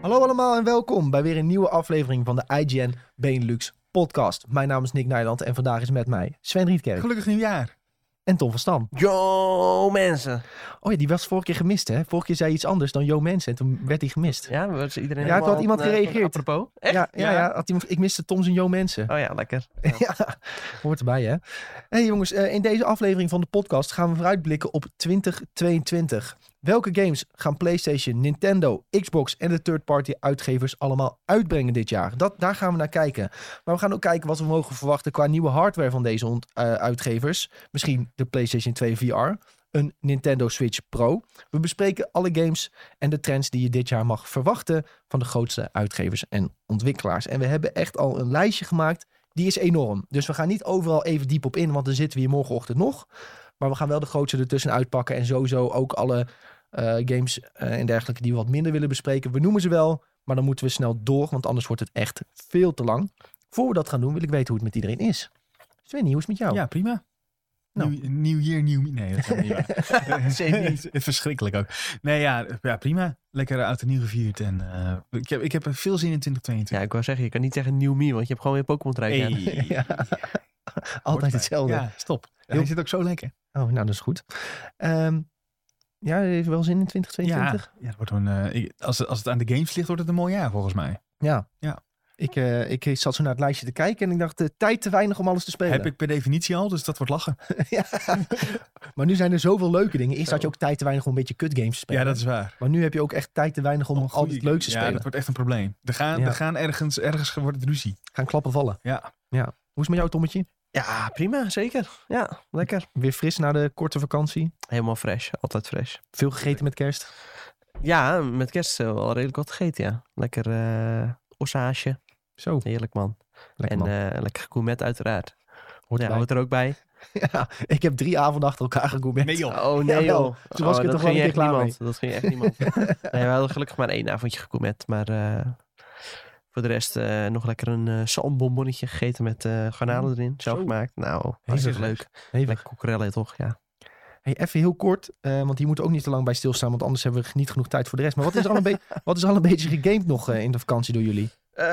Hallo allemaal en welkom bij weer een nieuwe aflevering van de IGN Benelux podcast. Mijn naam is Nick Nijland en vandaag is met mij Sven Rietkerk. Gelukkig nieuwjaar. En Tom van Stam. Yo mensen. Oh ja, die was vorige keer gemist hè. Vorige keer zei je iets anders dan yo mensen en toen werd hij gemist. Ja, was iedereen Ja, toen had iemand gereageerd. Apropos? Echt? Ja. Had iemand, ik miste Tom zijn yo mensen. Oh ja, lekker. Ja, hoort erbij hè. Hey jongens, in deze aflevering van de podcast gaan we vooruitblikken op 2022. Welke games gaan PlayStation, Nintendo, Xbox en de third-party uitgevers allemaal uitbrengen dit jaar? Daar gaan we naar kijken. Maar we gaan ook kijken wat we mogen verwachten qua nieuwe hardware van deze uitgevers. Misschien de PlayStation 2 VR, een Nintendo Switch Pro. We bespreken alle games en de trends die je dit jaar mag verwachten van de grootste uitgevers en ontwikkelaars. En we hebben echt al een lijstje gemaakt. Die is enorm. Dus we gaan niet overal even diep op in, want dan zitten we hier morgenochtend nog. Maar we gaan wel de grootste ertussen uitpakken en sowieso ook alle games en dergelijke die we wat minder willen bespreken. We noemen ze wel, maar dan moeten we snel door, want anders wordt het echt veel te lang. Voor we dat gaan doen, wil ik weten hoe het met iedereen is. Svenny, hoe is het met jou? Ja, prima. Nou. Nieuw jaar, nieuw... Nee, dat is niet waar. Zeker niet. Het is verschrikkelijk ook. Nee, ja, prima. Lekker oud en nieuw gevierd. En ik heb er veel zin in 2022. Ja, ik wou zeggen, je kan niet zeggen nieuw me, want je hebt gewoon weer Pokémon rijden. Hey. Ja. Altijd hetzelfde. Ja, stop. Hij zit ook zo lekker. Oh, nou dat is goed. Ja, heeft wel zin in 2022? Ja, het wordt als het aan de games ligt, wordt het een mooi jaar volgens mij. Ja. Ja. Ik zat zo naar het lijstje te kijken en ik dacht, tijd te weinig om alles te spelen. Heb ik per definitie al, dus dat wordt lachen. Ja. Maar nu zijn er zoveel leuke dingen. Eerst had je ook tijd te weinig om een beetje kut games te spelen. Ja, dat is waar. Maar nu heb je ook echt tijd te weinig om al het leukste te Ja, spelen. dat wordt echt een probleem. Er gaan ergens wordt het ruzie. Gaan klappen vallen. Ja. Hoe is het met jou, Tommetje? Ja, prima, zeker. Ja, lekker. Weer fris na de korte vakantie. Helemaal fresh, altijd fresh. Veel gegeten met kerst. Ja, met kerst wel redelijk wat gegeten, ja. Lekker ossaasje. Zo, Heerlijk man. lekker En man. lekker gourmet uiteraard. Hoort Ja, erbij. hoort er ook bij. Ja, ik heb 3 avonden achter elkaar gegourmet. Nee joh. Oh nee Jawel. joh. Toen was ik er dat toch wel ging een keer echt klaar niemand. Dat ging echt niemand. Nee, we hadden gelukkig maar 1 avondje gegourmet. Maar voor de rest nog lekker een zalmbonbonnetje gegeten met garnalen erin. Zelf Zo. gemaakt. Nou, hartstikke leuk. Hevig. Lekker kokerellen toch, ja. Hey, even heel kort, want hier moeten we ook niet te lang bij stilstaan, want anders hebben we niet genoeg tijd voor de rest. Maar wat is er al een beetje gegamed nog in de vakantie door jullie?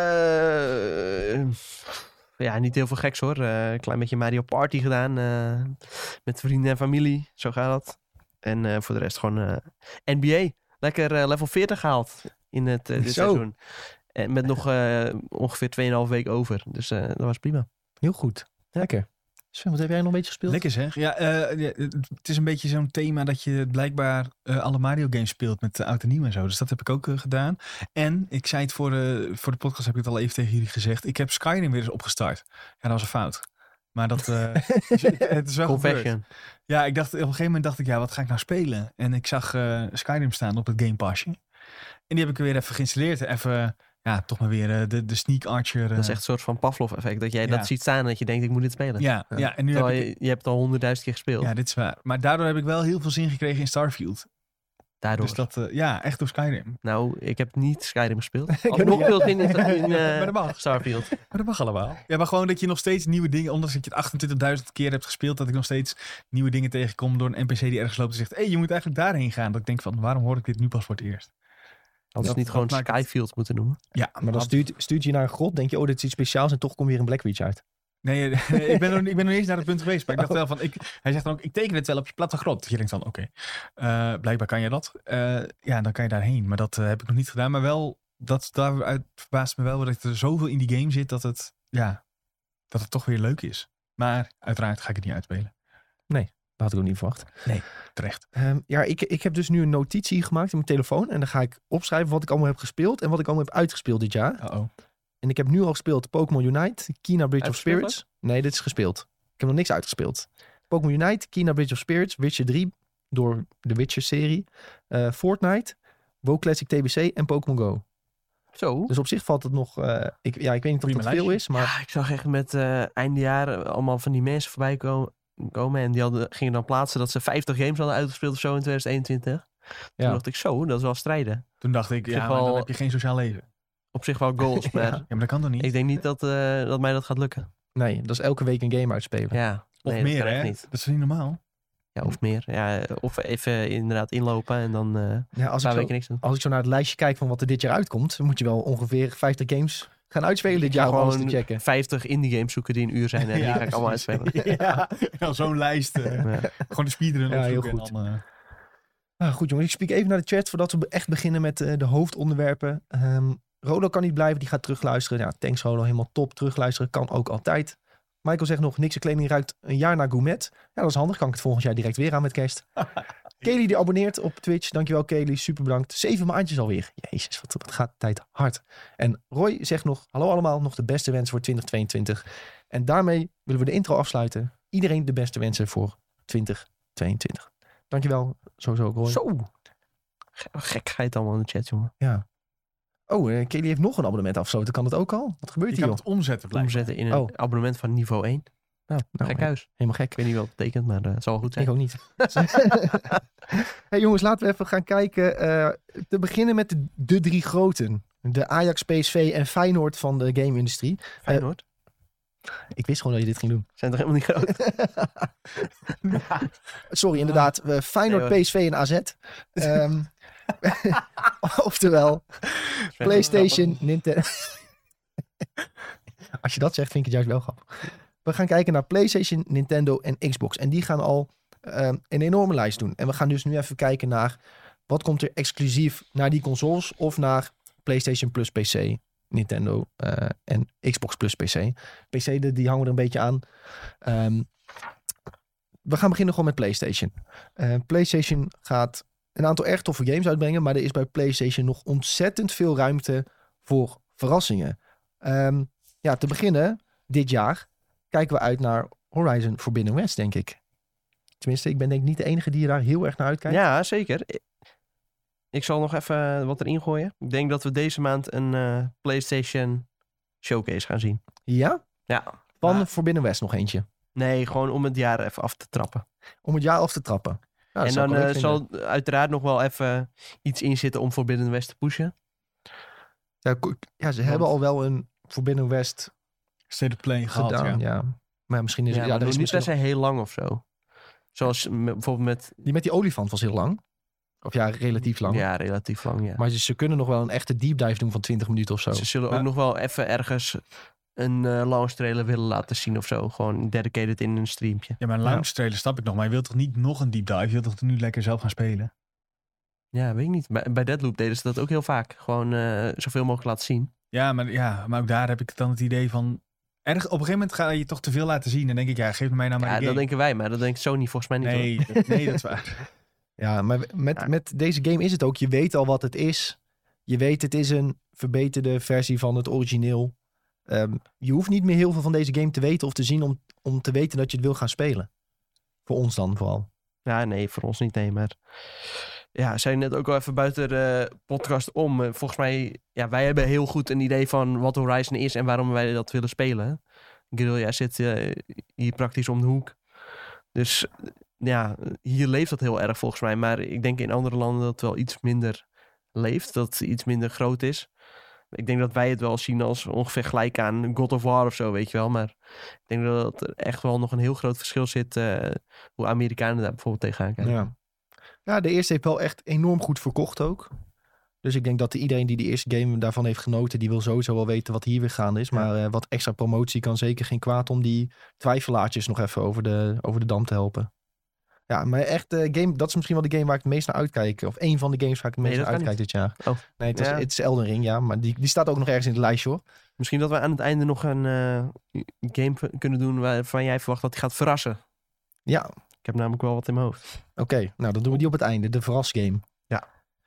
Ja, niet heel veel geks hoor. Een klein beetje Mario Party gedaan. Met vrienden en familie. Zo gaat dat. En voor de rest gewoon NBA. Lekker level 40 gehaald in het dit Zo. seizoen. En met nog ongeveer 2,5 week over. Dus dat was prima. Heel goed. Lekker. Sven, wat heb jij nog een beetje gespeeld? Lekker zeg. Ja, het is een beetje zo'n thema dat je blijkbaar alle Mario games speelt met oud en nieuw en zo. Dus dat heb ik ook gedaan. En ik zei het voor de podcast, heb ik het al even tegen jullie gezegd. Ik heb Skyrim weer eens opgestart. Ja, dat was een fout. Maar dat het is wel gebeurd. Confession. Ja, op een gegeven moment dacht ik, ja, wat ga ik nou spelen? En ik zag Skyrim staan op het Game Passje. En die heb ik weer even geïnstalleerd. Even, ja, toch maar weer de Sneak Archer. Dat is echt een soort van Pavlov-effect. Dat jij Ja. dat ziet staan en dat je denkt, ik moet dit spelen. Ja, en nu heb Terwijl ik... je hebt het al 100.000 keer gespeeld. Ja, dit is waar. Maar daardoor heb ik wel heel veel zin gekregen in Starfield. Daardoor. Dus dat, echt door Skyrim. Nou, ik heb niet Skyrim gespeeld. heb Alsnog nog- veel zin in Maar dat mag. Starfield. Maar dat mag allemaal. Ja, maar gewoon dat je nog steeds nieuwe dingen, ondanks dat je het 28.000 keer hebt gespeeld, dat ik nog steeds nieuwe dingen tegenkom door een NPC die ergens loopt en zegt, hey, je moet eigenlijk daarheen gaan. Dat ik denk van, waarom hoor ik dit nu pas voor het eerst? Hadden ze het niet gewoon maakt het- Skyfield moeten noemen? Ja, Maar dan stuurt je naar een grot, denk je, oh, dit is iets speciaals en toch kom je weer in Blackreach uit. Nee, ik ben nog niet eens naar het punt geweest. Maar ik dacht wel van, hij zegt dan ook, ik teken het wel op je platte grot. Je denkt dan, oké, blijkbaar kan je dat. Ja, dan kan je daarheen. Maar dat heb ik nog niet gedaan. Maar wel, daaruit verbaast me wel dat er zoveel in die game zit dat het toch weer leuk is. Maar uiteraard ga ik het niet uitspelen. Dat had ik ook niet verwacht. Terecht. Ja, ik heb dus nu een notitie gemaakt in mijn telefoon en dan ga ik opschrijven wat ik allemaal heb gespeeld en wat ik allemaal heb uitgespeeld dit jaar. Uh-oh. En ik heb nu al gespeeld Pokémon Unite, Kena Bridge of Uitgespeeld Spirits. Nee, dit is gespeeld. Ik heb nog niks uitgespeeld. Pokémon Unite, Kena Bridge of Spirits, Witcher 3 door de Witcher-serie, Fortnite, WoW Classic TBC en Pokémon Go. Zo. Dus op zich valt het nog... ik weet niet of Prima dat veel lijstje. is, maar... Ja, ik zag echt met eindejaar allemaal van die mensen voorbij komen. En die gingen dan plaatsen dat ze 50 games hadden uitgespeeld of zo in 2021. Toen dacht ik zo, dat is wel strijden. Toen dacht ik, Zich ja, wel- maar dan heb je geen sociaal leven. Op zich wel goals, maar Ja. Ja, maar dat kan toch niet? ik denk niet dat mij dat gaat lukken. Nee, dat is elke week een game uitspelen. Ja, Of nee, dat meer, kan echt hè? niet. Dat is niet normaal. Ja, of meer. Ja, of even inderdaad inlopen en dan Ja, een paar weken niks doen. als ik zo naar het lijstje kijk van wat er dit jaar uitkomt, dan moet je wel ongeveer 50 games gaan uitspelen dit jaar om alles te checken. 50 indie games zoeken die een uur zijn en die ga ik allemaal uitspelen. Ja, zo'n lijst. Gewoon de speedrun Ja, heel opzoeken. goed. En Nou, goed jongens, ik spreek even naar de chat voordat we echt beginnen met de hoofdonderwerpen. Rolo kan niet blijven, die gaat terugluisteren. Ja, thanks Rolo, helemaal top. Terugluisteren kan ook altijd. Michael zegt nog, niks kleding ruikt een jaar naar gourmet. Ja, dat is handig. Kan ik het volgend jaar direct weer aan met kerst. Kelly die abonneert op Twitch. Dankjewel Kelly, super bedankt. 7 maandjes alweer. Jezus, wat gaat de tijd hard. En Roy zegt nog, hallo allemaal, nog de beste wensen voor 2022. En daarmee willen we de intro afsluiten. Iedereen de beste wensen voor 2022. Dankjewel, sowieso ook Roy. Zo. Gekheid allemaal in de chat, jongen. Ja. Oh, Kelly heeft nog een abonnement afgesloten. Kan dat ook al? Wat gebeurt je hier, kan joh? het omzetten. blijkbaar. Omzetten in een abonnement van niveau 1. Nou, gek huis. Helemaal gek. Ik weet niet wat het betekent, maar het zal wel goed zijn. Ik ook niet. Hey jongens, laten we even gaan kijken. Te beginnen met de 3 groten. De Ajax, PSV en Feyenoord van de game-industrie. Feyenoord. Ik wist gewoon dat je dit ging doen. Zijn toch helemaal niet groot? Sorry, inderdaad. Feyenoord, Nee, PSV en AZ. Oftewel, PlayStation, Nintendo. Als je dat zegt, vind ik het juist wel grappig. We gaan kijken naar PlayStation, Nintendo en Xbox. En die gaan al een enorme lijst doen. En we gaan dus nu even kijken naar wat komt er exclusief naar die consoles of naar PlayStation plus PC, Nintendo en Xbox plus PC. PC die hangen er een beetje aan. We gaan beginnen gewoon met PlayStation. PlayStation gaat een aantal erg toffe games uitbrengen, maar er is bij PlayStation nog ontzettend veel ruimte voor verrassingen. Te beginnen dit jaar kijken we uit naar Horizon Forbidden West, denk ik. Tenminste, ik ben denk ik niet de enige die daar heel erg naar uitkijkt. Ja, zeker. Ik zal nog even wat erin gooien. Ik denk dat we deze maand een PlayStation Showcase gaan zien. Ja? Ja. Van Forbidden West nog eentje. Nee, gewoon om het jaar even af te trappen. Om het jaar af te trappen. Nou, en dan zal uiteraard nog wel even iets in zitten om Forbidden West te pushen. Ja, ze hebben al wel een Forbidden West State of Play gedaan. Ja. Maar misschien is het... Ja, er is niet per misschien se heel lang of zo. Zoals bijvoorbeeld met... Die met die olifant was heel lang. Of ja, relatief lang. Ja, relatief lang, ja. Maar ze kunnen nog wel een echte deep dive doen van 20 minuten of zo. Ze zullen ook nog wel even ergens een launch trailer willen laten zien of zo. Gewoon dedicated in een streampje. Ja, maar een launch trailer snap ik nog. Maar je wilt toch niet nog een deep dive? Je wilt toch nu lekker zelf gaan spelen? Ja, weet ik niet. Bij Deathloop deden ze dat ook heel vaak. Gewoon zoveel mogelijk laten zien. Ja, maar ook daar heb ik dan het idee van... op een gegeven moment ga je toch te veel laten zien. En dan denk ik, ja, geef mij nou maar Ja, die dat game. denken wij, maar dat denkt Sony volgens mij niet. Nee, dat is waar. Ja, maar met deze game is het ook. Je weet al wat het is. Je weet, het is een verbeterde versie van het origineel. Je hoeft niet meer heel veel van deze game te weten of te zien om te weten dat je het wil gaan spelen. Voor ons dan vooral. Ja, nee, voor ons niet, nee. Maar ja, zijn net ook al even buiten de podcast om. Volgens mij, ja, wij hebben heel goed een idee van wat Horizon is en waarom wij dat willen spelen. Guerrilla zit hier praktisch om de hoek. Dus ja, hier leeft dat heel erg volgens mij. Maar ik denk in andere landen dat het wel iets minder leeft. Dat het iets minder groot is. Ik denk dat wij het wel zien als ongeveer gelijk aan God of War of zo, weet je wel. Maar ik denk dat er echt wel nog een heel groot verschil zit hoe Amerikanen daar bijvoorbeeld tegenaan kijken. Ja, de eerste heeft wel echt enorm goed verkocht ook. Dus ik denk dat iedereen die de eerste game daarvan heeft genoten, die wil sowieso wel weten wat hier weer gaande is. Maar wat extra promotie kan zeker geen kwaad om die twijfelaartjes nog even over de dam te helpen. Ja, maar echt, game, dat is misschien wel de game waar ik het meest naar uitkijk. Of één van de games waar ik het meest naar uitkijk dit jaar. Oh. Nee, het is Elden Ring, ja. Maar die staat ook nog ergens in het lijstje, hoor. Misschien dat we aan het einde nog een game kunnen doen waarvan jij verwacht dat die gaat verrassen. Ja. Ik heb namelijk wel wat in mijn hoofd. Oké, nou dan doen we die op het einde. De verrasgame. Ja.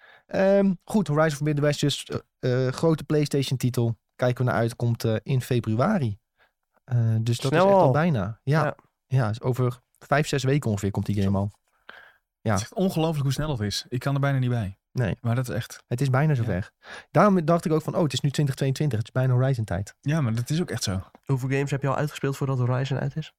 Goed, Horizon Forbidden West, dus grote PlayStation titel. Kijken we naar uit, komt in februari. Dus dat Snel is echt al al. bijna. Ja, over 5-6 weken ongeveer komt die game al. Ja. Het is echt ongelooflijk hoe snel het is. Ik kan er bijna niet bij. Nee. Maar dat is echt... Het is bijna zover. Daarom dacht ik ook van, het is nu 2022. Het is bijna Horizon tijd. Ja, maar dat is ook echt zo. Hoeveel games heb je al uitgespeeld voordat Horizon uit is?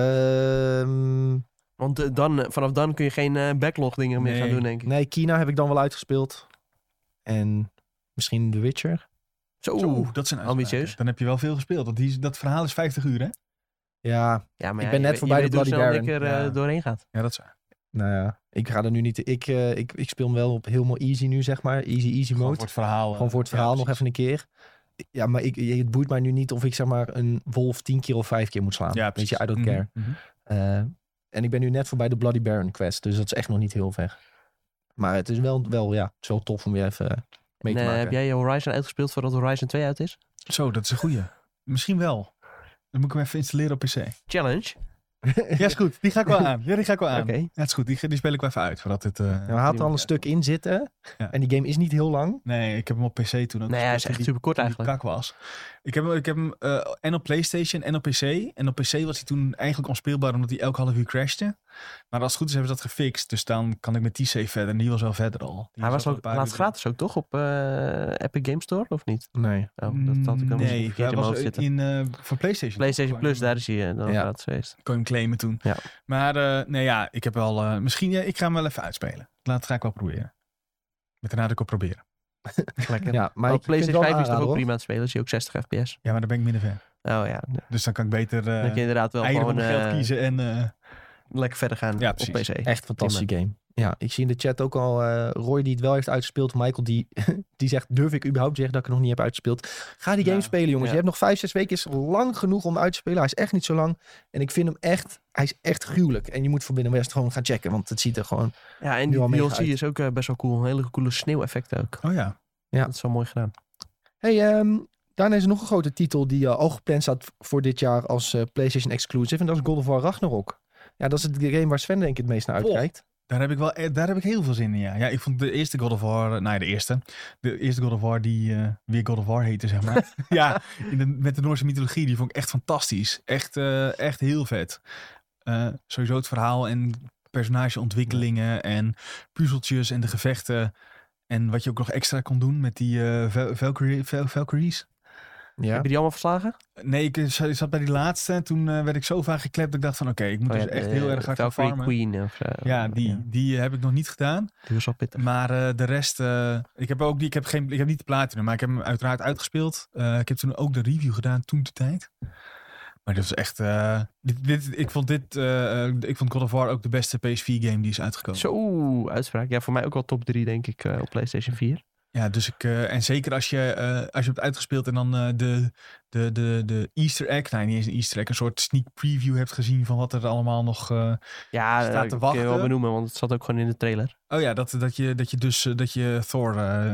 Want vanaf dan kun je geen backlog dingen meer gaan doen, denk ik. Nee, Kina heb ik dan wel uitgespeeld. En misschien The Witcher. Zo, dat zijn ambitieus. Dan heb je wel veel gespeeld. Want dat verhaal is 50 uur, hè? Ja, maar ik ben net voorbij de Bloody Bloody Baron. Baron. Lekker doorheen gaat. Ja, dat is waar. Nou ja, ik ga er nu niet... Ik speel hem wel op helemaal easy nu, zeg maar. Easy Gewoon mode. voor het verhaal. Gewoon voor het verhaal nog even een keer. Ja, maar het boeit mij nu niet of ik zeg maar een wolf 10 keer of 5 keer moet slaan. Ja, Weet precies. je, I don't care. En ik ben nu net voorbij de Bloody Baron quest. Dus dat is echt nog niet heel ver. Maar het is wel het is wel tof om weer even mee te maken. Heb jij Horizon uitgespeeld voordat Horizon 2 uit is? Zo, dat is een goeie. Misschien wel. Dan moet ik hem even installeren op PC. Challenge. Ja, is goed. Die ga ik wel aan. Oké. Ja, het is goed. Die speel ik wel even uit. Voordat het, Ja, hij had er al een stuk in zitten. Ja. En die game is niet heel lang. Nee, ik heb hem op PC toen ook Nee, hij is gespeeld, echt super kort toen die eigenlijk. kak was. Ik heb hem en op PlayStation en op PC. En op PC was hij toen eigenlijk onspeelbaar omdat hij elke half uur crashte. Maar als het goed is hebben ze dat gefixt. Dus dan kan ik met die save verder. En die was wel verder al. Die Hij was al ook een paar laatst uur- gratis ook toch op Epic Game Store of niet? Nee. Oh, dat had ik dan Nee, verkeerd hij in mijn was hoofd zitten. voor PlayStation. PlayStation Kon je Plus, hem- daar is hij dan Ja. gratis geweest. kon je hem claimen toen. Ja. Maar nee, ja, ik heb wel... misschien, ik ga hem wel even uitspelen. Ga ik wel proberen. Met een nadruk op proberen. Lekker. Ja, maar Maar ik op PlayStation 5 is toch ook hoor. prima aan het spelen. Is hij ook 60 fps. Ja, maar daar ben ik minder fan. Oh ja. Dus dan kan ik beter Dat je inderdaad wel eieren gewoon om geld kiezen en... lekker verder gaan Ja, op precies. PC. Echt fantastische game. Ja, ik zie in de chat ook al Roy die het wel heeft uitgespeeld. Michael die zegt, durf ik überhaupt zeggen dat ik het nog niet heb uitgespeeld. Ga die game Ja. spelen jongens. Ja. Je hebt nog 5-6 weken. Is lang genoeg om uit te spelen. Hij is echt niet zo lang. En ik vind hem echt, hij is echt gruwelijk. En je moet Forbidden West gewoon gaan checken. Want het ziet er gewoon... Ja, en Nu al die mega DLC uit. is ook best wel cool. Een hele coole sneeuweffecten ook. Oh ja. Ja. Dat is wel mooi gedaan. Hey, daarna is er nog een grote titel die al gepland staat voor dit jaar als PlayStation exclusive. En dat is God of War Ragnarok. Ja, dat is de game waar Sven denk ik het meest naar uitkijkt. Daar heb ik heel veel zin in, ja. Ja, ik vond de eerste God of War... de eerste God of War die weer God of War heette, zeg maar. Ja, met de Noorse mythologie, die vond ik echt fantastisch. Echt heel vet. Sowieso het verhaal en personageontwikkelingen en puzzeltjes en de gevechten. En wat je ook nog extra kon doen met die Valkyries. Ja. Heb je die allemaal verslagen? Nee, ik zat bij die laatste en toen werd ik zo vaak geklept dat ik dacht van oké, ik moet dus echt heel erg hard gaan Valkyrie farmen. Queen of zo. Ja, die heb ik nog niet gedaan. Die was wel pittig. Maar de rest, ik heb niet de platinum, maar ik heb hem uiteraard uitgespeeld. Ik heb toen ook de review gedaan toen de tijd. Maar dit was echt, ik vond God of War ook de beste PS4 game die is uitgekomen. Zo, uitspraak. Ja, voor mij ook wel top 3 denk ik op PlayStation 4. Ja, dus en zeker als je hebt uitgespeeld en dan de Easter egg, niet eens een Easter egg, een soort sneak preview hebt gezien van wat er allemaal nog Ja, staat te kun je wel wachten. benoemen, want het zat ook gewoon in de trailer. Oh ja, dat je Thor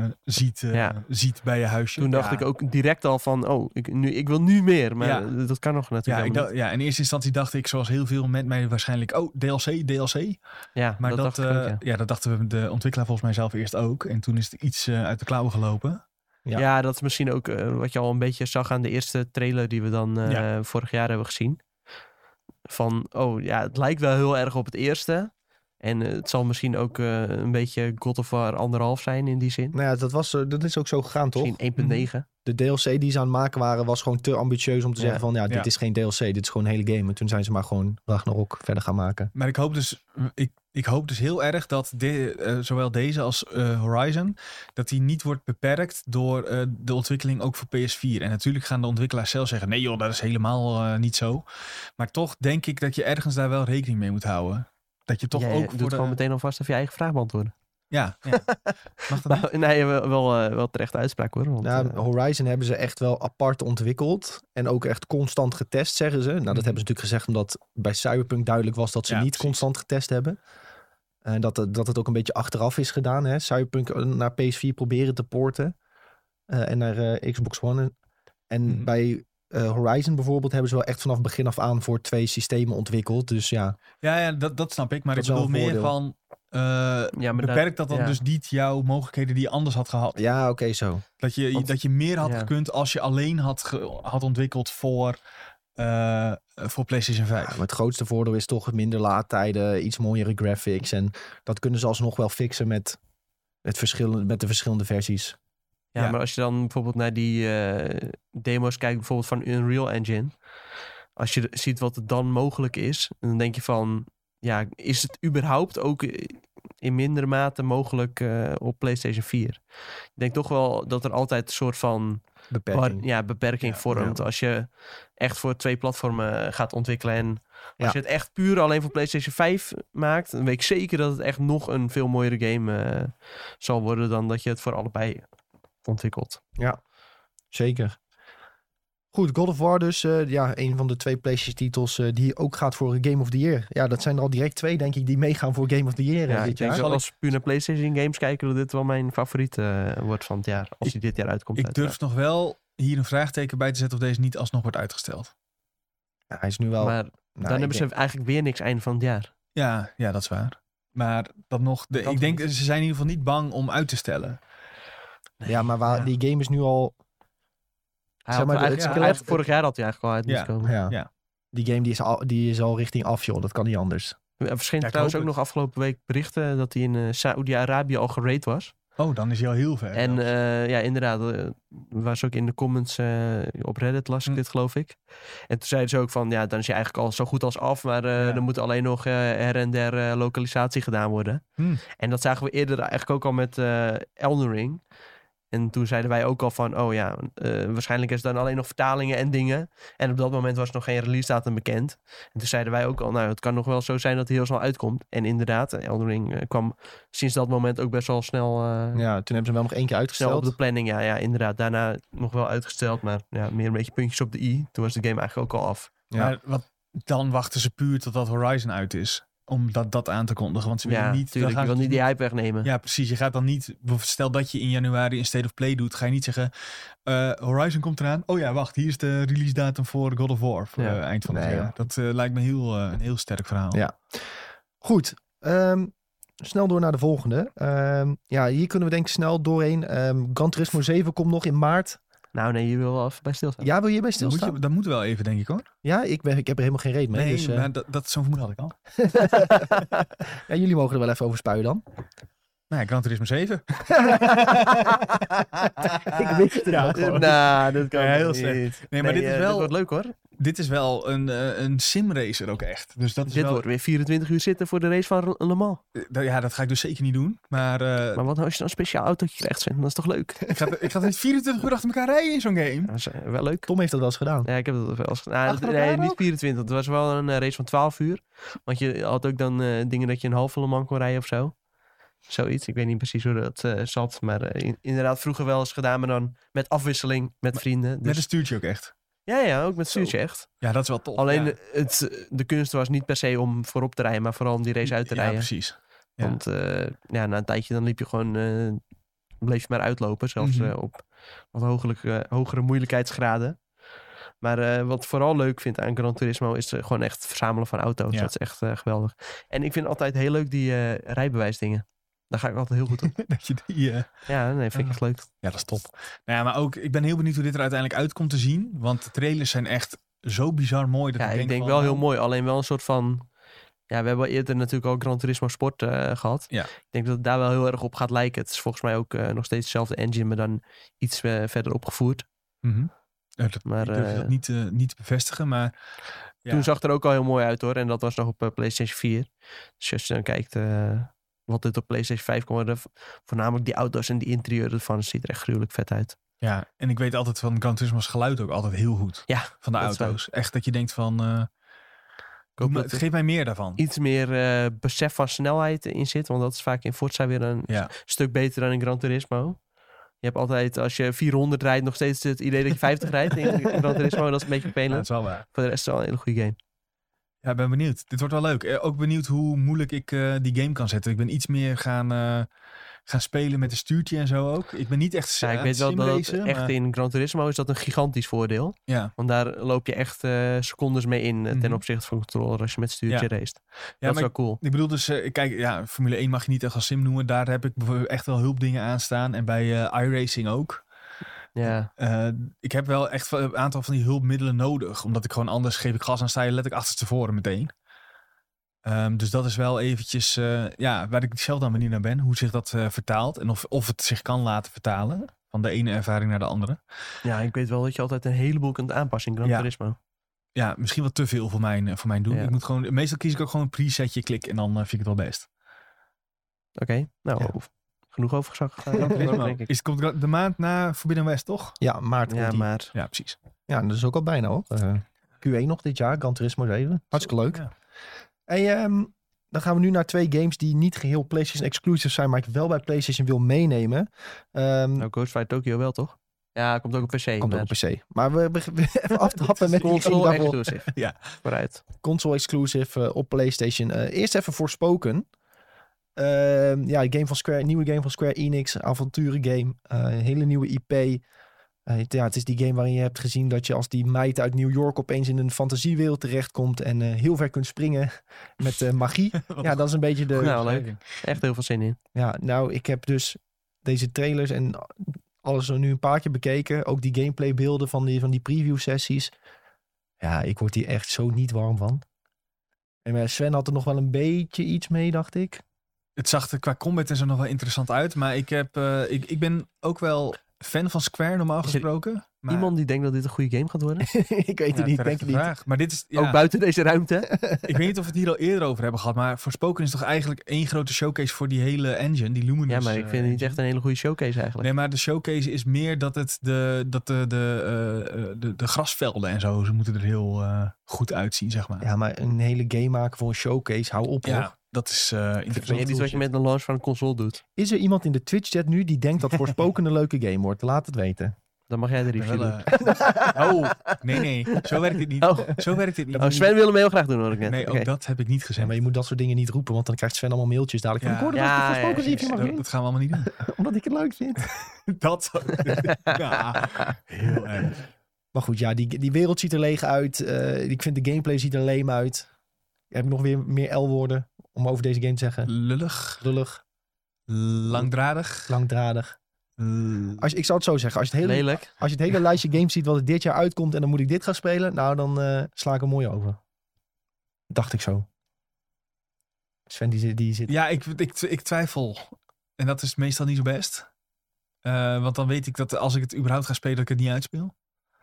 ziet bij je huisje. Toen dacht Ja. ik ook direct al van, ik wil nu meer. Maar Ja. dat kan nog Ja, natuurlijk in eerste instantie dacht ik, zoals heel veel met mij waarschijnlijk, DLC. Ja, Maar dat dacht ik ook, ja. dat dachten we de ontwikkelaar volgens mij zelf eerst ook. En toen is het iets uit de klauwen gelopen. Ja. Ja, dat is misschien ook wat je al een beetje zag aan de eerste trailer die we dan vorig jaar hebben gezien. Van, het lijkt wel heel erg op het eerste. En het zal misschien ook een beetje God of War 1,5 zijn in die zin. Nou ja, dat is ook zo gegaan toch? Misschien 1,9. De DLC die ze aan het maken waren was gewoon te ambitieus om te zeggen van dit Ja. is geen DLC, dit is gewoon een hele game. En toen zijn ze maar gewoon Ragnarok verder gaan maken. Maar ik hoop dus heel erg dat zowel deze als Horizon, dat die niet wordt beperkt door de ontwikkeling ook voor PS4. En natuurlijk gaan de ontwikkelaars zelf zeggen, nee joh, dat is helemaal niet zo. Maar toch denk ik dat je ergens daar wel rekening mee moet houden. Dat je toch Jij ook doet gewoon meteen alvast even je eigen vraag beantwoorden. Ja. Mag dat niet? Nou, nee, wel terecht uitspraak hoor. Want, Ja, Horizon hebben ze echt wel apart ontwikkeld. En ook echt constant getest, zeggen ze. Nou, dat hebben ze natuurlijk gezegd omdat bij Cyberpunk duidelijk was dat ze Ja, niet precies. constant getest hebben. En dat het ook een beetje achteraf is gedaan. Hè? Cyberpunk naar PS4 proberen te porten. En naar Xbox One. En bij Horizon bijvoorbeeld hebben ze wel echt vanaf begin af aan voor 2 systemen ontwikkeld. Dus ja. Ja, dat snap ik. Maar Dat ik is wel bedoel een meer voordeel. van, beperkt dat dan dus niet jouw mogelijkheden die je anders had gehad. Ja, oké, zo. Dat je meer had Ja. gekund als je alleen had ontwikkeld voor PlayStation 5. Ja, maar het grootste voordeel is toch minder laadtijden, iets mooiere graphics. En dat kunnen ze alsnog wel fixen met de verschillende versies. Ja, maar als je dan bijvoorbeeld naar die demo's kijkt, bijvoorbeeld van Unreal Engine. Als je ziet wat er dan mogelijk is, dan denk je van, ja, is het überhaupt ook in mindere mate mogelijk op PlayStation 4? Ik denk toch wel dat er altijd een soort van Beperking. beperking Ja, vormt. ja. Als je echt voor 2 platformen gaat ontwikkelen en Als je het echt puur alleen voor PlayStation 5 maakt, dan weet ik zeker dat het echt nog een veel mooiere game zal worden dan dat je het voor allebei ontwikkelt. Zeker. Goed, God of War dus. Een van de 2 PlayStation-titels die ook gaat voor Game of the Year. Ja, dat zijn er al direct 2, denk ik, die meegaan voor Game of the Year Ja, dit ik denk jaar. dat als we puur naar PlayStation games kijken, dat dit wel mijn favoriet wordt van het jaar. Als die dit jaar uitkomt. Ik durf nog wel hier een vraagteken bij te zetten of deze niet alsnog wordt uitgesteld. Ja, hij is nu wel... Maar dan hebben ze eigenlijk weer niks einde van het jaar. Ja, dat is waar. Maar dat nog, ik denk, ze zijn in ieder geval niet bang om uit te stellen. Ja, maar die game is nu al... Vorig jaar had hij eigenlijk al uit moeten komen. Ja. Die game die is al richting af, joh. Dat kan niet anders. Er verscheen trouwens ook nog afgelopen week berichten dat hij in Saoedi-Arabië al gerate was. Oh, dan is hij al heel ver. En inderdaad, was ook in de comments op Reddit las ik dit, geloof ik. En toen zeiden ze ook van, dan is hij eigenlijk al zo goed als af, maar er moet alleen nog her en der lokalisatie gedaan worden. En dat zagen we eerder eigenlijk ook al met Elden Ring. En toen zeiden wij ook al van, waarschijnlijk is het dan alleen nog vertalingen en dingen. En op dat moment was nog geen release datum bekend. En toen zeiden wij ook al, het kan nog wel zo zijn dat hij heel snel uitkomt. En inderdaad, Elden Ring kwam sinds dat moment ook best wel snel... toen hebben ze wel nog 1 keer uitgesteld. Snel op de planning, ja, inderdaad. Daarna nog wel uitgesteld, maar meer een beetje puntjes op de i. Toen was de game eigenlijk ook al af. Ja. Maar dan wachten ze puur totdat Horizon uit is. Om dat aan te kondigen. Want ze willen niet... Tuurlijk, je wil niet die hype wegnemen. Ja, precies. Je gaat dan niet... Stel dat je in januari een State of Play doet. Ga je niet zeggen... Horizon komt eraan. Oh ja, wacht. Hier is de release datum voor God of War. Voor eind van het jaar. Ja. Dat lijkt me een heel sterk verhaal. Ja. Goed. Snel door naar de volgende. Hier kunnen we denk ik snel doorheen. Gran Turismo 7 komt nog in maart. Nou nee, je wil wel even bij stilstaan. Ja, wil je hierbij stilstaan? Dat moet wel even, denk ik, hoor. Ja, ik heb er helemaal geen reden mee. Nee, dus, maar zo'n vermoeden had ik al. Ja, jullie mogen er wel even over spuien dan. Nou ja, Gran Turismo 7. Ik wist het Nou, dat kan heel niet. slecht. Nee, maar dit is wel... Dit wordt leuk, hoor. Dit is wel een simracer ook echt. Dus dat is dit wordt weer 24 uur zitten voor de race van Le Mans. Dat ga ik dus zeker niet doen. Maar wat nou als je dan een speciaal autootje krijgt, Sven? Dat is toch leuk? Ik ga niet 24 uur achter elkaar rijden in zo'n game. Dat is wel leuk. Tom heeft dat wel eens gedaan. Ja, ik heb dat wel eens gedaan. Nee, niet 24. Het was wel een race van 12 uur. Want je had ook dan dingen dat je een halve Le Mans kon rijden of zo. Zoiets. Ik weet niet precies hoe dat zat. Maar inderdaad vroeger wel eens gedaan. Maar dan met afwisseling met vrienden. Dus... Met een stuurtje ook echt. Ja, ook met stuurtje echt. Ja, dat is wel tof. Alleen de kunst was niet per se om voorop te rijden. Maar vooral om die race uit te rijden. Ja, precies. Ja. Want na een tijdje dan liep je gewoon... bleef je maar uitlopen. Zelfs op wat hogere moeilijkheidsgraden. Maar wat ik vooral leuk vind aan Gran Turismo is gewoon echt het verzamelen van auto's. Ja. Dat is echt geweldig. En ik vind altijd heel leuk die rijbewijsdingen. Daar ga ik altijd heel goed op. Dat je die... Ja, nee, vind ik echt leuk. Ja, dat is top. Nou ja, maar ook, ik ben heel benieuwd hoe dit er uiteindelijk uitkomt te zien. Want de trailers zijn echt zo bizar mooi. Dat ik denk wel heel mooi. Alleen wel een soort van... Ja, we hebben eerder natuurlijk al Gran Turismo Sport gehad. Ja. Ik denk dat het daar wel heel erg op gaat lijken. Het is volgens mij ook nog steeds dezelfde engine, maar dan iets verder opgevoerd. Mm-hmm. Ik durf dat niet te bevestigen, maar... Ja. Toen zag het er ook al heel mooi uit, hoor. En dat was nog op PlayStation 4. Dus als je dan kijkt wat dit op PlayStation 5 kon worden... Voornamelijk die auto's en die interieur ervan ziet er echt gruwelijk vet uit. Ja, en ik weet altijd van Gran Turismo's geluid ook altijd heel goed. Ja, van de auto's. Echt dat je denkt van... geef mij meer daarvan. Iets meer besef van snelheid in zit. Want dat is vaak in Forza weer een stuk beter dan in Gran Turismo. Je hebt altijd, als je 400 rijdt, nog steeds het idee dat je 50 rijdt in Gran Turismo. Dat is een beetje vervelend. Ja, dat is wel waar. Voor de rest is het wel een hele goede game. Ja, ik ben benieuwd. Dit wordt wel leuk. Ook benieuwd hoe moeilijk ik die game kan zetten. Ik ben iets meer gaan spelen met een stuurtje en zo ook. Ik ben niet echt ik weet wel dat het echt in Gran Turismo is dat een gigantisch voordeel. Ja. Want daar loop je echt secondes mee in ten opzichte van controller als je met stuurtje racet. Dat is wel cool. Ik bedoel dus, kijk, Formule 1 mag je niet echt als sim noemen. Daar heb ik echt wel hulpdingen aan staan. En bij iRacing ook. Ja. Ik heb wel echt een aantal van die hulpmiddelen nodig. Omdat ik gewoon anders geef ik gas en sta je letterlijk achterstevoren meteen. Dus dat is wel eventjes waar ik zelf dan benieuwd naar ben. Hoe zich dat vertaalt. En of het zich kan laten vertalen. Van de ene ervaring naar de andere. Ja, ik weet wel dat je altijd een heleboel kunt aanpassen in Gran Turismo. Ja, misschien wat te veel voor mijn doen. Ja. Ik moet gewoon, meestal kies ik ook gewoon een presetje, klik en dan vind ik het wel best. Oké, nou genoeg over gezegd. Komt de maand na Forbidden West, toch? Ja, maart komt die. Maart. Ja, precies. Ja, dat is ook al bijna, hoor. Q1 nog dit jaar. Gran Turismo 7. Hartstikke leuk. Ja. En dan gaan we nu naar 2 games die niet geheel PlayStation exclusive zijn, maar ik wel bij PlayStation wil meenemen. Nou, Ghostwire Tokyo wel, toch? Ja, komt ook op PC. Komt maar ook op PC. Maar we even aftrappen met console exclusive. Ja. Vooruit. console exclusive op PlayStation. Eerst even Forspoken. Een nieuwe game van Square Enix. Avonturen game. Hele nieuwe IP. Het is die game waarin je hebt gezien dat je als die meid uit New York opeens in een fantasiewereld terechtkomt en heel ver kunt springen met magie. Ja, dat is een beetje de... Nou, leuk. Echt heel veel zin in. Ja, nou, ik heb dus deze trailers en alles er nu een paar keer bekeken. Ook die gameplaybeelden van die preview sessies. Ja, ik word hier echt zo niet warm van. En Sven had er nog wel een beetje iets mee, dacht ik. Het zag er qua combat en zo nog wel interessant uit. Maar ik ben ook wel fan van Square normaal Is er gesproken. Maar, Iemand die denkt dat dit een goede game gaat worden? Ik weet het niet, denk het niet. vraag. Maar dit is... Ja, Ook buiten deze ruimte? ik weet niet of we het hier al eerder over hebben gehad. Maar Forspoken is toch eigenlijk één grote showcase voor die hele engine. Die Luminous. Ja, maar ik vind het niet echt een hele goede showcase eigenlijk. Nee, maar de showcase is meer dat het de grasvelden en zo, ze moeten er heel goed uitzien, zeg maar. Ja, maar een hele game maken voor een showcase, hou op hoor. Ja, dat is Ik weet interessant. niet wat je met een launch van een console doet. Is er iemand in de Twitch-chat nu die denkt dat Forspoken een leuke game wordt? Laat het weten. Dan mag jij de review doen. Oh, nee. Zo werkt dit niet. Oh. Zo werkt dit niet. Oh, Sven wil hem heel graag doen, hoor ik net. Nee, Oké. ook dat heb ik niet Ja, gezegd. maar je moet dat soort dingen niet roepen, want dan krijgt Sven allemaal mailtjes dadelijk van Ja. ik hoorde dat Ja, ik de Forspoken ja, review mag doen. Dat gaan we allemaal niet doen. Omdat ik het leuk vind. Dat ja, heel erg. Maar goed, ja, die wereld ziet er leeg uit. Ik vind de gameplay ziet er leem uit. Heb ik nog weer meer L-woorden om over deze game te zeggen? Lullig, Lullig, langdradig. langdradig. Ik zou het zo zeggen. Als je Lelijk. het hele lijstje games ziet wat er dit jaar uitkomt en dan moet ik dit gaan spelen. Nou, dan sla ik er mooi over. Dacht ik zo. Sven die zit... Ja, ik twijfel. En dat is meestal niet zo best. Want dan weet ik dat als ik het überhaupt ga spelen, dat ik het niet uitspeel.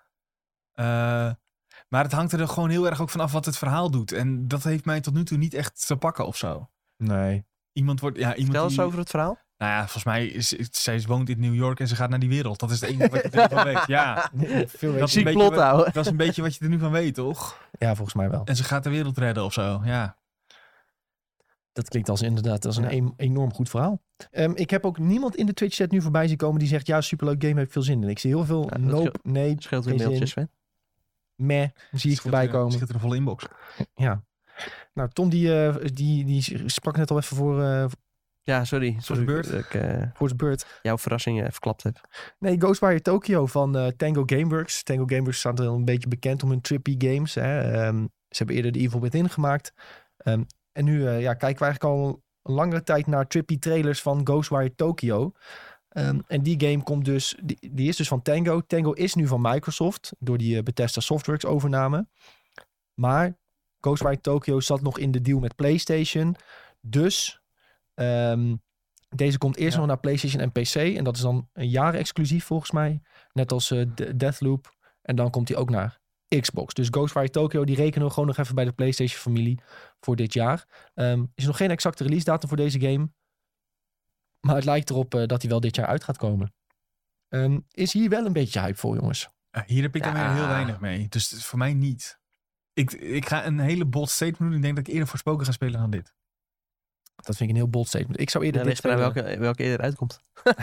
Maar het hangt er gewoon heel erg ook vanaf wat het verhaal doet. En dat heeft mij tot nu toe niet echt te pakken of zo. Nee. Iemand Vertel eens die, over het verhaal. Nou ja, volgens mij zij woont in New York en ze gaat naar die wereld. Dat is het enige wat je er nu van weet. Ja, Veel dat is, Ziek een plot, beetje, ouwe. dat is een beetje wat je er nu van weet, toch? Ja, volgens mij wel. En ze gaat de wereld redden of zo, ja. Dat klinkt als een enorm goed verhaal. Ik heb ook niemand in de Twitch-chat nu voorbij zien komen die zegt... ja, superleuk game, heb ik veel zin in. Ik zie heel veel Ja, dat nope, nee, Scheelt weer geen mailtjes, zin, Sven. meh, zie ik voorbij komen. Schiet er een volle inbox. Ja. Nou, Tom die sprak net al even Ja, sorry. zijn beurt. Dat ik voor zijn beurt. jouw verrassing verklapt heb. Nee, Ghostwire Tokyo van Tango Gameworks. Tango Gameworks staat wel een beetje bekend om hun trippy games. Hè. Ze hebben eerder The Evil Within gemaakt. En nu kijken we eigenlijk al een langere tijd naar trippy trailers van Ghostwire Tokyo. En die game komt dus, die is dus van Tango. Tango is nu van Microsoft door die Bethesda Softworks overname. Maar Ghostwire Tokyo zat nog in de deal met PlayStation. Dus deze komt eerst nog naar PlayStation en PC. En dat is dan een jaar exclusief volgens mij. Net als Deathloop. En dan komt hij ook naar Xbox. Dus Ghostwire Tokyo, die rekenen we gewoon nog even bij de PlayStation familie voor dit jaar. Is nog geen exacte release datum voor deze game. Maar het lijkt erop dat hij wel dit jaar uit gaat komen. Is hier wel een beetje hype voor, jongens. Hier heb ik dan Ja. weer heel weinig mee. Dus voor mij niet. Ik ga een hele bold statement doen. Ik denk dat ik eerder Forspoken ga spelen dan dit. Dat vind ik een heel bold statement. Ik zou eerder Ja, dit ligt eraan spelen. welke eerder uitkomt.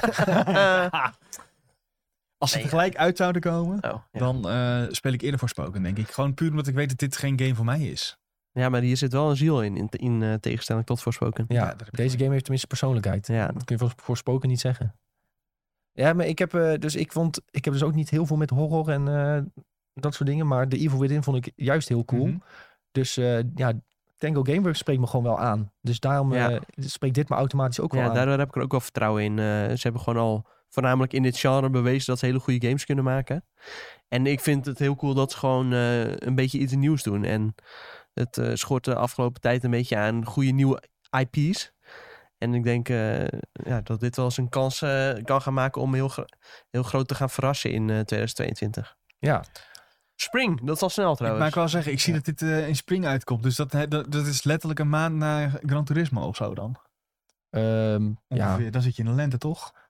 Als ze Nee, tegelijk uit zouden komen, Oh, ja. dan speel ik eerder Forspoken, denk ik. Gewoon puur omdat ik weet dat dit geen game voor mij is. Ja, maar hier zit wel een ziel in tegenstelling tot Forspoken. Ja, daar heb ik deze game heeft tenminste persoonlijkheid. Ja, Dat kun je voor Spoken niet zeggen. Ja, maar ik heb dus ook niet heel veel met horror en dat soort dingen. Maar The Evil Within vond ik juist heel cool. Mhm. Dus Tango Gameworks spreekt me gewoon wel aan. Dus daarom Ja. spreekt dit me automatisch ook wel ja, aan. daardoor heb ik er ook wel vertrouwen in. Ze hebben gewoon al voornamelijk in dit genre bewezen dat ze hele goede games kunnen maken. En ik vind het heel cool dat ze gewoon een beetje iets nieuws doen. En het schort de afgelopen tijd een beetje aan goede nieuwe IP's. En ik denk dat dit wel eens een kans kan gaan maken om heel groot te gaan verrassen in 2022. Ja, Spring, dat is al snel Maar trouwens. ik wil zeggen, ik zie dat dit in spring uitkomt. Dus dat is letterlijk een maand na Gran Turismo of zo dan. ja. Ongeveer. Dan zit je in de lente, toch?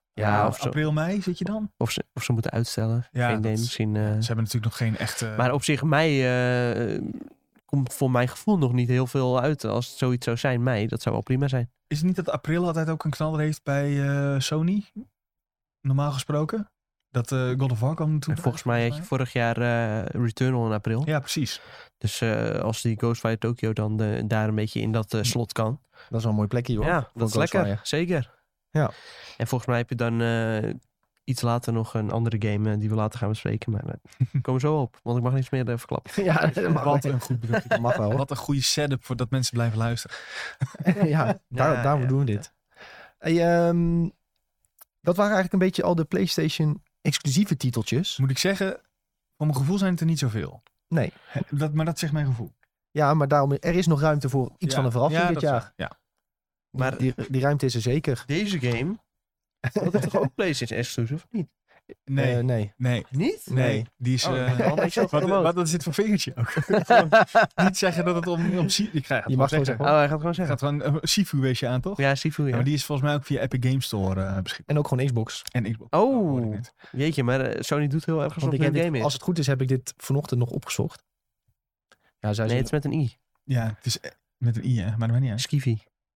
Ja, of zo. April, mei zit je dan? Of ze moeten uitstellen. Ja, Geen idee, dat- misschien. Ze hebben natuurlijk nog geen echte... Maar op zich, mei komt voor mijn gevoel nog niet heel veel uit. Als het zoiets zou zijn, mei, dat zou wel prima zijn. Is het niet dat april altijd ook een knaller heeft bij Sony? Normaal gesproken? Dat God of War kwam toen. En volgens mij had je vorig jaar Returnal in april. Ja, precies. Dus als die Ghostwire Tokyo dan daar een beetje in dat slot kan. Dat is wel een mooi plekje, hoor. Ja, voor dat is Ghostwire. lekker. Zeker. Ja. En volgens mij heb je dan iets later nog een andere game die we later gaan bespreken. Maar ik kom er zo op, want ik mag niets meer verklappen. Ja, dat mag, Wat wel. een goed bedoeld. Dat mag wel. Wat een goede setup voor dat mensen blijven luisteren. Ja, daarom ja, doen we dit. Hey, dat waren eigenlijk een beetje al de PlayStation exclusieve titeltjes. Moet ik zeggen, voor mijn gevoel zijn het er niet zoveel. Nee. Maar dat zegt mijn gevoel. Ja, maar daarom, er is nog ruimte voor iets van een verrassing dit dat jaar. is- Ja. Maar Die ruimte is er zeker. deze game, dat is toch ook PlayStation exclusive of niet? Nee, Nee. nee, Niet? nee. Die is... Oh, ik ben al een beetje wat is dit voor vingertje ook? Gewoon niet zeggen dat het om ik ga het Je mag gewoon gewoon zeggen. Oh, hij gaat gewoon Het zeggen. gaat gewoon een Sifu-weesje aan, toch? Ja, Sifu, Ja, ja. maar die is volgens mij ook via Epic Games Store beschikbaar. En ook gewoon Xbox. En Xbox. Oh. hoor ik net. Jeetje, maar Sony doet heel erg Want alsof ik het heb een game dit, is. als het goed is, heb ik dit vanochtend nog opgezocht. Ja, zij Nee, het is met een I. Ja, het is met een I, hè, maar dat maakt niet uit. Skiffy.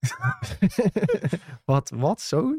Wat? Zo?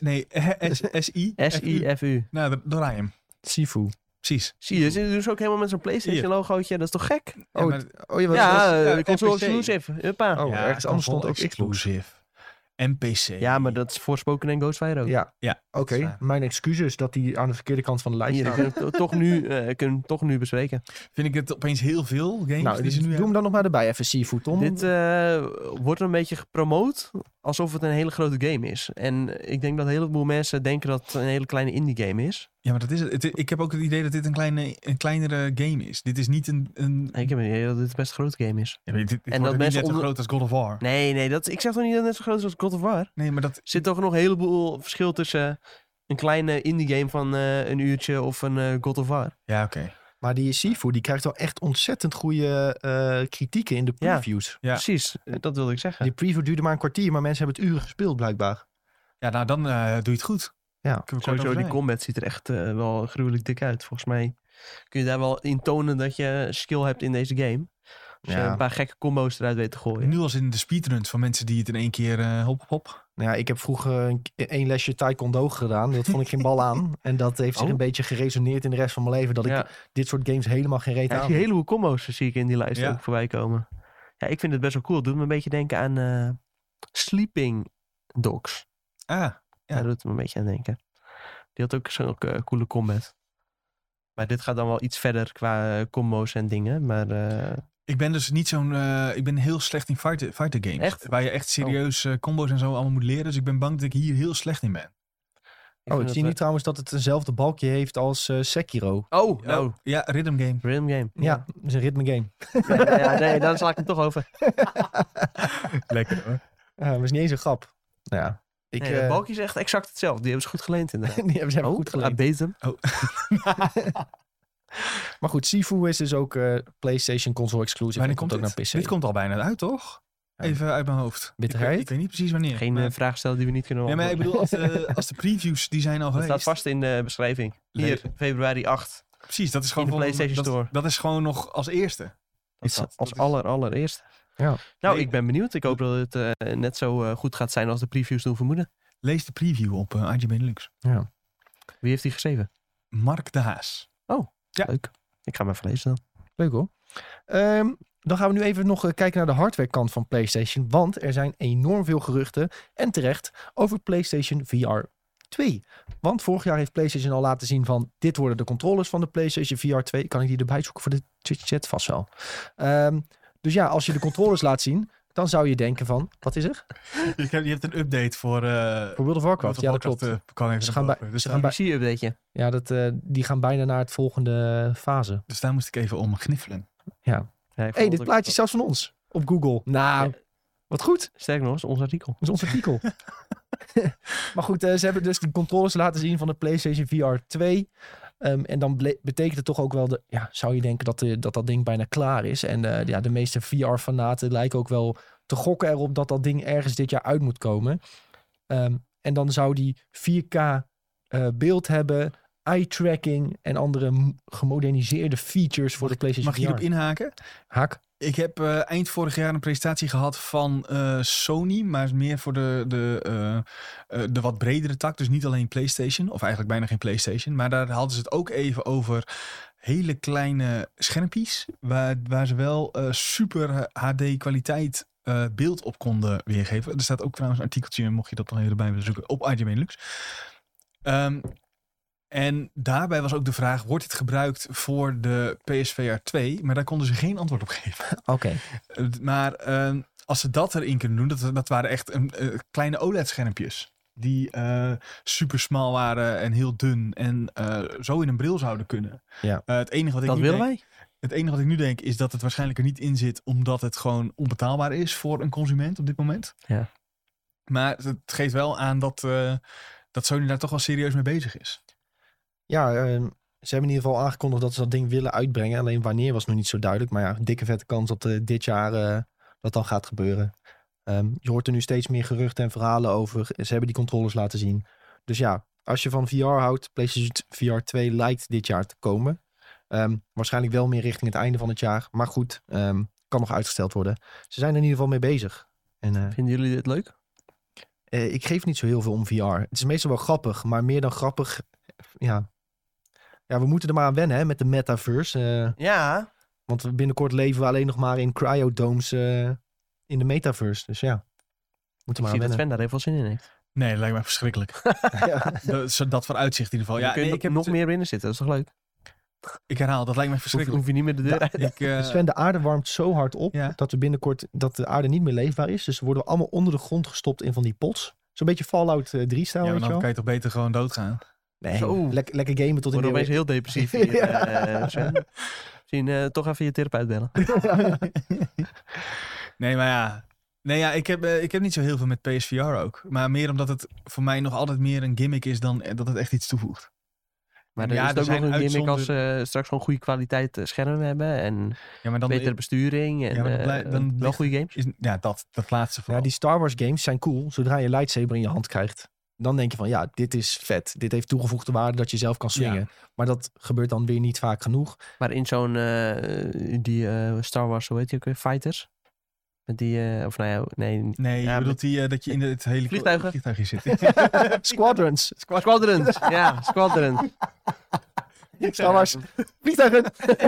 S-I. S-I-F-U. Nou, daar draai je hem. Sifu. Precies. Zie je, ze doen dus ook helemaal met zo'n PlayStation Hier. logootje. Dat is toch gek? Ja, Oh, maar- je was ja, console NPC. exclusive. Huppa. Oh, ergens anders stond ook Xbox. exclusive. En PC. Ja, maar dat is Forspoken en Ghostwire ook. Ja, Ja, oké. dat is waar. Mijn excuses dat die aan de verkeerde kant van de lijst Hier, staan. kunnen we het kunnen we toch nu bespreken. Vind ik het opeens heel veel games Nou, die ze nu doe hem hebben. dan nog maar erbij even, Sifu, Tom. Dit wordt een beetje gepromoot alsof het een hele grote game is. En ik denk dat een heleboel mensen denken dat het een hele kleine indie game is. Ja, maar dat is het. Ik heb ook het idee dat dit een kleinere game is. Dit is niet een... Ik heb een idee dat dit een best grote game is. Ja, maar dit En wordt dat niet mensen net zo onder- groot als God of War. Nee, ik zeg toch niet dat het net zo groot is als God of War? Nee, maar dat... Er zit toch nog een heleboel verschil tussen een kleine indie game van een uurtje of een God of War. Ja, oké. Maar die Sifu, die krijgt wel echt ontzettend goede kritieken in de Ja. previews. Ja. Precies, dat wilde ik zeggen. Die preview duurde maar een kwartier, maar mensen hebben het uren gespeeld blijkbaar. Ja, nou dan doe je het goed. Ja. Kunnen we kort Sowieso, over die zijn. combat ziet er echt wel gruwelijk dik uit. Volgens mij kun je daar wel in tonen dat je skill hebt in deze game. Als je Ja. een paar gekke combo's eruit weet te gooien. Nu als in de speedruns van mensen die het in één keer hop. Nou ja, ik heb vroeger één lesje taekwondo gedaan. Dat vond ik geen bal aan. En dat heeft zich Oh. een beetje geresoneerd in de rest van mijn leven. Dat Ja. ik dit soort games helemaal geen reet Ja, ik aan. zie een heleboel combo's zie ik in die lijst Ja. ook voorbij komen. Ja, ik vind het best wel cool. Het doet me een beetje denken aan Sleeping Dogs. Ah, Ja. Daar doet het me een beetje aan denken. Die had ook zo'n coole combat. Maar dit gaat dan wel iets verder qua combo's en dingen. Maar ik ben dus niet zo'n... ik ben heel slecht in fighter games. Echt? Waar je echt serieus combo's en zo allemaal moet leren. Dus ik ben bang dat ik hier heel slecht in ben. Ik zie nu trouwens dat het eenzelfde balkje heeft als Sekiro. Oh, nou. Ja, rhythm game. Rhythm game. Ja, dat is een ritme game. Ja, nee, dan sla ik hem toch over. Lekker hoor. Ja, maar is niet eens een grap. Nou ja, Nee, het balkje is echt exact hetzelfde. Die hebben ze goed geleend inderdaad. die hebben ze Oh, goed geleend. bezem. Maar goed, Sifu is dus ook PlayStation console exclusive. Wanneer en komt ook dit? naar PC. Dit komt al bijna uit, toch? Ja. Even uit mijn hoofd. Bitterheid? Ik weet niet precies wanneer. Geen maar, vraag stellen die we niet kunnen nee, maar ik beantwoorden. bedoel, als de previews die zijn al Dat geweest. staat vast in de beschrijving. Hier, februari 8. Precies, dat is gewoon in de voor- PlayStation dat, Store. Dat is gewoon nog als eerste. Dat is dat als is- allereerste. Ja. Nou, Nee. ik ben benieuwd. Ik hoop dat het net zo goed gaat zijn als de previews doen vermoeden. Lees de preview op IGN Benelux. Wie heeft die geschreven? Mark de Haas. Ja. Leuk. Ik ga hem even lezen dan. Leuk hoor. Dan gaan we nu even nog kijken naar de hardwarekant van PlayStation. Want er zijn enorm veel geruchten, en terecht, over PlayStation VR 2. Want vorig jaar heeft PlayStation al laten zien van... dit worden de controllers van de PlayStation VR 2. Kan ik die erbij zoeken voor de Twitch chat? Vast wel. Dus ja, als je de controllers laat zien... dan zou je denken van... Wat is er? Je hebt een update voor Voor World of Warcraft. Ja, dat klopt. Ze gaan bij- dus, ze gaan bij- PC-updateje. Ja, die gaan bijna naar het volgende fase. dus daar moest ik even om gniffelen. Hé, dit plaatje is zelfs van ons. Op Google. Nou, Ja. wat goed. Sterk nog, is ons artikel. Dat is ons artikel. Maar goed, ze hebben dus die controllers laten zien van de PlayStation VR 2. En dan betekent het toch ook wel... zou je denken dat ding bijna klaar is. En de meeste VR-fanaten lijken ook wel te gokken erop... dat ding ergens dit jaar uit moet komen. En dan zou die 4K beeld hebben, eye tracking en andere gemoderniseerde features voor de PlayStation Mag ik VR. hierop inhaken? Haak. Ik heb eind vorig jaar een presentatie gehad van Sony, maar meer voor de wat bredere tak. Dus niet alleen PlayStation, of eigenlijk bijna geen PlayStation. Maar daar hadden ze het ook even over hele kleine schermpjes, waar ze wel super HD kwaliteit beeld op konden weergeven. Er staat ook trouwens een artikeltje, mocht je dat nog even erbij willen zoeken, op IGN Benelux. En daarbij was ook de vraag, wordt dit gebruikt voor de PSVR 2? Maar daar konden ze geen antwoord op geven. Oké. Maar als ze dat erin kunnen doen, dat waren echt kleine OLED-schermpjes. Die super smal waren en heel dun. En zo in een bril zouden kunnen. Ja. Het enige wat ik Dat nu willen denk, wij. Het enige wat ik nu denk is dat het waarschijnlijk er niet in zit, omdat het gewoon onbetaalbaar is voor een consument op dit moment. Ja. Maar het geeft wel aan dat Sony daar toch wel serieus mee bezig is. Ja, ze hebben in ieder geval aangekondigd dat ze dat ding willen uitbrengen. Alleen wanneer was nog niet zo duidelijk. Maar ja, dikke vette kans dat dit jaar dat dan gaat gebeuren. Je hoort er nu steeds meer geruchten en verhalen over. Ze hebben die controllers laten zien. Dus ja, als je van VR houdt, PlayStation VR 2 lijkt dit jaar te komen. Waarschijnlijk wel meer richting het einde van het jaar. Maar goed, kan nog uitgesteld worden. Ze zijn er in ieder geval mee bezig. En, Vinden jullie dit leuk? ik geef niet zo heel veel om VR. Het is meestal wel grappig, maar meer dan grappig. Ja, we moeten er maar aan wennen hè, met de metaverse. Ja. Want we binnenkort leven we alleen nog maar in cryodomes in de metaverse. Dus ja, moeten Ik maar zie aan dat wennen. Sven daar heel veel zin in heeft. Nee, dat lijkt me verschrikkelijk. Dat vooruitzicht in ieder geval. Ja, Ja, kun je ik heb nog meer binnen zitten. Dat is toch leuk? Ik herhaal, dat lijkt me verschrikkelijk. Hoef je niet meer de deur uit. Sven, de aarde warmt zo hard op Ja. dat we binnenkort dat de aarde niet meer leefbaar is. Dus we worden allemaal onder de grond gestopt in van die pots. Zo'n beetje Fallout 3-stijl, Ja, maar weet je dan wel? kan je toch beter gewoon doodgaan. Nee, Zo. lekker gamen tot in Word de opeens heel depressief hier, Ja. Sven. Misschien toch even je therapeut bellen. Nee, maar ja. Nee, ja, ik heb niet zo heel veel met PSVR ook. Maar meer omdat het voor mij nog altijd meer een gimmick is dan dat het echt iets toevoegt. Maar dan Ja, is het er ook nog zijn een gimmick als uitzonder- ze straks gewoon goede kwaliteit schermen hebben. En Ja, maar dan betere besturing. En Ja, maar dan wel ligt- goede games. ja, dat laatste Ja, vooral. die Star Wars games zijn cool. Zodra je lightsaber in je hand krijgt, dan denk je van ja, dit is vet. Dit heeft toegevoegde waarde dat je zelf kan swingen. Maar dat gebeurt dan weer niet vaak genoeg. Maar in zo'n Star Wars, hoe heet die ook weer? Fighters? Met die, of nou ja, nee. Nee, Ja, je bedoelt dat je in het hele Vliegtuigen. zit. Squadrons. Squadrons. Ja, Squadrons. Star Wars. Vliegtuigen.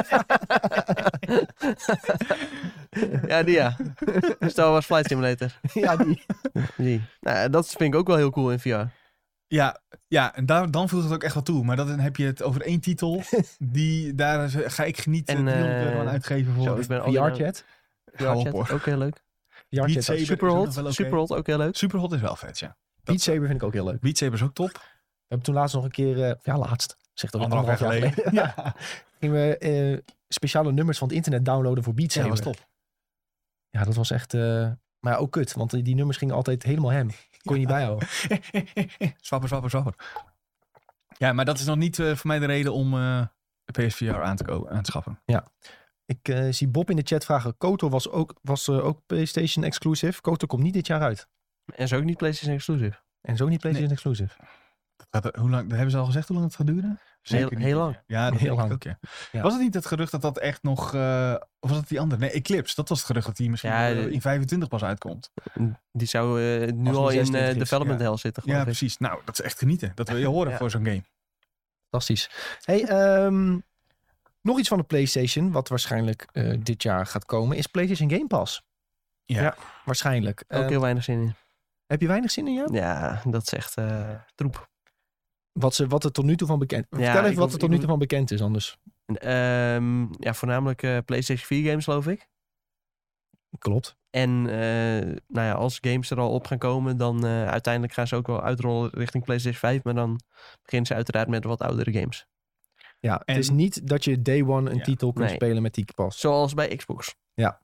Ja, die ja. Star Wars Flight Simulator. Ja, die. Die. Nou, dat vind ik ook wel heel cool in VR. Ja, en dan voegt het ook echt wat toe. Maar dan heb je het over één titel. Daar ga ik niet En, 300 euro aan uitgeven voor. Zo, ik ben al die VR-chat. Hou op, VR-chat, hoor. ook heel leuk. VR-chat. Beat Saber is ook nog wel Superhot, oké. Superhot ook heel leuk. Superhot is wel vet, ja. Beat Saber vind ik ook heel leuk. Beat Saber is ook top. We hebben toen laatst nog een keer... laatst. Zeg toch Anderhalf jaar geleden. Ja. Gingen we speciale nummers van het internet downloaden voor Beat Ja, Saber. dat was top. Ja, dat was echt... maar ja, ook kut. Want die nummers gingen altijd helemaal hem. Kon je niet bijhouden. Swapper. Ja, maar dat is nog niet voor mij de reden om de PSVR aan te schaffen. Ik zie Bob in de chat vragen. KOTOR was ook PlayStation exclusive. KOTOR komt niet dit jaar uit. En zo ook niet PlayStation exclusive. En zo niet PlayStation exclusive. Hoe lang, hebben ze al gezegd hoe lang het gaat duren? Zeker niet. Heel lang. Ja, dat Heel denk ik lang. ook, ja. Ja. Was het niet het gerucht dat echt nog... of was het die andere? Nee, Eclipse. Dat was het gerucht dat die misschien Ja, in 25 pas uitkomt. Die zou nu Als al die in 26 is, development ja. hell zitten. Ja, geloof ik. precies. Nou, dat is echt genieten. Dat wil je horen Ja. voor zo'n game. Fantastisch. Hey, nog iets van de PlayStation, wat waarschijnlijk dit jaar gaat komen, is PlayStation Game Pass. Ja. Waarschijnlijk. Ook heel weinig zin in. Heb je weinig zin in, jou? Ja, dat is echt troep. Wat er tot nu toe van bekend is. Ja, Vertel even ik wat hoef- er tot nu ik toe van bekend is, anders. Ja, voornamelijk PlayStation 4 games, geloof ik. Klopt. En nou ja, als games er al op gaan komen, dan uiteindelijk gaan ze ook wel uitrollen richting PlayStation 5. Maar dan beginnen ze uiteraard met wat oudere games. Ja, En- het is niet dat je day one een Ja. titel kunt Nee. spelen met die pas. Zoals bij Xbox.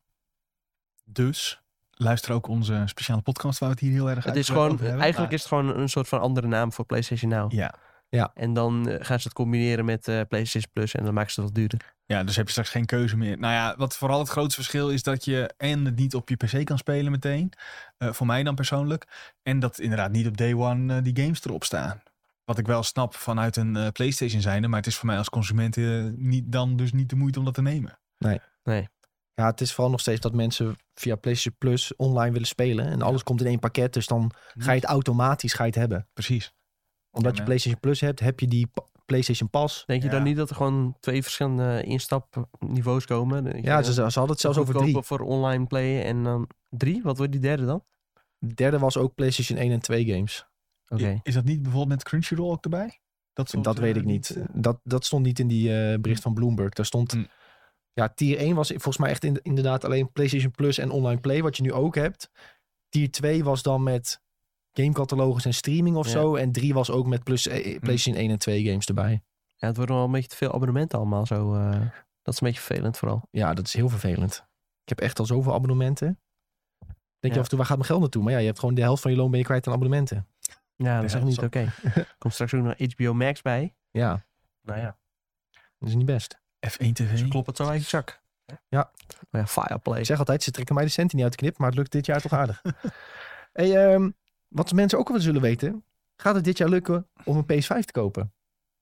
Dus luister ook onze speciale podcast waar we het hier heel erg Het is gewoon, eigenlijk is het gewoon een soort van andere naam voor PlayStation Now. Ja. En dan gaan ze het combineren met PlayStation Plus en dan maken ze het wat duurder. Ja, dus heb je straks geen keuze meer. Nou ja, wat vooral het grootste verschil is dat je en het niet op je PC kan spelen meteen. Voor mij dan persoonlijk. En dat inderdaad niet op day one die games erop staan. Wat ik wel snap vanuit een PlayStation zijnde. Maar het is voor mij als consument niet de moeite om dat te nemen. Ja, het is vooral nog steeds dat mensen via PlayStation Plus online willen spelen. En alles komt in één pakket. Dus dan ga je het automatisch hebben. Precies. Omdat Ja, je PlayStation Plus hebt, heb je die PlayStation Pass. Denk je dan Ja. niet dat er gewoon 2 verschillende instapniveaus komen? Dat Ja, je ze hadden het zelfs over 3. kopen voor online playen en dan 3? Wat wordt die derde dan? De derde was ook PlayStation 1 en 2 games. Oké. Is dat niet bijvoorbeeld met Crunchyroll ook erbij? Dat weet ik niet. Dat stond niet in die bericht van Bloomberg. Daar stond... Mm. Ja, tier 1 was volgens mij echt inderdaad alleen PlayStation Plus en online play, wat je nu ook hebt. Tier 2 was dan met gamecatalogus en streaming of Ja. zo. En 3 was ook met PlayStation 1 en 2 games erbij. Ja, het wordt wel een beetje te veel abonnementen allemaal zo. Dat is een beetje vervelend vooral. Ja, dat is heel vervelend. Ik heb echt al zoveel abonnementen. Denk je Ja. af en toe, waar gaat mijn geld naartoe? Maar ja, je hebt gewoon de helft van je loon ben je kwijt aan abonnementen. Ja, dat is Ja, echt niet zo. oké. Komt straks ook nog HBO Max bij. Ja, Nou ja, dat is niet best. F1 TV. dus klopt het zo uit je zak. Ja. Maar ja, Fireplay. Ik zeg altijd, ze trekken mij de centen niet uit de knip, maar het lukt dit jaar toch aardig. Hey, wat mensen ook wel zullen weten, gaat het dit jaar lukken om een PS5 te kopen?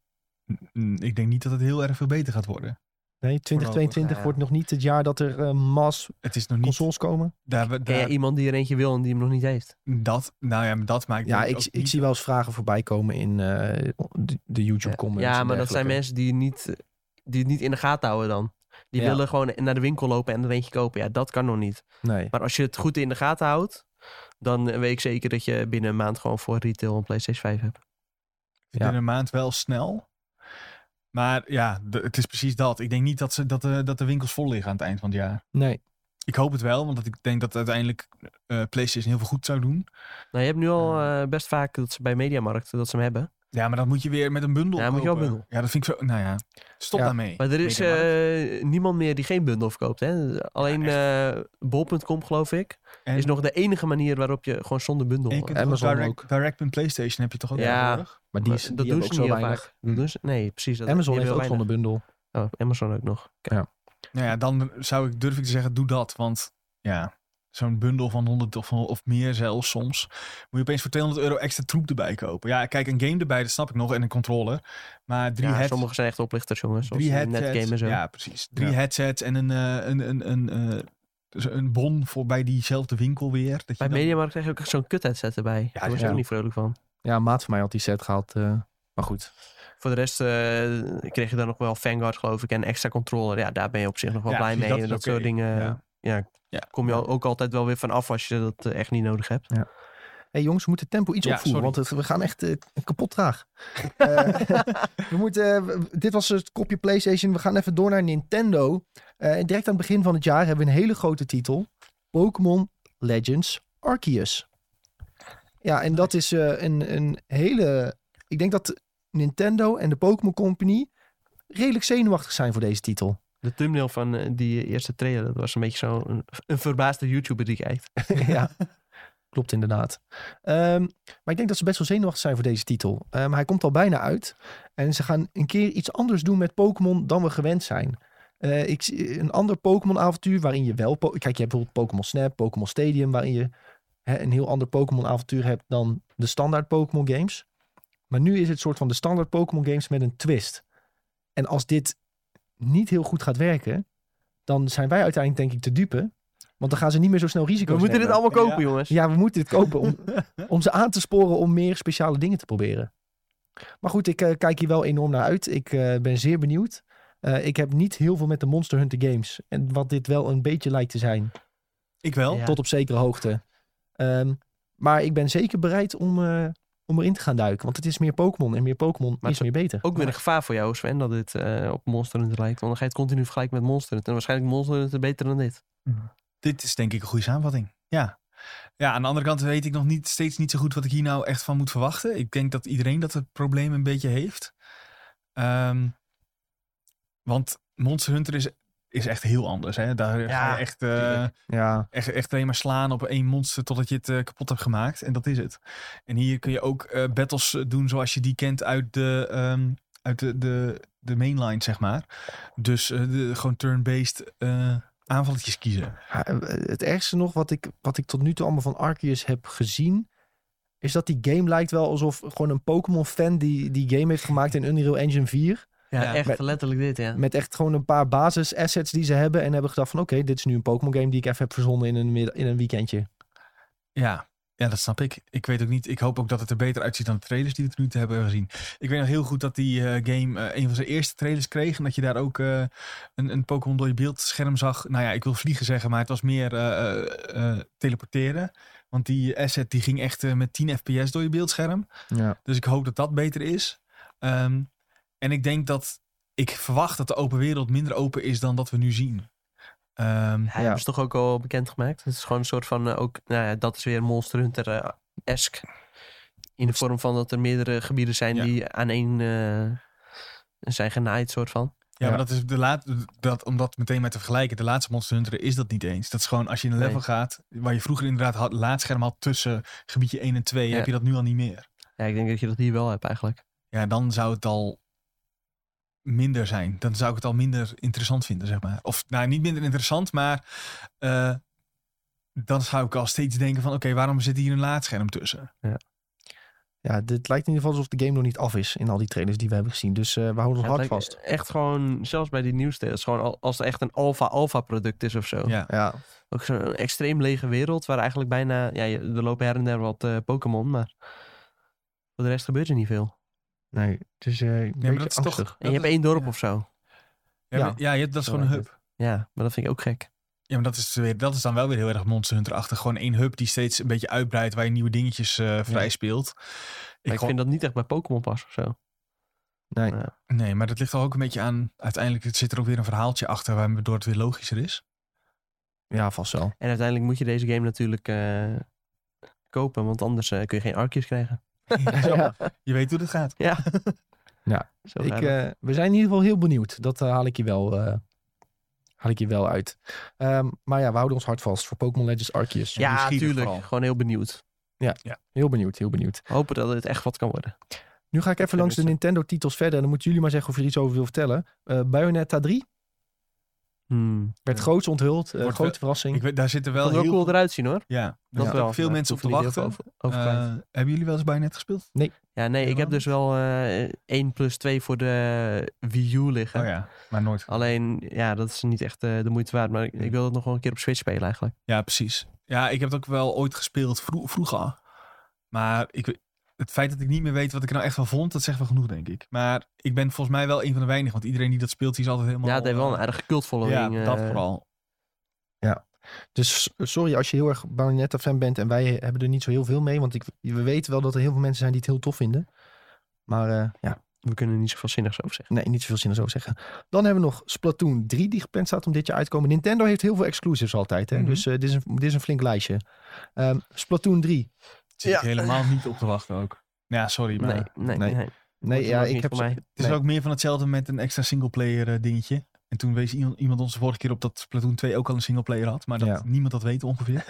Ik denk niet dat het heel erg veel beter gaat worden. Nee, 2022 ja. wordt nog niet het jaar dat er mass Het is nog niet... consoles komen. Ken jij iemand die er eentje wil en die hem nog niet heeft? Dat maakt Ja, denk ook ik niet- zie wel eens vragen voorbij komen in de YouTube comments. Ja, en maar dat zijn dergelijke. mensen die het niet in de gaten houden dan. Die Ja. willen gewoon naar de winkel lopen en er eentje kopen. Ja, dat kan nog niet. Nee. Maar als je het goed in de gaten houdt, dan weet ik zeker dat je binnen een maand gewoon voor retail een PlayStation 5 hebt. Binnen een maand wel snel. Maar ja, het is precies dat. Ik denk niet dat de winkels vol liggen aan het eind van het jaar. Nee. Ik hoop het wel, want ik denk dat uiteindelijk PlayStation heel veel goed zou doen. Nou, je hebt nu al best vaak dat ze bij Mediamarkt dat ze hem hebben. Ja, maar dan moet je weer met een bundel Ja, moet je wel kopen. bundel. Ja, dat vind ik zo... Nou ja, stop Ja. daarmee. Maar er is niemand meer die geen bundel verkoopt. Hè? Alleen bol.com, geloof ik, En- is nog de enige manier waarop je gewoon zonder bundel... en je kunt Amazon Amazon ook. direct.playstation heb je toch ook Ja. nodig? Maar die, die dat hebben doen ook ze zo niet heel weinig. vaak. Dat doen ze- nee, precies. Dat, Amazon die heeft ook hebben zonder heel bundel. weinig. Oh, Amazon ook nog. Kijk. Nou ja, dan durf ik te zeggen, doe dat. Want ja, zo'n bundel van 100 of meer zelfs soms. Moet je opeens voor €200 extra troep erbij kopen. Ja, kijk, een game erbij, dat snap ik nog. En een controller. Maar Ja, sommigen zijn echt oplichters, jongens. Zoals 3 net headsets. game en zo. Ja, precies. 3 Ja. headsets en een bon voor bij diezelfde winkel weer. Dat je Bij dan- Mediamarkt krijg je ook echt zo'n kut headset erbij. Daar was je ja. ook niet vrolijk van. Ja, een maat van mij had die set gehad. Maar goed. Voor de rest kreeg je dan nog wel Vanguard, geloof ik, en extra controller. Ja, daar ben je op zich nog wel Ja, blij precies, mee. dat Dat, is soort oké. dingen. Ja. Kom je ook altijd wel weer van af als je dat echt niet nodig hebt. Hey jongens, we moeten het tempo iets Ja, opvoeren, sorry. want we gaan echt kapot traag. Dit was het kopje PlayStation. We gaan even door naar Nintendo. Direct aan het begin van het jaar hebben we een hele grote titel. Pokémon Legends Arceus. Ja, en dat is een hele... Ik denk dat Nintendo en de Pokémon Company redelijk zenuwachtig zijn voor deze titel. De thumbnail van die eerste trailer, dat was een beetje zo'n een verbaasde YouTuber die kijkt. Ja, klopt inderdaad. Maar ik denk dat ze best wel zenuwachtig zijn voor deze titel. Maar hij komt al bijna uit. En ze gaan een keer iets anders doen met Pokémon dan we gewend zijn. Ik zie een ander Pokémon avontuur waarin je wel... Kijk, je hebt bijvoorbeeld Pokémon Snap, Pokémon Stadium... waarin je een heel ander Pokémon avontuur hebt dan de standaard Pokémon games. Maar nu is het soort van de standaard Pokémon games met een twist. En als dit niet heel goed gaat werken... dan zijn wij uiteindelijk denk ik te dupe. Want dan gaan ze niet meer zo snel risico's We moeten nemen. dit allemaal kopen, Ja. jongens. Ja, we moeten dit kopen om ze aan te sporen om meer speciale dingen te proberen. Maar goed, ik kijk hier wel enorm naar uit. Ik ben zeer benieuwd. Ik heb niet heel veel met de Monster Hunter games. En wat dit wel een beetje lijkt te zijn. Ik wel. Ja. Tot op zekere hoogte. Maar ik ben zeker bereid om erin te gaan duiken. Want het is meer Pokémon. En meer Pokémon Maar is meer beter. Ook weer een gevaar voor jou, Sven, dat dit op Monster Hunter lijkt. Want dan ga je het continu vergelijken met Monster Hunter. En waarschijnlijk Monster Hunter beter dan dit. Dit is denk ik een goede samenvatting. Ja. Ja, aan de andere kant weet ik nog steeds niet zo goed wat ik hier nou echt van moet verwachten. Ik denk dat iedereen dat het probleem een beetje heeft. Want Monster Hunter is echt heel anders. Hè? Daar ga je echt, Ja, echt alleen maar slaan op één monster totdat je het kapot hebt gemaakt. En dat is het. En hier kun je ook battles doen zoals je die kent uit de mainline, zeg maar. Dus gewoon turn-based aanvalletjes kiezen. het ergste nog wat ik tot nu toe allemaal van Arceus heb gezien... is dat die game lijkt wel alsof gewoon een Pokémon-fan die game heeft gemaakt in Unreal Engine 4. Ja, Ja. echt Met- letterlijk dit, ja. Met echt gewoon een paar basis-assets die ze hebben. En hebben gedacht van oké, dit is nu een Pokémon-game die ik even heb verzonnen in een weekendje. Ja, dat snap ik. Ik weet ook niet. Ik hoop ook dat het er beter uitziet dan de trailers die we tot nu toe hebben gezien. Ik weet nog heel goed dat die game een van zijn eerste trailers kreeg. En dat je daar ook een Pokémon door je beeldscherm zag. Nou ja, ik wil vliegen zeggen, maar het was meer teleporteren. Want die asset die ging echt met 10 fps door je beeldscherm. Ja. Dus ik hoop dat dat beter is. En ik denk dat ik verwacht dat de open wereld minder open is dan dat we nu zien. Hebben ze toch ook al bekendgemaakt? Het is gewoon een soort van, dat is weer Monster Hunter-esque. In de vorm van dat er meerdere gebieden zijn Ja. die aan één zijn genaaid, soort van. Ja, Ja. maar dat is om dat meteen met te vergelijken. De laatste Monster Hunter is dat niet eens. Dat is gewoon als je in een Nee. level gaat, waar je vroeger inderdaad laadscherm had tussen gebiedje 1 en 2, Ja. heb je dat nu al niet meer. Ja, ik denk dat je dat hier wel hebt eigenlijk. Ja, dan zou het al minder zijn. Dan zou ik het al minder interessant vinden, zeg maar. Of nou, niet minder interessant, maar dan zou ik al steeds denken van oké, waarom zit hier een laadscherm tussen? Ja, dit lijkt in ieder geval alsof de game nog niet af is in al die trailers die we hebben gezien. Dus we houden ons Ja, hard het lijkt vast. Echt gewoon, zelfs bij die nieuwste, gewoon als het echt een alpha product is of zo. Ja. Ja, Ook zo'n extreem lege wereld waar eigenlijk bijna, er lopen her en der wat Pokémon, maar voor de rest gebeurt er niet veel. nee. Dus een maar beetje dat is toch- angstig. En je hebt één dorp of zo. Ja, Ja. maar- ja, dat is Zo gewoon een lijkt hub. Ja, maar dat vind ik ook gek. Ja, maar dat is dan wel weer heel erg Monster Hunter-achtig. Gewoon één hub die steeds een beetje uitbreidt, waar je nieuwe dingetjes vrij speelt. Maar ik vind dat niet echt bij Pokémon pas of zo. Nee. Ja. Nee, maar dat ligt er ook een beetje aan. Uiteindelijk zit er ook weer een verhaaltje achter, waardoor het weer logischer is. Ja, vast wel. En uiteindelijk moet je deze game natuurlijk kopen, want anders kun je geen arkjes krijgen. Ja. Je weet hoe het gaat. Ja. Ja. Zo gaat het. We zijn in ieder geval heel benieuwd. Dat haal ik je wel uit. Maar ja, we houden ons hard vast voor Pokémon Legends Arceus. Ja, nieuwsgierig tuurlijk. vooral. Gewoon heel benieuwd. Heel benieuwd. Hopen dat het echt wat kan worden. Nu ga ik even langs de Nintendo-titels verder. En dan moeten jullie maar zeggen of je er iets over wil vertellen. Bayonetta 3 werd groots onthuld. Wordt Grote wel- verrassing. Ik weet, daar zitten wel Kan er ook heel cool veel... eruit zien hoor. Ja, daar Dat zitten wel. ook veel maar mensen op te hoef je niet heel wachten. veel over kwijt. Hebben jullie wel eens Bayonetta gespeeld? Ja, nee, ik helemaal heb dus wel 1+2 voor de Wii U liggen. Oh ja, maar nooit. Alleen, ja, dat is niet echt de moeite waard. Maar ik wil het nog wel een keer op Switch spelen eigenlijk. Ja, precies. Ja, ik heb het ook wel ooit gespeeld vroeger. Maar het feit dat ik niet meer weet wat ik er nou echt van vond, dat zegt wel genoeg, denk ik. Maar ik ben volgens mij wel een van de weinigen, want iedereen die dat speelt, die is altijd helemaal... Ja, het heeft wel een aardige cult following. Ja, dat vooral. Dus sorry als je heel erg Bayonetta-fan bent. En wij hebben er niet zo heel veel mee. Want we weten wel dat er heel veel mensen zijn die het heel tof vinden. Maar ja, We kunnen er niet zoveel zinnigs over zeggen. nee, niet zoveel zin in zo zeggen. Dan hebben we nog Splatoon 3 die gepland staat om dit jaar uit te komen. Nintendo heeft heel veel exclusives altijd. Hè? Mhm. Dus dit is een flink lijstje. Splatoon 3. Zit ik helemaal niet op te wachten ook. Ja, sorry, maar Nee. Nee, Wordt ja, ook ik niet heb... voor mij. het is nee. ook meer van hetzelfde met een extra singleplayer dingetje. En toen wees iemand ons de vorige keer op dat Splatoon 2 ook al een singleplayer had. Maar dat Ja. niemand dat weet ongeveer.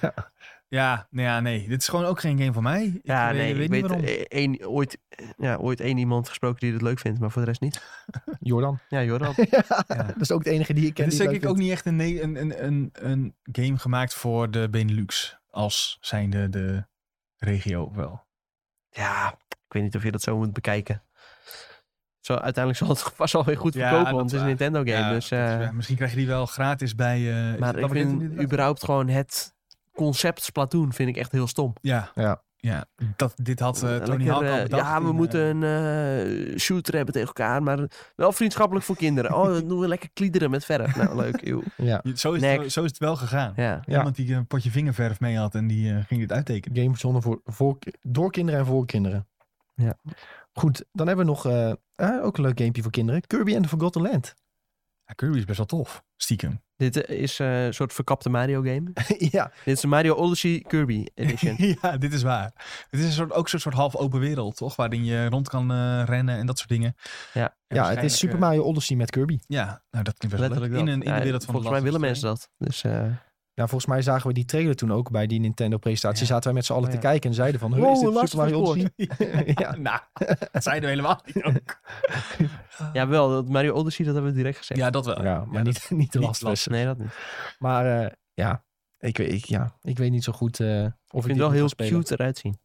Nee. Dit is gewoon ook geen game van mij. Ja, weet ik niet weet waarom. ooit één iemand gesproken die het leuk vindt, maar voor de rest niet. Jordan. Ja, Jordan. Dat is ook de enige die ik ken. Het is die denk ik leuk ook vindt. niet echt een game gemaakt voor de Benelux. Als zijnde de regio wel. Ja, ik weet niet of je dat zo moet bekijken. Zo, uiteindelijk zal het vast wel weer goed Ja, verkopen, dat want het is waar. een Nintendo game. Ja, dus, dat is waar. Misschien krijg je die wel gratis bij... is maar het ik abonnement vind in dit überhaupt gewoon het concept Splatoon vind ik echt heel stom. Ja. Dit had Tony Lekker, Hawk al bedacht. ja, we in, moeten een shooter hebben tegen elkaar, maar wel vriendschappelijk voor kinderen. Oh, dan doen we lekker kliederen met verf. Nou, leuk. Eeuw. Ja, Next. Zo is het wel gegaan. Ja. Ja. Iemand die een potje vingerverf mee had en die ging dit uittekenen. game verzonnen door kinderen en voor kinderen. Ja. Goed, dan hebben we nog ook een leuk gamepje voor kinderen. Kirby and the Forgotten Land. Ja, Kirby is best wel tof. Stiekem. Dit is een soort verkapte Mario game. Ja, Dit is een Mario Odyssey Kirby Edition. Ja, dit is waar. Het is ook zo'n soort half open wereld, toch? Waarin je rond kan rennen en dat soort dingen. Ja. En ja, het waarschijnlijk, is Super Mario Odyssey met Kirby. Ja, nou dat klinkt best wel leuk. Letterlijk dat. In de wereld van volgens mij willen mensen dat. Dus, Nou, volgens mij zagen we die trailer toen ook bij die Nintendo-presentatie. Ja. Zaten wij met z'n allen Oh, te ja. kijken en zeiden van... Wow, is dit Last Super Mario of Us Odyssey? Ja. Nou, dat zeiden we helemaal niet ook. ja, wel. Dat Mario Odyssey, dat hebben we direct gezegd. Ja, dat wel. Ja, maar Ja, niet de niet Last of Us. Last. Nee, dat niet. Maar ja, ik weet niet zo goed of Ik vind het wel heel cute eruit zien.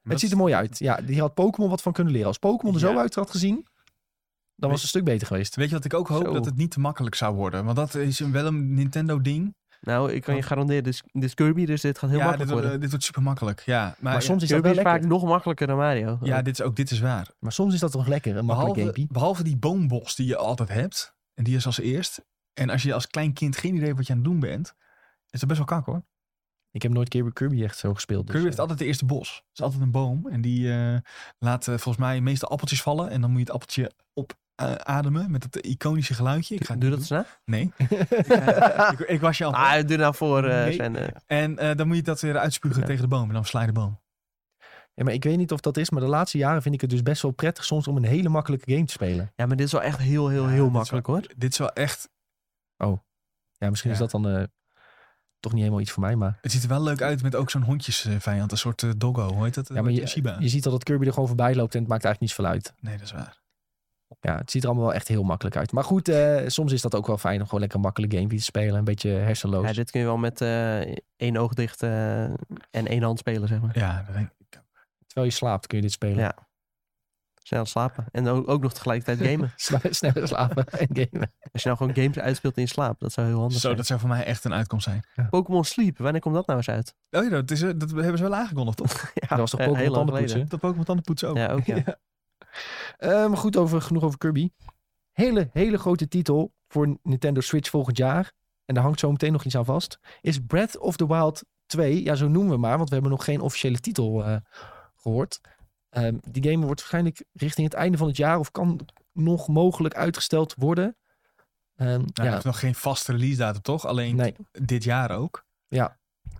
Het ziet er mooi uit. Ja, die had Pokémon wat van kunnen leren. Als Pokémon er zo uit had gezien, dan was het een stuk beter geweest. Weet je wat ik ook hoop? Zo. Dat het niet te makkelijk zou worden. Want dat is wel een Nintendo-ding. Nou, ik kan je garanderen, dit is Kirby, dus dit gaat heel makkelijk worden. Dit wordt super makkelijk. Ja, Maar soms is dat Kirby wel is lekker. vaak nog makkelijker dan Mario. ja, dit is waar. Maar soms is dat toch lekker, een makkelijk gamepje. Behalve die boombos die je altijd hebt. En die is als eerst. En als je als klein kind geen idee wat je aan het doen bent. Is dat best wel kak hoor. Ik heb nooit Kirby echt zo gespeeld. Dus, Kirby heeft altijd de eerste bos. Het is altijd een boom. En die laat volgens mij de meeste appeltjes vallen. En dan moet je het appeltje ademen met het iconische geluidje. Ik ga het Doe niet dat eens na? doen. Nee. ik was je al. Doe nou voor Nee. Sven. En dan moet je dat weer uitspugen tegen de boom. En dan sla je de boom. Ja, maar ik weet niet of dat is, maar de laatste jaren vind ik het dus best wel prettig soms om een hele makkelijke game te spelen. Ja, maar dit is wel echt heel makkelijk hoor. Dit is wel echt... Ja, misschien is dat dan toch niet helemaal iets voor mij, maar... Het ziet er wel leuk uit met ook zo'n hondjesvijand. Een soort doggo, hoe heet dat? Ja, maar Shiba. je ziet dat het Kirby er gewoon voorbij loopt en het maakt eigenlijk niet zoveel uit. Nee, dat is waar. Ja, het ziet er allemaal wel echt heel makkelijk uit. Maar goed, soms is dat ook wel fijn om gewoon lekker een makkelijk gamepje te spelen. Een beetje hersenloos. Ja, dit kun je wel met 1 oog dicht en 1 hand spelen, zeg maar. Ja, dat denk ik. Terwijl je slaapt kun je dit spelen. Ja. Snel slapen. En ook nog tegelijkertijd gamen. Sneller slapen en gamen. Als je nou gewoon games uitspeelt in je slaap, dat zou heel handig Zo, zijn. dat zou voor mij echt een uitkomst zijn. Pokémon Sleep, wanneer komt dat nou eens uit? Oh ja, dat hebben ze wel aangekondigd, toch? Ja, Dat was toch heel Pokémon lang tandenpoetsen? geleden. Dat Pokémon tandenpoetsen ook. Ja, ook ja. Maar goed, genoeg over Kirby. Hele grote titel voor Nintendo Switch volgend jaar. En daar hangt zo meteen nog iets aan vast. Is Breath of the Wild 2. Ja, zo noemen we maar. Want we hebben nog geen officiële titel gehoord. Die game wordt waarschijnlijk richting het einde van het jaar. Of kan nog mogelijk uitgesteld worden. Nou, je hebt nog geen vaste release datum, toch? Alleen dit jaar ook. Ja.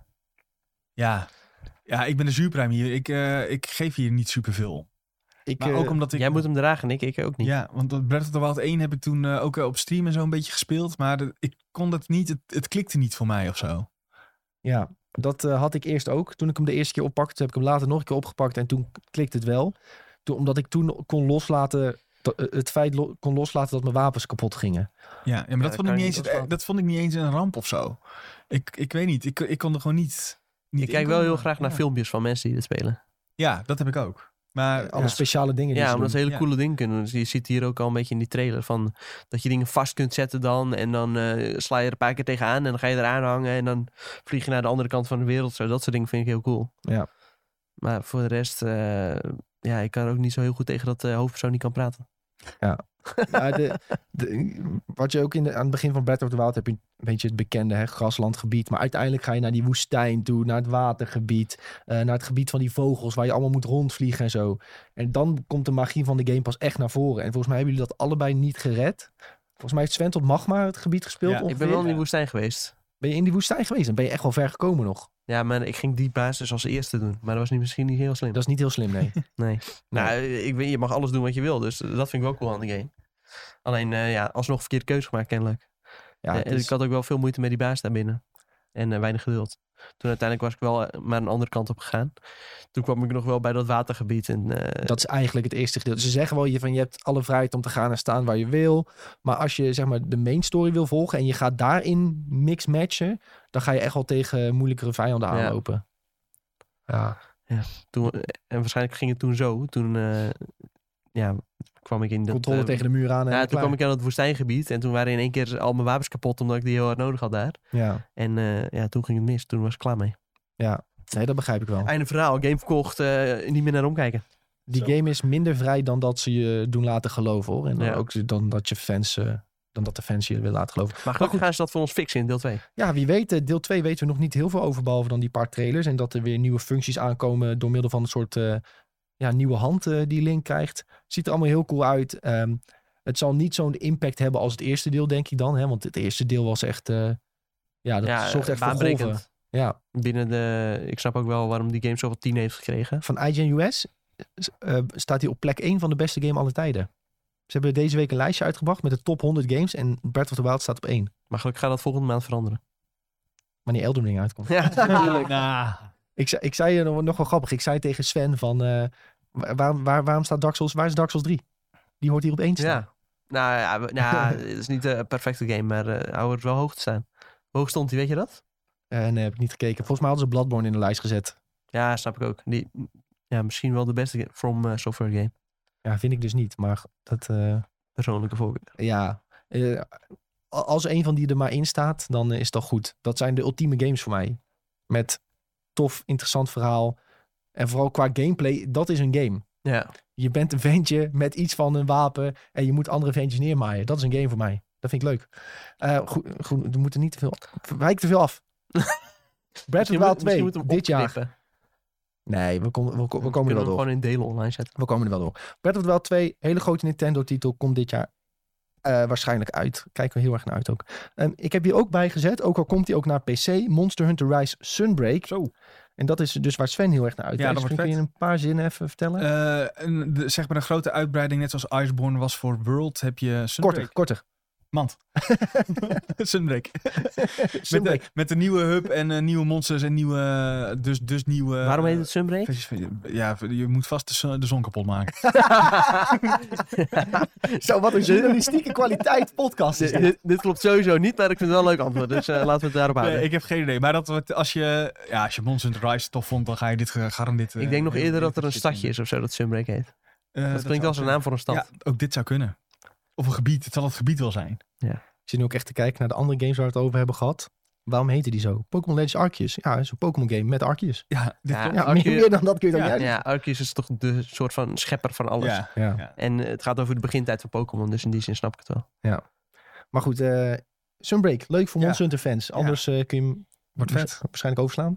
Ja, ik ben de zuurpruim hier. Ik geef hier niet superveel. Maar ook omdat ik... Jij moet hem dragen en ik ook niet. Ja, want Breath of the Wild 1 heb ik toen ook op stream en zo een beetje gespeeld. Maar ik kon dat niet... Het klikte niet voor mij of zo. Ja, dat had ik eerst ook. Toen ik hem de eerste keer oppakte, heb ik hem later nog een keer opgepakt. En toen klikte het wel. Omdat ik toen kon loslaten... kon loslaten dat mijn wapens kapot gingen. Ja, maar dat vond ik niet eens een ramp of zo. Ik weet niet. Ik kon er gewoon niet ik kijk wel heel graag naar filmpjes van mensen die dit spelen. Ja, dat heb ik ook. Maar alle speciale dingen die ja, ze omdat ze doen. hele coole dingen kunnen doen. Dus je ziet hier ook al een beetje in die trailer van dat je dingen vast kunt zetten dan. En dan sla je er een paar keer tegenaan en dan ga je eraan hangen. En dan vlieg je naar de andere kant van de wereld. Zo, dat soort dingen vind ik heel cool. Ja. Maar voor de rest, ik kan ook niet zo heel goed tegen dat de hoofdpersoon niet kan praten. Ja. Wat je ook aan het begin van Breath of the Wild heb je een beetje het bekende graslandgebied. Maar uiteindelijk ga je naar die woestijn toe, naar het watergebied, naar het gebied van die vogels waar je allemaal moet rondvliegen en zo. En dan komt de magie van de game pas echt naar voren. En volgens mij hebben jullie dat allebei niet gered. Volgens mij heeft Sven tot Magma het gebied gespeeld. Ja, ik ben wel in die woestijn geweest. Ben je in die woestijn geweest? Dan ben je echt wel ver gekomen nog. Ja, maar ik ging die basis als eerste doen. Maar dat was misschien niet heel slim. Dat is niet heel slim, nee. Nee. Nou, je mag alles doen wat je wil. Dus dat vind ik wel cool aan de game. Alleen, alsnog verkeerde keuze gemaakt kennelijk. Ja, Ik had ook wel veel moeite met die baas daar binnen. En weinig geduld. Toen uiteindelijk was ik wel maar een andere kant op gegaan. Toen kwam ik nog wel bij dat watergebied. En, dat is eigenlijk het eerste gedeelte. Ze zeggen wel, je hebt alle vrijheid om te gaan en staan waar je wil. Maar als je zeg maar de main story wil volgen en je gaat daarin mix matchen, dan ga je echt wel tegen moeilijkere vijanden aanlopen. Ja. Toen, en waarschijnlijk ging het toen zo. Toen kwam ik in dat... Controle tegen de muur aan. En toen kwam ik aan het woestijngebied. En toen waren in één keer al mijn wapens kapot, omdat ik die heel hard nodig had daar. Ja. En toen ging het mis. Toen was ik klaar mee. Ja, nee, dat begrijp ik wel. Einde verhaal. Game verkocht, niet meer naar omkijken. Die game is minder vrij dan dat ze je doen laten geloven, hoor. En dan ook dan dat je fans... dan dat de fans je willen laten geloven. Maar gelukkig gaan ze dat voor ons fixen in deel 2. Ja, wie weet. Deel 2 weten we nog niet heel veel over, behalve dan die paar trailers. En dat er weer nieuwe functies aankomen door middel van een soort nieuwe hand die Link krijgt. Ziet er allemaal heel cool uit. Het zal niet zo'n impact hebben als het eerste deel, denk ik dan. Hè? Want het eerste deel was echt... dat zorgt echt voor golven. Ja. Ik snap ook wel waarom die game zoveel 10 heeft gekregen. Van IGN US staat hij op plek 1 van de beste game aller tijden. Ze hebben deze week een lijstje uitgebracht met de top 100 games. En Breath of the Wild staat op 1. Maar gelukkig gaat dat volgende maand veranderen. Wanneer Elden Ring uitkomt. Ja, natuurlijk. Ik zei nog wel grappig. Ik zei tegen Sven van... waarom staat Dark Souls? Waar is Dark Souls 3? Die hoort hier op 1 te staan. Het is niet de perfecte game, maar hij hoort wel hoog te staan. Hoe hoog stond hij, weet je dat? Nee, heb ik niet gekeken. Volgens mij hadden ze Bloodborne in de lijst gezet. Ja, snap ik ook. Ja, misschien wel de beste From Software game. Ja, vind ik dus niet. Maar dat... Persoonlijke voorkeur. Ja, als een van die er maar in staat, dan is dat goed. Dat zijn de ultieme games voor mij. Met tof, interessant verhaal. En vooral qua gameplay, dat is een game. Ja. Je bent een ventje met iets van een wapen en je moet andere ventjes neermaaien. Dat is een game voor mij. Dat vind ik leuk. Goed, we moeten niet te veel... Wijk te veel af. Breath of the Wild 2, dit jaar. Nee, we komen er wel door. Gewoon in delen online zetten. We komen er wel door. Breath of the Wild 2, hele grote Nintendo-titel, komt dit jaar waarschijnlijk uit. Kijken we heel erg naar uit ook. Ik heb hier ook bij gezet, ook al komt hij ook naar PC, Monster Hunter Rise Sunbreak. Zo. En dat is dus waar Sven heel erg naar uit. Ja, dat wordt kun je in een paar zinnen even vertellen? Zeg maar een grote uitbreiding, net zoals Iceborne was voor World, heb je Sunbreak. Korter. Mand. Sunbreak. Met de nieuwe hub en nieuwe monsters en nieuwe... Dus nieuwe... Waarom heet het Sunbreak? Ja, je moet vast de zon kapot maken. Zo, wat een journalistieke kwaliteit podcast is dit. Dit klopt sowieso niet, maar ik vind het wel een leuk antwoord. Dus laten we het daarop houden. Nee, ik heb geen idee. Maar als je Monster Hunter Rise tof vond, dan ga je dit garandeerd... ik denk nog eerder dat er een stadje is of zo dat Sunbreak heet. Dat klinkt als een naam voor een stad. Ja, ook dit zou kunnen. Of een gebied. Het zal het gebied wel zijn. Ja. Ik zit nu ook echt te kijken naar de andere games waar we het over hebben gehad. Waarom heette die zo? Pokémon Legends Arceus. Ja, het is een Pokémon game met Arceus. Ja, meer dan dat kun je dan niet uit. Ja, Arceus is toch de soort van schepper van alles. Ja. En het gaat over de begintijd van Pokémon, dus in die zin snap ik het wel. Ja. Maar goed, Sunbreak. Leuk voor Monster Hunter fans. Anders kun je hem waarschijnlijk overslaan.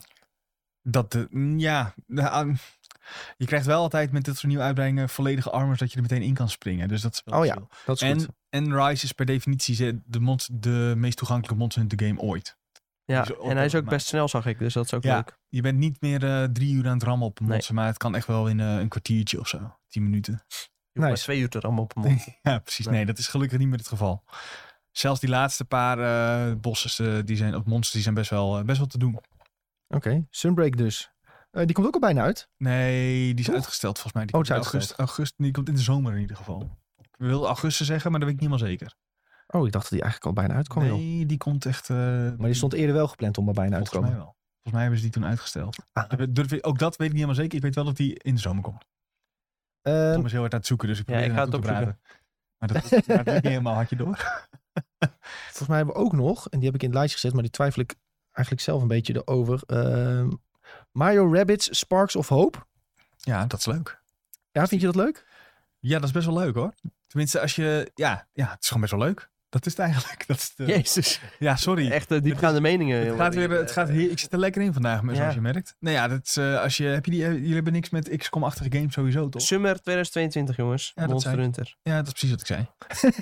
Je krijgt wel altijd met dit soort nieuwe uitbreidingen volledige armors dat je er meteen in kan springen. Dus dat is wel chill. Dat is goed. En Rise is per definitie de meest toegankelijke Monster Hunter game ooit. Ja, en hij is ook best snel, zag ik. Dus dat is ook leuk. Je bent niet meer 3 uur aan het rammen op een monster, maar het kan echt wel in een kwartiertje of zo. 10 minuten. Je hoeft maar 2 uur te rammen op een monster. Ja, precies. Nee, dat is gelukkig niet meer het geval. Zelfs die laatste paar monsters die zijn best wel te doen. Oké, Sunbreak dus. Die komt ook al bijna uit. Nee, die is uitgesteld volgens mij. Die komt uitgesteld. augustus. Die komt in de zomer in ieder geval. Ik wilde augustus zeggen, maar dat weet ik niet helemaal zeker. Oh, ik dacht dat die eigenlijk al bijna uitkwam. Nee, die komt echt... maar die stond eerder wel gepland om er bijna uit te komen. Volgens mij hebben ze die toen uitgesteld. Ook dat weet ik niet helemaal zeker. Ik weet wel dat die in de zomer komt. Tom is heel hard aan het zoeken, dus ik probeer ga het opzoeken. Maar dat is niet helemaal hartje door. Volgens mij hebben we ook nog, en die heb ik in het lijstje gezet, maar die twijfel ik eigenlijk zelf een beetje erover. Mario Rabbids Sparks of Hope. Ja, dat is leuk. Ja, vind je dat leuk? Ja, dat is best wel leuk hoor. Tenminste, als je... Ja, het is gewoon best wel leuk. Dat is het eigenlijk. Dat is Jezus. Ja, sorry. Echt diepgaande meningen. Ik zit er lekker in vandaag, zoals je merkt. Nou ja, dat is, jullie hebben niks met XCOM-achtige games sowieso, toch? Summer 2022, jongens. Ja, Monster Hunter. Ja, dat is precies wat ik zei.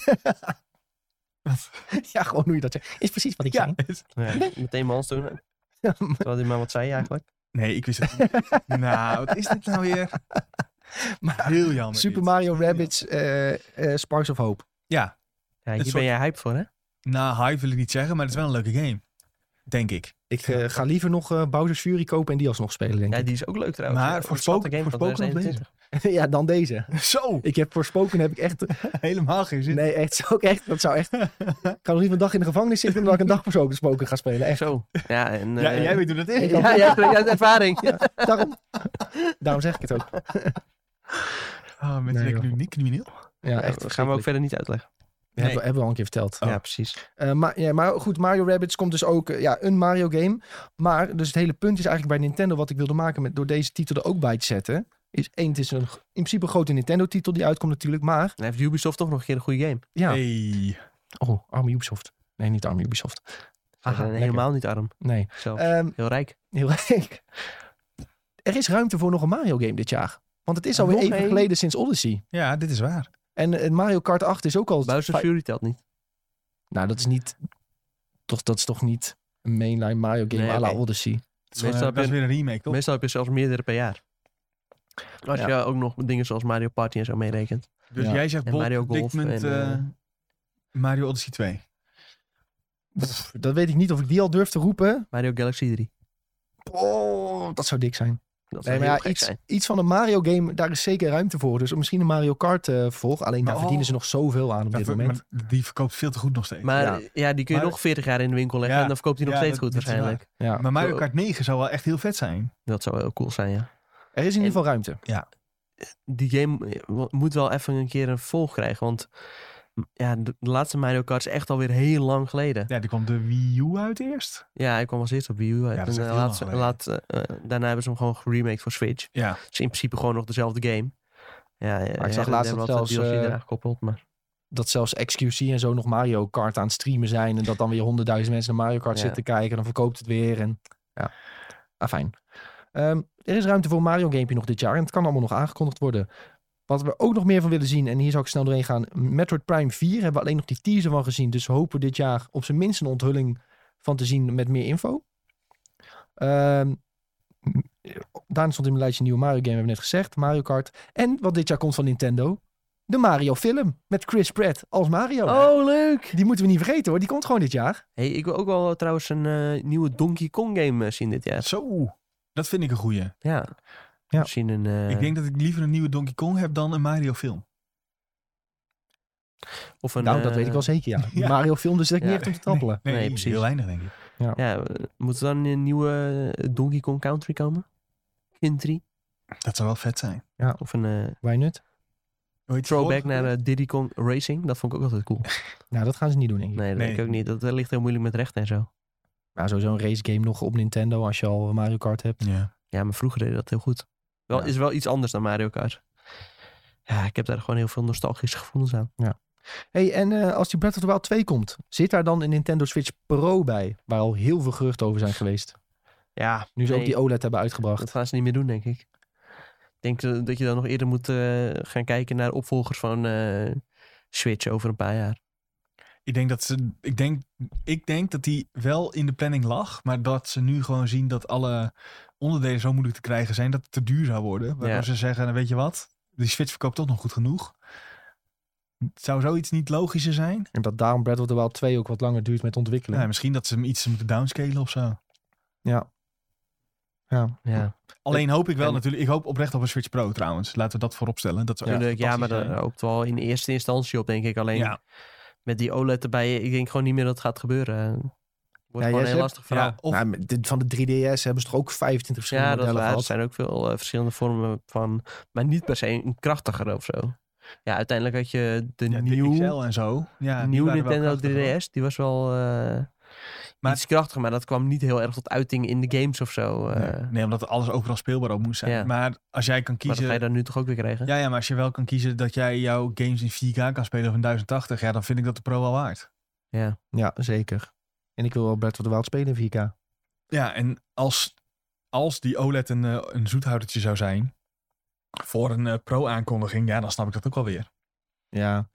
Ja, gewoon hoe je dat zegt. Is precies wat ik zei. Ja, meteen mans doen. Terwijl hij maar wat zei eigenlijk. Nee, ik wist het niet. Nou, wat is dit nou weer? Maar heel jammer. Super Mario Rabbids Sparks of Hope. Ja. Ja, hier ben jij hyped voor, hè? Nou, hype wil ik niet zeggen, maar het is wel een leuke game. Denk ik. Ik ga liever nog Bowser's Fury kopen en die alsnog spelen, denk ik. Ja, die is ook leuk trouwens. Maar Forspoken nog deze. Ja, dan deze. Zo! Ik heb Forspoken heb ik echt... Helemaal geen zin. Nee, echt. Dat zou echt... Ik kan nog liever een dag in de gevangenis zitten dan dat ik een dag Forspoken ga spelen. Echt. Zo. Ja, en, jij weet hoe dat is. Ja, jij spreekt uit ervaring. Ja, daarom zeg ik het ook. Mensen denken nu niet crimineel. Ja, echt. gaan we ook verder niet uitleggen. Nee. Hebben we al een keer verteld. Ja, precies. Maar goed, Mario Rabbids komt dus ook een Mario game. Maar dus het hele punt is eigenlijk bij Nintendo wat ik wilde maken door deze titel er ook bij te zetten. Is één, het is in principe een grote Nintendo titel die uitkomt natuurlijk, maar... Dan heeft Ubisoft toch nog een keer een goede game. Ja. Hey. Oh, arme Ubisoft. Nee, niet arme Ubisoft. Ze zijn helemaal niet arm. Nee. Zelfs. Heel rijk. Heel rijk. Er is ruimte voor nog een Mario game dit jaar. Want het is alweer even geleden sinds Odyssey. Ja, dit is waar. En Mario Kart 8 is ook al... Bowser's Fury telt niet. Nou, dat is niet... Dat is toch niet een mainline Mario game à la Odyssey. Dat is weer een remake, toch? Meestal heb je zelfs meerdere per jaar. Als je ook nog dingen zoals Mario Party en zo meerekent. Dus jij zegt Mario Golf en Mario Odyssey 2. Dat weet ik niet of ik die al durf te roepen. Mario Galaxy 3. Oh, dat zou dik zijn. Dat zou heel gek zijn. Iets van een Mario game, daar is zeker ruimte voor. Dus misschien een Mario Kart volg. Alleen daar verdienen ze nog zoveel aan op dit moment. Maar die verkoopt veel te goed nog steeds. Maar die kun je nog 40 jaar in de winkel leggen. En dan verkoopt hij nog steeds goed waarschijnlijk. Ja. Maar Mario Kart 9 zou wel echt heel vet zijn. Dat zou wel cool zijn, ja. Er is in ieder geval ruimte. Die game moet wel even een keer een volg krijgen. Want ja, de laatste Mario Kart is echt alweer heel lang geleden. Ja, die kwam de Wii U uit eerst. Ja, hij kwam als eerst op Wii U uit. Ja, dat is En, echt heel lang geleden. daarna hebben ze hem gewoon geremaked voor Switch. Ja. Het is in principe gewoon nog dezelfde game. Ja, ik zag laatst dat zelfs, DLC eraan gekoppeld, maar... Dat zelfs XQC en zo nog Mario Kart aan het streamen zijn. En dat dan weer 100.000 mensen naar Mario Kart zitten kijken. Dan verkoopt het weer. En ja, fijn. Er is ruimte voor een Mario gamepje nog dit jaar. En het kan allemaal nog aangekondigd worden. Wat we ook nog meer van willen zien. En hier zal ik snel doorheen gaan. Metroid Prime 4 hebben we alleen nog die teaser van gezien. Dus we hopen dit jaar op zijn minst een onthulling van te zien met meer info. Daarna stond in mijn lijstje een nieuwe Mario game. Hebben we net gezegd. Mario Kart. En wat dit jaar komt van Nintendo. De Mario film. Met Chris Pratt als Mario. Oh, leuk! Die moeten we niet vergeten hoor. Die komt gewoon dit jaar. Hey, ik wil ook wel trouwens een nieuwe Donkey Kong game zien dit jaar. Zo, dat vind ik een goeie. Ja. Ja. Misschien een... Ik denk dat ik liever een nieuwe Donkey Kong heb dan een Mario film. Of een, Nou, dat weet ik wel zeker, ja. Die Ja. Mario film, dus dat is niet echt om te trappelen. Nee, precies. Heel weinig denk ik. Ja, moet er dan een nieuwe Donkey Kong Country komen? Country? Dat zou wel vet zijn. Of een Why not? Hoe heet die throwback vorige? naar Diddy Kong Racing? Dat vond ik ook altijd cool. Nou, dat gaan ze niet doen, denk ik. Nee, dat Nee. denk ik ook niet. Dat ligt heel moeilijk met rechten en zo. Nou, sowieso een race game nog op Nintendo als je al Mario Kart hebt. Ja. Ja, maar vroeger deed dat heel goed. Ja. Is wel iets anders dan Mario Kart. Ja, ik heb daar gewoon heel veel nostalgische gevoelens aan. Hey, en als die Breath of the Wild 2 komt, zit daar dan een Nintendo Switch Pro bij? Waar al heel veel geruchten over zijn geweest. Ja, Nu ze nee, ook die OLED hebben uitgebracht. dat gaan ze niet meer doen, denk ik. Ik denk dat je dan nog eerder moet gaan kijken naar opvolgers van Switch over een paar jaar. Ik denk dat die wel in de planning lag, maar dat ze nu gewoon zien dat alle onderdelen zo moeilijk te krijgen zijn dat het te duur zou worden. Waardoor Ja. ze zeggen, nou, weet je wat, die Switch verkoopt toch nog goed genoeg. Zou zoiets niet logischer zijn? En dat daarom Breath of the Wild 2 ook wat langer duurt met ontwikkelen. Ja, misschien dat ze hem iets moeten downscalen of zo. Ja. Ja, Alleen hoop ik wel En- natuurlijk, ik hoop oprecht op een Switch Pro trouwens. Laten we dat vooropstellen. Dat zou echt tuurlijk, ja, maar fantastisch daar zijn. hoopt wel in eerste instantie op, denk ik. Alleen Ja, met die OLED erbij, ik denk gewoon niet meer dat het gaat gebeuren. Wordt gewoon jij een heel zegt- lastig verhaal. ja, of Nou, van de 3DS hebben ze toch ook 25 verschillende Ja, dat is modellen waar. Er gehad? zijn ook veel verschillende vormen van, maar niet per se een krachtiger of zo. Ja, uiteindelijk had je de ja, nieuwe de XL en zo. Ja, die nieuwe waren wel Nintendo krachtiger, hoor. 3DS. Die was wel Maar- iets krachtiger, maar dat kwam niet heel erg tot uiting in de games of zo. Nee, omdat alles overal speelbaar op moest zijn. Ja. Maar als jij kan Maar dat kiezen... ga je dan nu toch ook weer krijgen? Ja, maar als je wel kan kiezen dat jij jouw games in 4K kan spelen of in 1080, ja, dan vind ik dat de Pro wel waard. Ja. Ja, zeker. En ik wil wel Breath of the Wild spelen in 4K. Ja, en als die OLED een zoethoudertje zou zijn voor een Pro-aankondiging, ja, dan snap ik dat ook wel weer. Ja.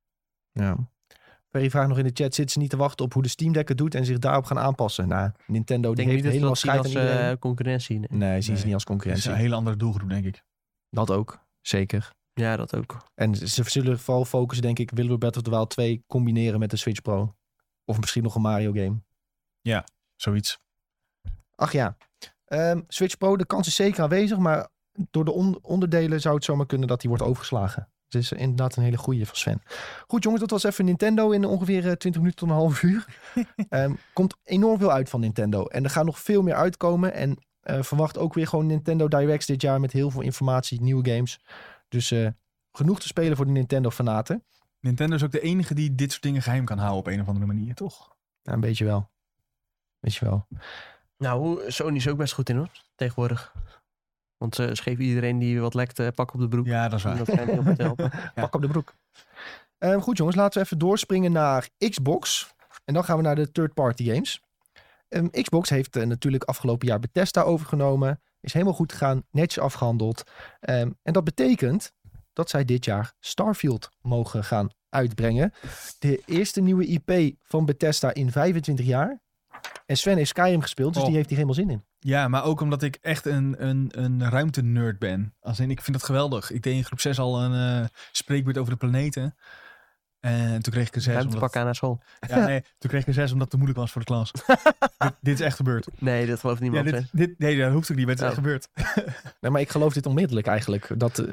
Ferry vraagt nog in de chat, zitten ze niet te wachten op hoe de Steam Deck het doet en zich daarop gaan aanpassen? Nou, Nintendo Ik die denk heeft niet dat ze helemaal dat zien scheid aan als iedereen. concurrentie. Nee. Nee, zien ze Nee. niet als Dat is concurrentie. een hele andere doelgroep, denk ik. Dat ook, zeker. Ja, dat ook. En ze zullen vooral focussen, denk ik, willen we Breath of the Wild 2 combineren met de Switch Pro? Of misschien nog een Mario game. Zoiets. Ach ja, Switch Pro, de kans is zeker aanwezig, maar door de onderdelen zou het zomaar kunnen dat die wordt overgeslagen. Het is inderdaad een hele goeie van Sven. Goed jongens, dat was even Nintendo in ongeveer 20 minuten tot een half uur. Komt enorm veel uit van Nintendo. En er gaan nog veel meer uitkomen. En verwacht ook weer gewoon Nintendo Directs dit jaar met heel veel informatie, nieuwe games. Dus genoeg te spelen voor de Nintendo-fanaten. Nintendo is ook de enige die dit soort dingen geheim kan houden op een of andere manier, toch? Ja, een beetje wel. Beetje wel. Nou, Sony is ook best goed in hoor, tegenwoordig. Want ze geven iedereen die wat lekt pak op de broek. Ja, dat is waar. Dat schijnt heel goed te helpen. Pak op de broek. Goed jongens, laten we even doorspringen naar Xbox. En dan gaan we naar de third-party games. Xbox heeft natuurlijk afgelopen jaar Bethesda overgenomen. Is helemaal goed gegaan, netjes afgehandeld. En dat betekent dat zij dit jaar Starfield mogen gaan uitbrengen. De eerste nieuwe IP van Bethesda in 25 jaar. En Sven heeft Skyrim gespeeld, dus Oh. die heeft hier helemaal zin in. Ja, maar ook omdat ik echt een ruimtenerd ben. Ik vind dat geweldig. Ik deed in groep 6 al een spreekbeurt over de planeten. En toen kreeg ik een 6. Ruimte pakken aan naar school. Ja, nee, toen kreeg ik een 6 omdat het te moeilijk was voor de klas. dit is echt gebeurd. Nee, dat gelooft Ja, niemand. hè? nee, dat hoeft ook niet, maar het is Oh. echt gebeurd. Nee, maar ik geloof dit onmiddellijk eigenlijk.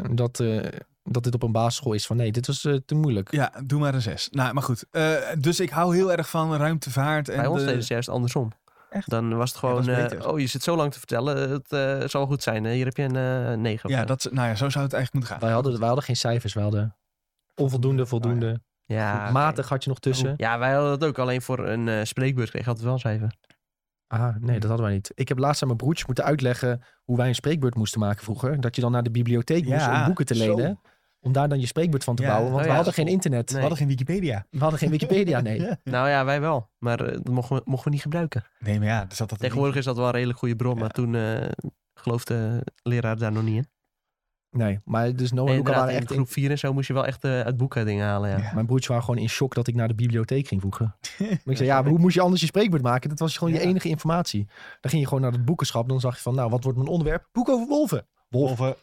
Dat dit op een basisschool is van nee, dit was te moeilijk. Ja, doe maar een 6. Nou, maar goed. Dus ik hou heel erg van ruimtevaart. En Bij ons deden ze juist andersom. Echt? Dan was het Ja, dat gewoon, is beter. je zit zo lang te vertellen, het zal goed zijn. Hier heb je een 9. Ja, zo zou het eigenlijk moeten gaan. Wij hadden geen cijfers, wij hadden onvoldoende, voldoende. Ja, Matig had je nog tussen. Ja, wij hadden het ook. Alleen voor een spreekbeurt kreeg je altijd wel een cijfer. Ah, nee, dat hadden wij niet. Ik heb laatst aan mijn broertje moeten uitleggen hoe wij een spreekbeurt moesten maken vroeger. Dat je dan naar de bibliotheek moest om boeken te zo. lenen. Om daar dan je spreekbeurt van te bouwen. Want we hadden geen internet. Nee. We hadden geen Wikipedia. We hadden geen Wikipedia, nee. Nou ja, wij wel. Maar dat mochten we niet gebruiken. Nee, maar ja, er zat dat Tegenwoordig is dat wel een redelijk goede bron. Ja. Maar toen geloofde leraar daar nog niet in. Nee, maar dus Noah en En Luca inderdaad, waren in echt... groep 4 en zo moest je wel echt uit boeken dingen halen. Ja. Ja. Mijn broertjes waren gewoon in shock dat ik naar de bibliotheek ging vroeger. Maar ik zei, maar hoe moest je anders je spreekbeurt maken? Dat was gewoon je enige informatie. Dan ging je gewoon naar het boekenschap. Dan zag je van, nou, wat wordt mijn onderwerp? Boek over wolven. Wolven.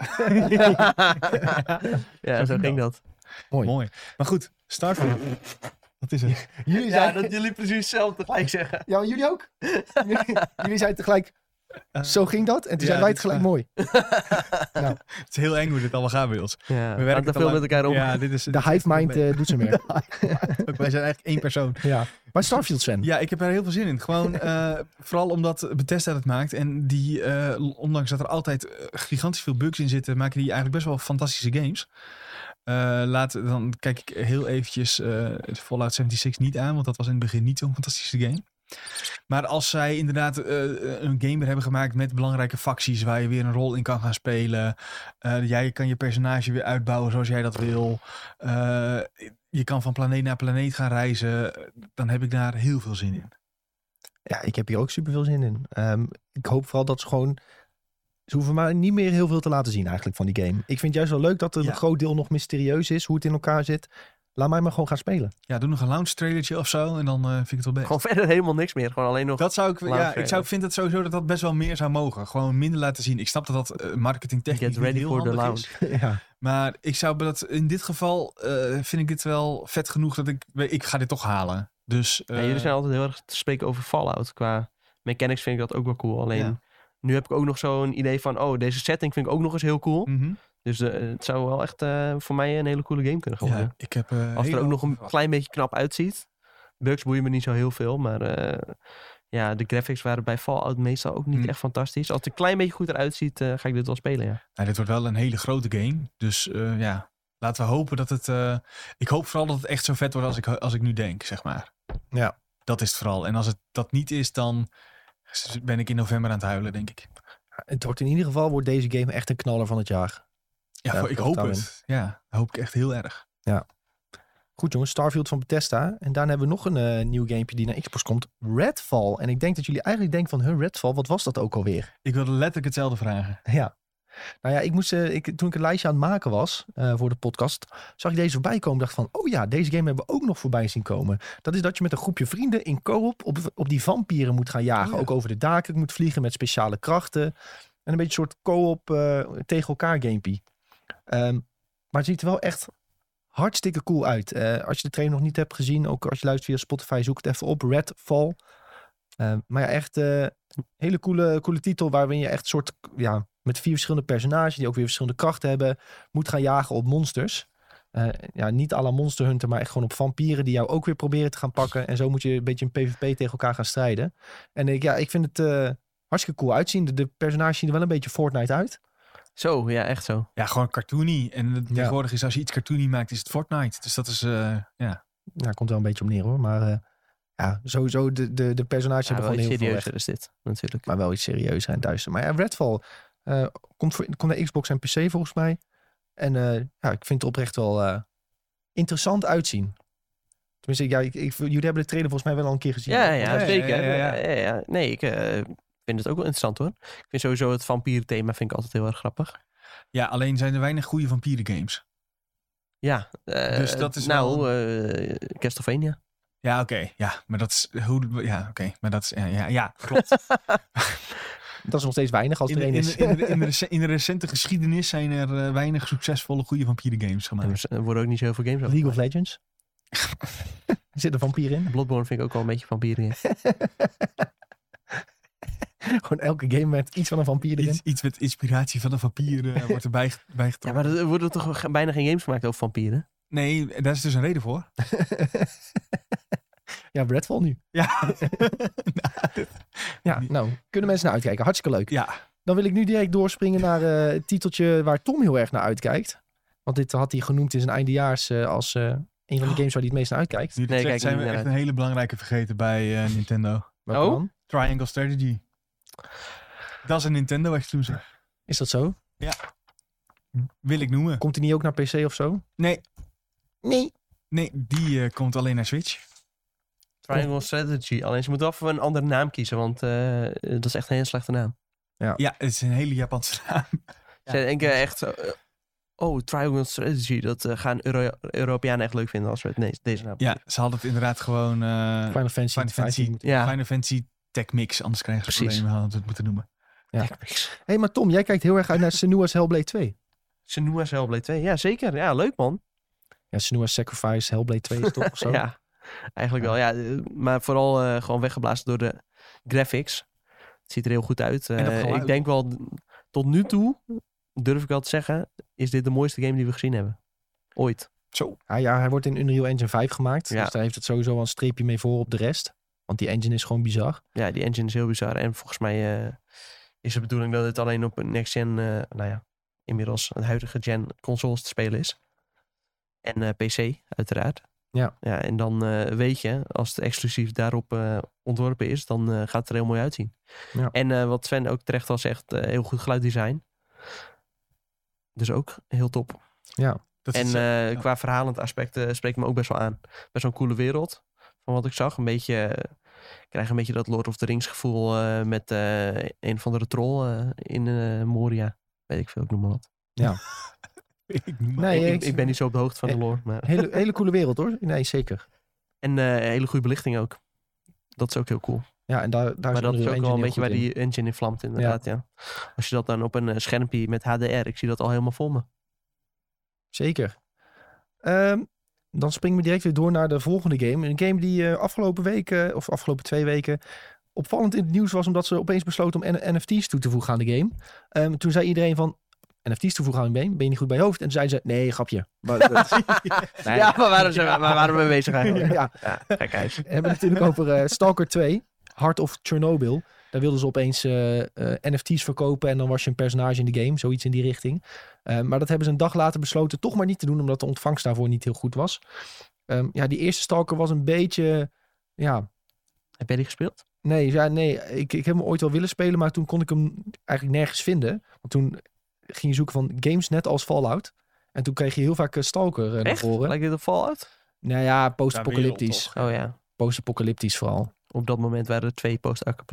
Ja, zo ging dat. Mooi. Maar goed, Starfield. Wat is het? Jullie Ja, zeiden... dat jullie precies hetzelfde tegelijk zeggen. Ja, maar jullie ook? jullie zeiden tegelijk, zo ging dat. En toen ja, zeiden wij dit het is gelijk waar. mooi. Het is heel eng hoe dit allemaal gaat bij ons. Ja, We werken te veel met elkaar om. Ja, dit is... De hive mind doet zijn werk. Wij zijn eigenlijk één persoon. Ja. Maar Starfield, Sven. Ja, ik heb er heel veel zin in. Gewoon vooral omdat Bethesda het maakt. En die, ondanks dat er altijd gigantisch veel bugs in zitten, maken die eigenlijk best wel fantastische games. Dan kijk ik heel eventjes Fallout 76 niet aan, want dat was in het begin niet zo'n fantastische game. Maar als zij inderdaad een game weer hebben gemaakt met belangrijke facties waar je weer een rol in kan gaan spelen. Jij kan je personage weer uitbouwen zoals jij dat wil. Je kan van planeet naar planeet gaan reizen. Dan heb ik daar heel veel zin in. Ja, ik heb hier ook super veel zin in. Ik hoop vooral dat ze gewoon... Ze hoeven maar niet meer heel veel te laten zien eigenlijk van die game. Ik vind het juist wel leuk dat er een groot deel nog mysterieus is. Hoe het in elkaar zit. Laat mij maar gewoon gaan spelen. Ja, doe nog een launch trailertje of zo. En dan vind ik het wel best. Gewoon verder helemaal niks meer. Gewoon alleen nog... Dat zou ik... launch ik vind het sowieso dat best wel meer zou mogen. Gewoon minder laten zien. Ik snap dat marketingtechnisch Get ready niet heel for the handig lounge. is. Ja. Maar ik zou dat in dit geval vind ik dit wel vet genoeg dat ik ga dit toch halen. Dus Ja, jullie zijn altijd heel erg te spreken over Fallout. Qua mechanics vind ik dat ook wel cool. Alleen Ja. nu heb ik ook nog zo'n idee van... deze setting vind ik ook nog eens heel cool. mhm. Dus het zou wel echt voor mij een hele coole game kunnen worden. Ja, ik heb Als het er ook nog een klein beetje knap uitziet. Bugs boeien me niet zo heel veel. Maar de graphics waren bij Fallout meestal ook niet echt fantastisch. Als het een klein beetje goed eruit ziet, ga ik dit wel spelen, ja. Nou, dit wordt wel een hele grote game. Dus laten we hopen dat het... ik hoop vooral dat het echt zo vet wordt als ik nu denk, zeg maar. Ja. Dat is het vooral. En als het dat niet is, dan ben ik in november aan het huilen, denk ik. Het wordt in ieder geval wordt deze game echt een knaller van het jaar. Ja, Ja, ik dat hoop daarin. het. Ja, dat hoop ik echt heel erg. Goed jongens, Starfield van Bethesda. En daarna hebben we nog een nieuw gamepje die naar Xbox komt. Redfall. En ik denk dat jullie eigenlijk denken van, Redfall, wat was dat ook alweer? Ik wilde letterlijk hetzelfde vragen. Ja. Nou ja, toen ik een lijstje aan het maken was voor de podcast, zag ik deze voorbij komen. Dacht van, oh ja, deze game hebben we ook nog voorbij zien komen. Dat is dat je met een groepje vrienden in co-op op die vampieren moet gaan jagen. Ja. Ook over de daken moet vliegen met speciale krachten. En een beetje een soort co-op tegen elkaar gamepie. Maar het ziet er wel echt hartstikke cool uit. Als je de trailer nog niet hebt gezien, ook als je luistert via Spotify, zoek het even op. Redfall. Maar ja, echt een hele coole titel waarin je echt soort, met 4 verschillende personages die ook weer verschillende krachten hebben, moet gaan jagen op monsters. Niet à la Monster Hunter, maar echt gewoon op vampieren die jou ook weer proberen te gaan pakken. En zo moet je een beetje een PvP tegen elkaar gaan strijden. En ik vind het hartstikke cool uitzien. De personages zien er wel een beetje Fortnite uit. Zo, ja, echt zo. Ja, gewoon cartoony. En tegenwoordig is als je iets cartoony maakt, is het Fortnite. Dus dat is, ja. Ja, komt wel een beetje op neer hoor. Maar sowieso de personages hebben gewoon heel veel weg. Serieuzer is dit, natuurlijk. Maar wel iets serieuzer en duister. Maar ja, Redfall komt naar Xbox en PC volgens mij. En ik vind het oprecht wel interessant uitzien. Tenminste, jullie hebben de trailer volgens mij wel al een keer gezien. Ja, zeker. Ja. Nee, ik vind het ook wel interessant hoor. Ik vind sowieso het vampierenthema vind ik altijd heel erg grappig. Ja, alleen zijn er weinig goede vampieren games. Ja, dus dat is Castlevania. Ja, oké. Ja, maar dat is maar dat is ja, klopt. Dat is nog steeds weinig als er één is. In de recente geschiedenis zijn er weinig succesvolle goede vampieren games gemaakt. Er worden ook niet zoveel games over League of Legends. Er zit een vampier in. Bloodborne vind ik ook wel een beetje vampieren in. Gewoon elke game met iets van een vampier erin. Iets met inspiratie van een vampier wordt erbij getrokken. Ja, maar er worden toch bijna geen games gemaakt over vampieren? Nee, daar is dus een reden voor. Ja, Redfall nu. Ja. Ja, nou, kunnen mensen naar uitkijken. Hartstikke leuk. Ja. Dan wil ik nu direct doorspringen naar het titeltje waar Tom heel erg naar uitkijkt. Want dit had hij genoemd in zijn eindejaars als een van de games waar hij het meest naar uitkijkt. Nu Nee, nee, kijk zijn niet we naar echt uit. een hele belangrijke vergeten bij Nintendo. Welke Oh? dan? Triangle Strategy. Dat is een Nintendo exclusive. Is dat zo? Wil ik noemen. Komt hij niet ook naar PC of zo? Nee, Nee. die komt alleen naar Switch. Triangle Strategy. Alleen ze moeten wel voor een andere naam kiezen, want dat is echt een hele slechte naam. Ja, het is een hele Japanse naam. Ze denken echt, Triangle Strategy, dat gaan Europeanen echt leuk vinden als we het deze naam. Ja, ze hadden het inderdaad gewoon Final Fantasy. Final Fantasy. 15 moeten- Ja. Final Fantasy Tech Mix. Anders krijgen ze Precies. problemen, hadden we het moeten noemen. Ja. Hey, maar Tom, jij kijkt heel erg uit naar Senua's Hellblade 2. Senua's Hellblade 2. Ja, zeker. Ja, leuk man. Ja, Senua's Sacrifice Hellblade 2 is toch of zo? Ja, eigenlijk wel. Ja, maar vooral gewoon weggeblazen door de graphics. Het ziet er heel goed uit. En dat geluid. Ik denk wel, tot nu toe, durf ik wel te zeggen, is dit de mooiste game die we gezien hebben. Ooit. Zo. Hij wordt in Unreal Engine 5 gemaakt. Ja. Dus daar heeft het sowieso wel een streepje mee voor op de rest. Want die engine is gewoon bizar. Ja, die engine is heel bizar. En volgens mij is de bedoeling dat het alleen op een next-gen, inmiddels een huidige gen consoles te spelen is. En PC, uiteraard. Ja. Ja, en dan weet je, als het exclusief daarop ontworpen is, dan gaat het er heel mooi uitzien. Ja. En wat Sven ook terecht al zegt, heel goed geluiddesign. Dus ook heel top. Ja. Dat En is, qua verhalend aspect spreekt me ook best wel aan. Best wel een coole wereld, van wat ik zag. Een beetje, ik krijg een beetje dat Lord of the Rings gevoel met een of andere troll in Moria. Weet ik veel, ik noem maar wat. ik noem maar- Nee, Ik ben niet zo op de hoogte van de lore. Maar... hele coole wereld hoor. Nee, zeker. En hele goede belichting ook. Dat is ook heel cool. Ja, en daar Maar is dat is Unreal ook wel een Engine beetje waar heel goed in. die engine in vlamt inderdaad, ja. Als je dat dan op een schermpje met HDR, ik zie dat al helemaal voor me. Zeker. Dan springen we direct weer door naar de volgende game. Een game die afgelopen 2 weken opvallend in het nieuws was, omdat ze opeens besloten om NFT's toe te voegen aan de game. Toen zei iedereen van, NFT's toevoegen aan de game, ben je niet goed bij je hoofd? En toen zeiden ze, nee, grapje. Maar, nee. Ja, waar waren we mee bezig eigenlijk? Ja. Ja, kijk uit. We hebben het natuurlijk over Stalker 2, Heart of Chernobyl. Daar wilden ze opeens NFT's verkopen en dan was je een personage in de game. Zoiets in die richting. Maar dat hebben ze een dag later besloten toch maar niet te doen, omdat de ontvangst daarvoor niet heel goed was. Die eerste Stalker was een beetje, Heb jij die gespeeld? nee, ik heb hem ooit wel willen spelen, maar toen kon ik hem eigenlijk nergens vinden. Want toen ging je zoeken van games net als Fallout. En toen kreeg je heel vaak Stalker naar Echt? voren. Lijkt dit op Fallout? Nou ja, post-apocalyptisch. Ja, Oh ja. Post-apocalyptisch vooral. Op dat moment waren er 2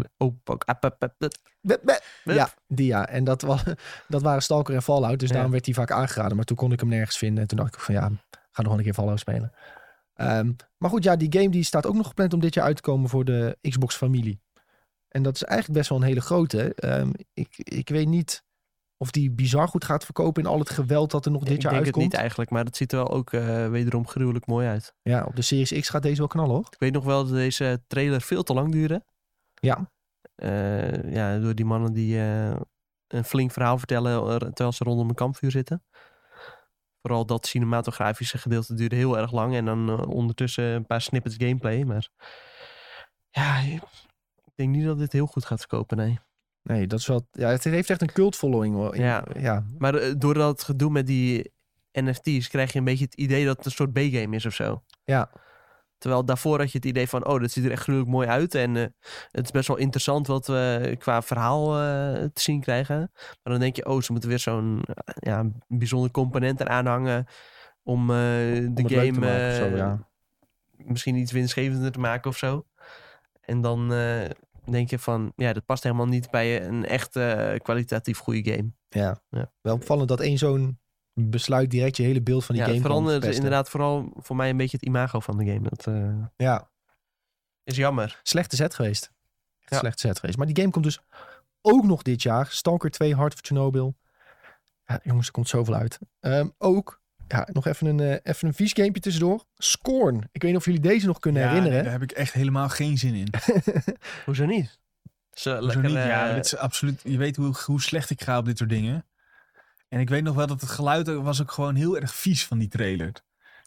Ja, die ja. En dat waren Stalker en Fallout. Dus Ja. daarom werd die vaak aangeraden. Maar toen kon ik hem nergens vinden. En toen dacht ik van ga nog wel een keer Fallout spelen. Maar goed, ja, die game die staat ook nog gepland om dit jaar uit te komen voor de Xbox familie. En dat is eigenlijk best wel een hele grote. Ik weet niet of die bizar goed gaat verkopen in al het geweld dat er nog dit Ik jaar denk het uitkomt. niet eigenlijk, maar dat ziet er wel ook wederom gruwelijk mooi uit. Ja, op de Series X gaat deze wel knallen hoor. Ik weet nog wel dat deze trailer veel te lang duurde. Ja, Door die mannen die een flink verhaal vertellen terwijl ze rondom een kampvuur zitten. Vooral dat cinematografische gedeelte duurde heel erg lang. En dan ondertussen een paar snippets gameplay. Maar ja, ik denk niet dat dit heel goed gaat verkopen, nee. nee, dat is wel. Ja, het heeft echt een cult following hoor. Ja. Maar door dat gedoe met die NFT's krijg je een beetje het idee dat het een soort B-game is of zo. Ja. Terwijl daarvoor had je het idee van, dat ziet er echt gruwelijk mooi uit. En het is best wel interessant wat we qua verhaal te zien krijgen. Maar dan denk je, ze moeten weer zo'n bijzonder component eraan hangen. Om de het leuk te game maken of zo, ja. misschien iets winstgevender te maken of zo. En dan denk je van, dat past helemaal niet bij een echt kwalitatief goede game. Ja. Ja. Wel opvallend dat één zo'n besluit direct je hele beeld van die Het game kan verandert verpesten. inderdaad vooral voor mij een beetje het imago van de game. Dat Ja, is jammer. slechte set geweest. Echt Ja. slechte set geweest. Maar die game komt dus ook nog dit jaar. Stalker 2, Heart of Chernobyl. Ja, jongens, er komt zoveel uit. Ook, nog even een vies gamepje tussendoor. Scorn. Ik weet niet of jullie deze nog kunnen Ja, herinneren. nee, daar heb ik echt helemaal geen zin in. Hoezo niet? Hoezo niet? Ja, dit is absoluut. Je weet hoe slecht ik ga op dit soort dingen. En ik weet nog wel dat het geluid was ook gewoon heel erg vies van die trailer.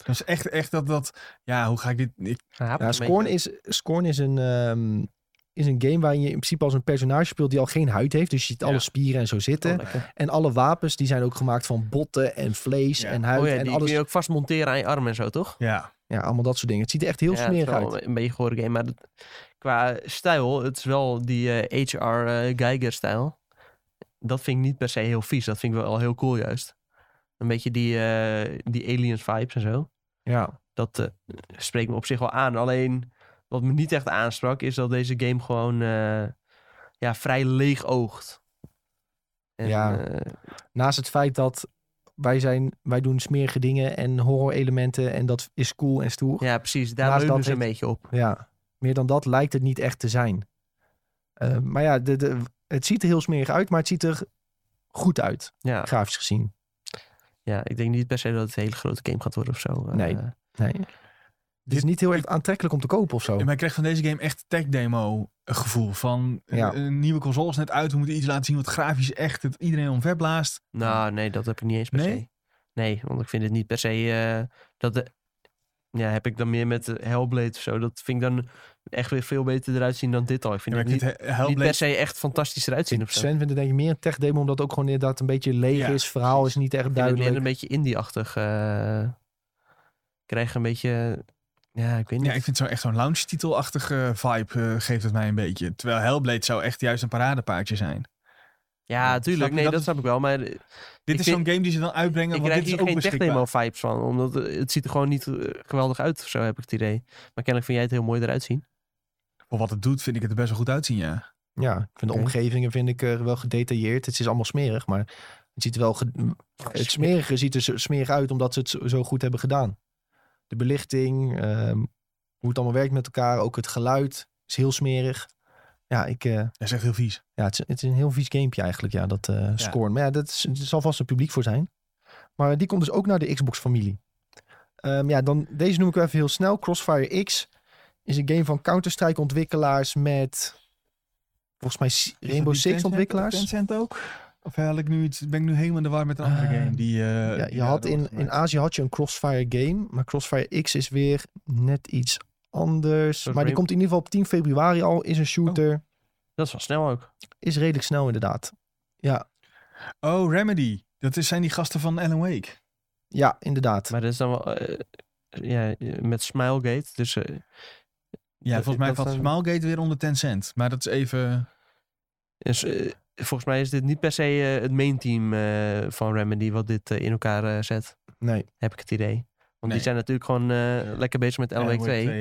Dat is echt dat... Ja, hoe ga ik dit... Ja, Scorn is een game waar je in principe als een personage speelt die al geen huid heeft. Dus je ziet alle spieren en zo zitten. En alle wapens die zijn ook gemaakt van botten en vlees en huid. En die alles. kun je ook vast monteren aan je arm en zo, toch? Ja. Ja, allemaal dat soort dingen. Het ziet er echt heel smerig het is wel uit. een beetje gore game. Maar qua stijl, het is wel die H.R. Geiger stijl. Dat vind ik niet per se heel vies. Dat vind ik wel heel cool juist. Een beetje die Aliens vibes en zo. Ja. Dat spreekt me op zich wel aan. Alleen wat me niet echt aansprak is dat deze game gewoon vrij leeg oogt. En, naast het feit dat wij doen smerige dingen en horror elementen en dat is cool en stoer. Ja, precies. Daar leunen ze een beetje op. Ja, meer dan dat lijkt het niet echt te zijn. Maar ja, het ziet er heel smerig uit, maar het ziet er goed uit, grafisch gezien. Ja, ik denk niet per se dat het een hele grote game gaat worden of zo. Nee. Het is niet heel erg aantrekkelijk om te kopen of zo. Maar ik krijg van deze game echt tech demo gevoel van een nieuwe console is net uit. We moeten iets laten zien wat grafisch echt het iedereen omver blaast. Nou, nee, dat heb ik niet eens per se. Nee, want ik vind het niet per se... heb ik dan meer met Hellblade of zo. Dat vind ik dan echt weer veel beter eruit zien dan dit al. Ik vind het niet per se echt fantastisch eruit zien of zo. Sven vindt het denk ik meer een tech demo, omdat het ook gewoon inderdaad een beetje leeg is. Verhaal is niet echt duidelijk. Het een beetje indie-achtig. Krijg een beetje... Ja, ik weet niet. Ja, ik vind zo echt zo'n launch-titelachtige vibe geeft het mij een beetje. Terwijl Hellblade zou echt juist een paradepaardje zijn. Ja, tuurlijk. Nee, dat snap ik wel. Maar dit is zo'n game die ze dan uitbrengen. Ik krijg hier geen tech-demo vibes van. Omdat het ziet er gewoon niet geweldig uit of zo, heb ik het idee. Maar kennelijk vind jij het heel mooi eruit zien. Voor wat het doet, vind ik het er best wel goed uitzien, ja. Ja, ik vind de omgevingen wel gedetailleerd. Het is allemaal smerig, maar het ziet er wel... Het smerige ziet er smerig uit, omdat ze het zo goed hebben gedaan. De belichting, hoe het allemaal werkt met elkaar. Ook het geluid is heel smerig. Ja, dat is echt heel vies. Ja, het is een heel vies gamepje eigenlijk, ja, dat Scorn. Maar ja, er zal vast een publiek voor zijn. Maar die komt dus ook naar de Xbox-familie. Dan deze noem ik wel even heel snel. Crossfire X is een game van Counter-Strike-ontwikkelaars met... Volgens mij Rainbow Six ontwikkelaars. Tencent ook? Of ben ik nu helemaal in de war met een andere game? Je had in Azië had je een Crossfire game. Maar Crossfire X is weer net iets anders. Maar die komt in ieder geval op 10 februari al. Is een shooter. Oh, dat is wel snel ook. Is redelijk snel inderdaad. Ja. Oh, Remedy. Zijn die gasten van Alan Wake. Ja, inderdaad. Maar dat is dan wel... met Smilegate. Dus... volgens mij valt Smilegate weer onder Tencent. Maar dat is even... Volgens mij is dit niet per se het main team van Remedy wat dit in elkaar zet. Nee. Heb ik het idee. Want die zijn natuurlijk gewoon lekker bezig met Alan Wake 2.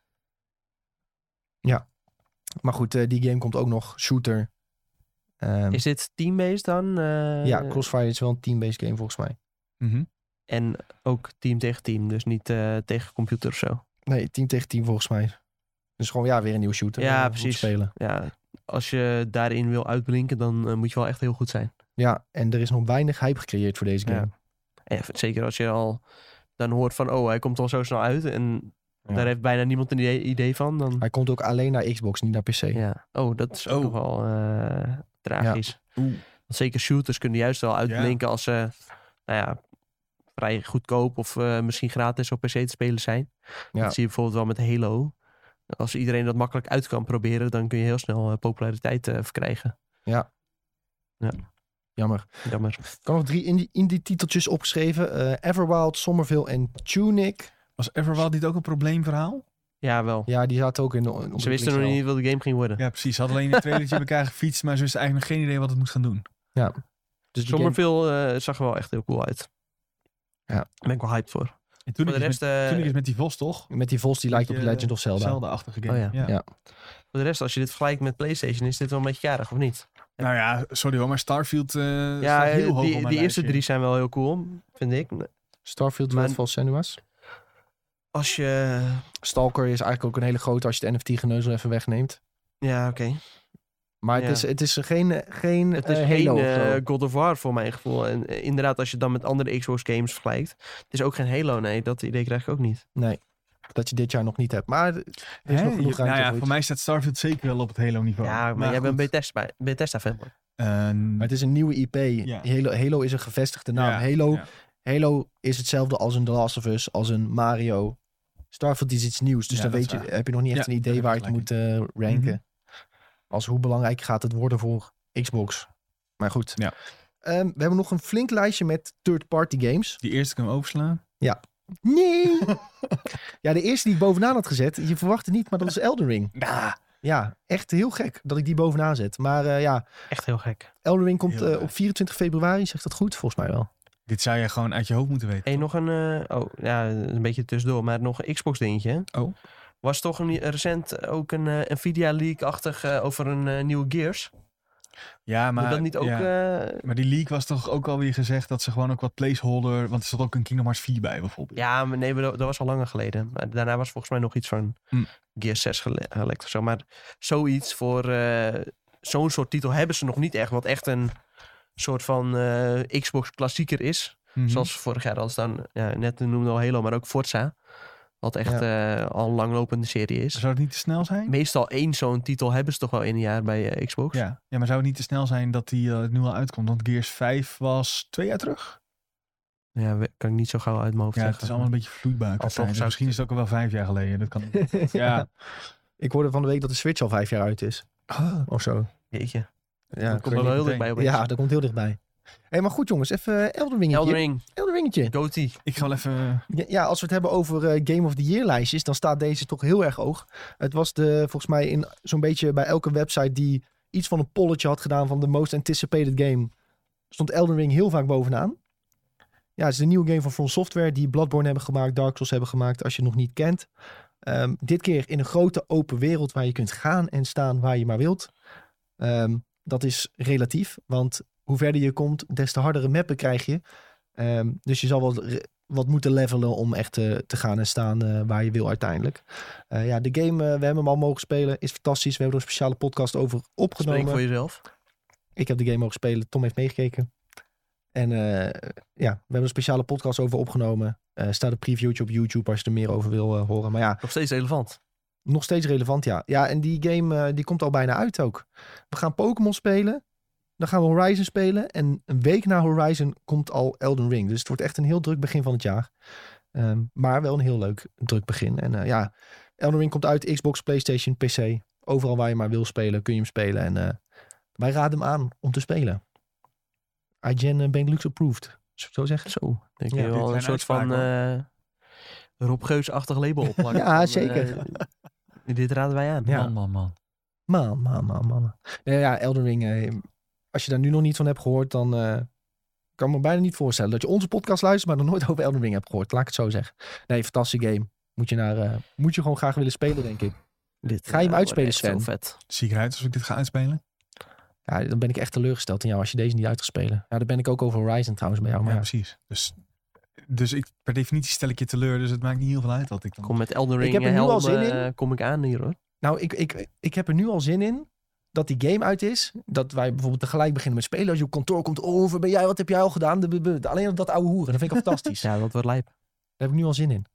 Ja. Maar goed, die game komt ook nog. Shooter. Is dit team-based dan? Ja, Crossfire is wel een team-based game volgens mij. Mm-hmm. En ook team tegen team. Dus niet tegen computer of zo. Nee, team tegen team volgens mij. Dus gewoon weer een nieuwe shooter. Ja, precies. Spelen. Ja, als je daarin wil uitblinken, dan moet je wel echt heel goed zijn. Ja, en er is nog weinig hype gecreëerd voor deze game. Ja, zeker als je al dan hoort van, hij komt al zo snel uit. En daar heeft bijna niemand een idee van. Dan... Hij komt ook alleen naar Xbox, niet naar PC. Ja. Dat is ook nog wel tragisch. Ja. Want zeker shooters kunnen juist wel uitblinken als ze vrij goedkoop of misschien gratis op PC te spelen zijn. Ja. Dat zie je bijvoorbeeld wel met Halo. Als iedereen dat makkelijk uit kan proberen, dan kun je heel snel populariteit verkrijgen. Ja. Jammer. Ik kan nog 3 indie titeltjes opgeschreven. Everwild, Somerville en Tunic. Was Everwild niet ook een probleemverhaal? Ja, wel. Ja, die zaten ook in de... Ze wisten nog niet wat de game ging worden. Ja, precies. Ze hadden alleen een trailertje in elkaar gefietst, maar ze wisten eigenlijk nog geen idee wat het moest gaan doen. Ja. Dus Somerville zag er wel echt heel cool uit. Ja. Daar ben ik wel hyped voor. En toen is met die vos, toch? Met die vos die lijkt op Legend of Zelda. Zelda-achtige game. Ja. Voor de rest, als je dit vergelijkt met PlayStation, is dit wel een beetje jarig, of niet? Nou ja, sorry hoor, maar Starfield staat heel hoog op mijn die eerste 3 zijn wel heel cool, vind ik. Starfield, Redfall, Senua's. Als je... Stalker is eigenlijk ook een hele grote als je het NFT-geneuzel even wegneemt. Ja, oké. Maar het is geen het is Halo geen God of War voor mijn gevoel. En inderdaad, als je dan met andere Xbox games vergelijkt. Het is ook geen Halo, nee. Dat idee krijg ik ook niet. Nee, dat je dit jaar nog niet hebt. Maar er is nog genoeg ruimte voor mij staat Starfield zeker wel op het Halo niveau. Ja, maar jij bent Bethesda fan. Maar het is een nieuwe IP. Ja. Halo is een gevestigde naam. Halo Halo is hetzelfde als een The Last of Us, als een Mario. Starfield is iets nieuws, dus Ja, dan dat heb is waar. je nog niet echt Ja, een idee daar waar heb je je het moet ranken. Als hoe belangrijk gaat het worden voor Xbox. Maar goed. Ja. We hebben nog een flink lijstje met third-party games. Die eerste kunnen we overslaan. Nee! Ja, de eerste die ik bovenaan had gezet, je verwacht het niet, maar dat is Elden Ring. Ja, echt heel gek dat ik die bovenaan zet. Maar ja, Echt heel gek. Elden Ring komt Heel op 24 februari, zegt dat goed? Volgens mij wel. Dit zou je gewoon uit je hoofd moeten weten. Hey, nog een... een beetje tussendoor, maar nog een Xbox dingetje. Oh. Was toch recent ook een Nvidia leak-achtig over een nieuwe Gears? Ja, Moet maar, dat niet ook... maar die leak was toch ook alweer gezegd dat ze gewoon ook wat placeholder... Want er zat ook een Kingdom Hearts 4 bij bijvoorbeeld. Ja, maar nee, dat was al langer geleden. Maar daarna was volgens mij nog iets van Gears 6 gelekt of zo. Maar zoiets voor zo'n soort titel hebben ze nog niet echt. Wat echt een soort van Xbox klassieker is. Mhm. Zoals vorig jaar als dan, net noemde al Halo, maar ook Forza. Wat echt al een langlopende serie is. Zou het niet te snel zijn? Meestal één zo'n titel hebben ze toch wel in een jaar bij Xbox. Ja, maar zou het niet te snel zijn dat die nu al uitkomt? Want Gears 5 was 2 jaar terug. Ja, kan ik niet zo gauw uit mijn hoofd Ja, zeggen. het is allemaal een beetje vloeibaar. Alsnog Dus zou misschien is het ook al wel 5 jaar geleden. Dat kan. Ja. Ik hoorde van de week dat de Switch al 5 jaar uit is. Of zo. Jeetje. Ja, Dat komt er wel heel dichtbij opeens. ja, dat komt heel dichtbij. Hey, maar goed jongens, even Elden Ringetje. Elden Ring, Elden Ringetje. Goatee. Ik ga wel even... Ja, als we het hebben over Game of the Year lijstjes, dan staat deze toch heel erg hoog. Het was volgens mij in zo'n beetje bij elke website die iets van een polletje had gedaan van de most anticipated game, stond Elden Ring heel vaak bovenaan. Ja, het is de nieuwe game van From Software die Bloodborne hebben gemaakt, Dark Souls hebben gemaakt, als je het nog niet kent. Dit keer in een grote open wereld waar je kunt gaan en staan waar je maar wilt. Dat is relatief, want hoe verder je komt, des te hardere mappen krijg je. Dus je zal wel wat moeten levelen om echt te gaan en staan waar je wil uiteindelijk. Ja, de game, we hebben hem al mogen spelen, is fantastisch. We hebben er een speciale podcast over opgenomen. Spreek voor jezelf. Ik heb de game mogen spelen, Tom heeft meegekeken. En ja, we hebben een speciale podcast over opgenomen. Staat een previewtje op YouTube als je er meer over wil horen. Maar ja, Nog steeds relevant. nog steeds relevant, ja. Ja, en die game die komt al bijna uit ook. We gaan Pokémon spelen. Dan gaan we Horizon spelen. En een week na Horizon komt al Elden Ring. Dus het wordt echt een heel druk begin van het jaar. Maar wel een heel leuk druk begin. En ja, Elden Ring komt uit Xbox, PlayStation, PC. Overal waar je maar wil spelen, kun je hem spelen. En wij raden hem aan om te spelen. IGN Benelux approved. Zullen we het zo zeggen? Zo, denk Ja, je wel dit een zijn soort van Rob Geus-achtig label opplakken. Ja, Van, zeker. Dit raden wij aan. Ja. Man. Man. Nee, ja, Elden Ring. Als je daar nu nog niet van hebt gehoord, dan kan ik me bijna niet voorstellen dat je onze podcast luistert, maar nog nooit over Elden Ring hebt gehoord. Laat ik het zo zeggen. Nee, fantastische game. Moet je gewoon graag willen spelen, denk ik. Dit, Ga je hem uitspelen, wordt echt Sven? Zo vet. Zie ik eruit als ik dit ga uitspelen? Ja, dan ben ik echt teleurgesteld in jou als je deze niet uit gaat spelen. Ja, dan ben ik ook over Horizon trouwens bij jou. Maar Ja, ja. precies. Dus ik, per definitie stel ik je teleur, dus het maakt niet heel veel uit wat ik dan... Kom met Elden Ring heb er nu helm, al zin in. kom ik aan hier hoor. Nou, ik heb er nu al zin in dat die game uit is. Dat wij bijvoorbeeld tegelijk beginnen met spelen. Als je op kantoor komt, over ben jij, wat heb jij al gedaan? Alleen dat oude hoeren, dat vind ik al fantastisch. Ja, dat wordt lijp. Daar heb ik nu al zin in.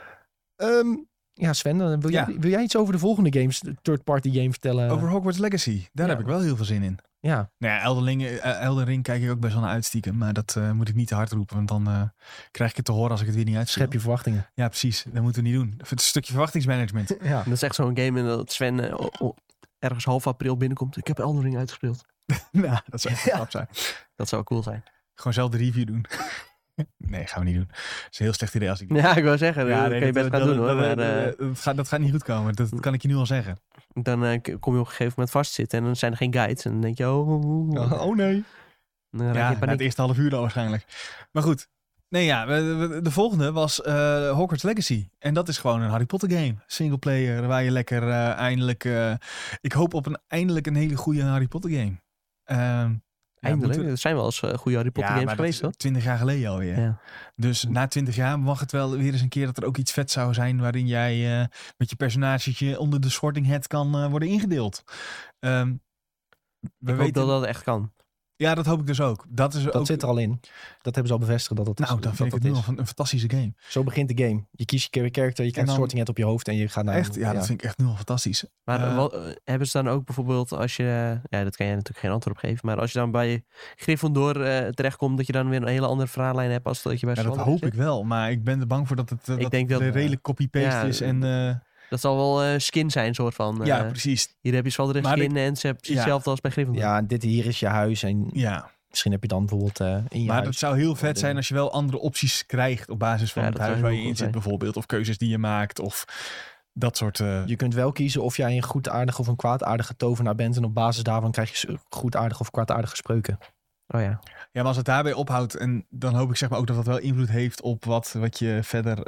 Ja, Sven, wil jij iets over de volgende games, de third-party game vertellen? Over Hogwarts Legacy, daar Ja. heb ik wel heel veel zin in. Ja, Nou ja, Elden Ring kijk ik ook best wel naar uitstiekem. Maar dat moet ik niet te hard roepen. Want dan krijg ik het te horen als ik het weer niet uitspeel. schep je verwachtingen. Ja, precies. Dat moeten we niet doen. Het is een stukje verwachtingsmanagement. Ja. Dat is echt zo'n game en dat Sven ergens half april binnenkomt. Ik heb Elden Ring uitgespeeld. Nou, dat zou echt een grap zijn. Dat zou cool zijn. Gewoon zelf de review doen. Nee, gaan we niet doen. Dat is een heel slecht idee als ik... Ja, ik wou zeggen, dat nee, kan je best gaan doen hoor. Maar dat gaat niet goed komen. Dat kan ik je nu al zeggen. dan kom je op een gegeven moment vastzitten en dan zijn er geen guides. En dan denk je, Oh nee. Dan raak je Ja, in na paniek. het eerste half uur dan waarschijnlijk. Maar goed. Nee, ja, de volgende was Hogwarts Legacy. En dat is gewoon een Harry Potter game. Single player, waar je lekker eindelijk... ik hoop op eindelijk een hele goede Harry Potter game. Eindelijk, er zijn wel eens goede Harry Potter games geweest hoor. 20 jaar geleden alweer. Ja. Dus na 20 jaar mag het wel weer eens een keer dat er ook iets vet zou zijn waarin jij met je personagetje onder de sorting hat kan worden ingedeeld. Ik hoop dat dat echt kan. Ja, dat hoop ik dus ook. Dat zit er al in. Dat hebben ze al bevestigd dat dat is. Nou, dan vind ik het nu al een fantastische game. Zo begint de game. Je kiest je character, je krijgt dan- sorting hat op je hoofd en je gaat naar... Echt? Ja, dat vind ik echt nu al fantastisch. Maar hebben ze dan ook bijvoorbeeld als je... Ja, dat kan jij natuurlijk geen antwoord op geven. Maar als je dan bij Gryffindor terechtkomt... dat je dan weer een hele andere verhaallijn hebt... als dat je bij Ja, dat Slytherin hoop ik wel. Maar ik ben er bang voor dat het Ik denk dat- redelijk copy-paste Ja, is. En, Dat zal wel skin zijn, soort van. ja, precies. Hier heb je Slytherin Maar skin en ze hebben precies Ja. hetzelfde als bij Gryffindor. Ja, dit hier is je huis en Ja, misschien heb je dan bijvoorbeeld in je maar huis... dat zou heel vet zijn als je wel andere opties krijgt... op basis van Ja, het dat huis zou waar heel je in goed zit zijn. bijvoorbeeld. Of keuzes die je maakt. Of dat soort... Je kunt wel kiezen of jij een goedaardige of een kwaadaardige tovenaar bent. En op basis daarvan krijg je goedaardige of kwaadaardige spreuken. Oh ja. Ja, maar als het daarbij ophoudt... en dan hoop ik zeg maar ook dat dat wel invloed heeft... op wat je verder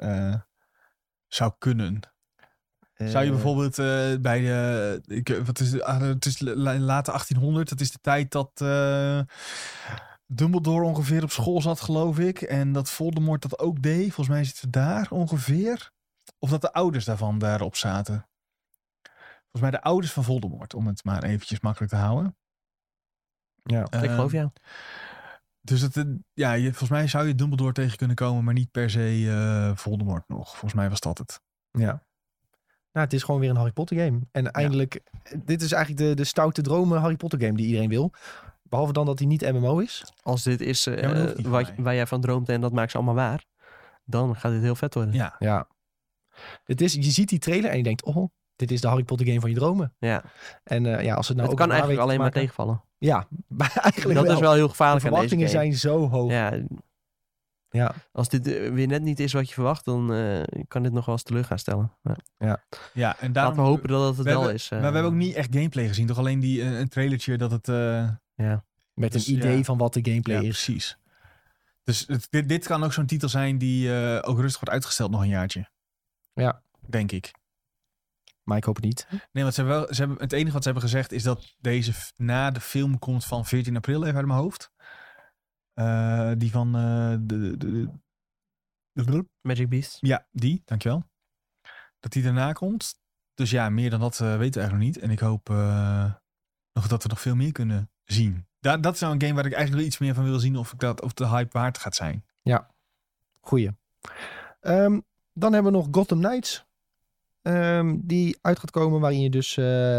zou kunnen. Zou je bijvoorbeeld bij de... wat is het? Het is late 1800. Dat is de tijd dat Dumbledore ongeveer op school zat, geloof ik. En dat Voldemort dat ook deed. Volgens mij zitten we daar ongeveer. Of dat de ouders daarvan daarop zaten. Volgens mij de ouders van Voldemort. Om het maar eventjes makkelijk te houden. Ja. Ik geloof jou. Dus volgens mij zou je Dumbledore tegen kunnen komen. Maar niet per se Voldemort nog. Volgens mij was dat het. Ja. Nou, het is gewoon weer een Harry Potter game. En eindelijk, dit is eigenlijk de stoute dromen Harry Potter game die iedereen wil. Behalve dan dat hij niet MMO is. Als dit is maar dat hoeft niet voor mij. waar jij van droomt en dat maakt ze allemaal waar... dan gaat dit heel vet worden. Ja. Ja. Je ziet die trailer en je denkt, oh, dit is de Harry Potter game van je dromen. Ja. En als het nou Het ook kan eigenlijk alleen maar maken, tegenvallen. Ja, maar eigenlijk Dat wel. is wel heel De gevaarlijk aan deze verwachtingen game. zijn zo hoog. Ja. Als dit weer net niet is wat je verwacht... dan kan dit nog wel eens teleur gaan stellen. Ja. Ja, en daarom... Laten we hopen dat het wel hebben, is. Maar we hebben ook niet echt gameplay gezien. Toch alleen een trailertje dat het... Met Dus, een idee ja. van wat de gameplay ja, is. precies. Dus dit kan ook zo'n titel zijn die ook rustig wordt uitgesteld nog een jaartje. Ja. Denk ik. Maar ik hoop het niet. Nee, want ze hebben, het enige wat ze hebben gezegd is dat deze na de film komt van 14 april, even uit mijn hoofd. Die van Magic Beast. Ja, die, dankjewel. Dat die daarna komt. Dus ja, meer dan dat weten we eigenlijk nog niet. En ik hoop nog dat we nog veel meer kunnen zien. Dat is nou een game waar ik eigenlijk wel iets meer van wil zien of de hype waard gaat zijn. Goeie. Dan hebben we nog Gotham Knights. Die uit gaat komen waarin je dus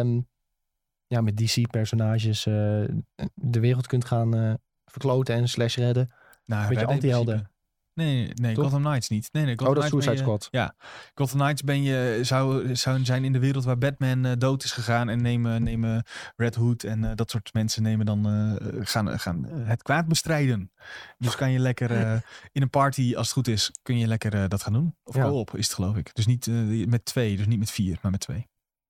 met DC-personages de wereld kunt gaan verkloten en / redden. Nou, Beetje redden in anti-helden. principe. Nee, Toch? Gotham Knights niet. Nee, Gotham Dat is Knights Suicide ben je- Squad. Ja, Gotham Knights zou zijn in de wereld waar Batman dood is gegaan en nemen Red Hood en dat soort mensen gaan het kwaad bestrijden. Dus kan je lekker in een party, als het goed is, kun je lekker dat gaan doen. Of Ja. co-op is het, geloof ik. Dus niet met 2, dus niet met 4, maar met 2.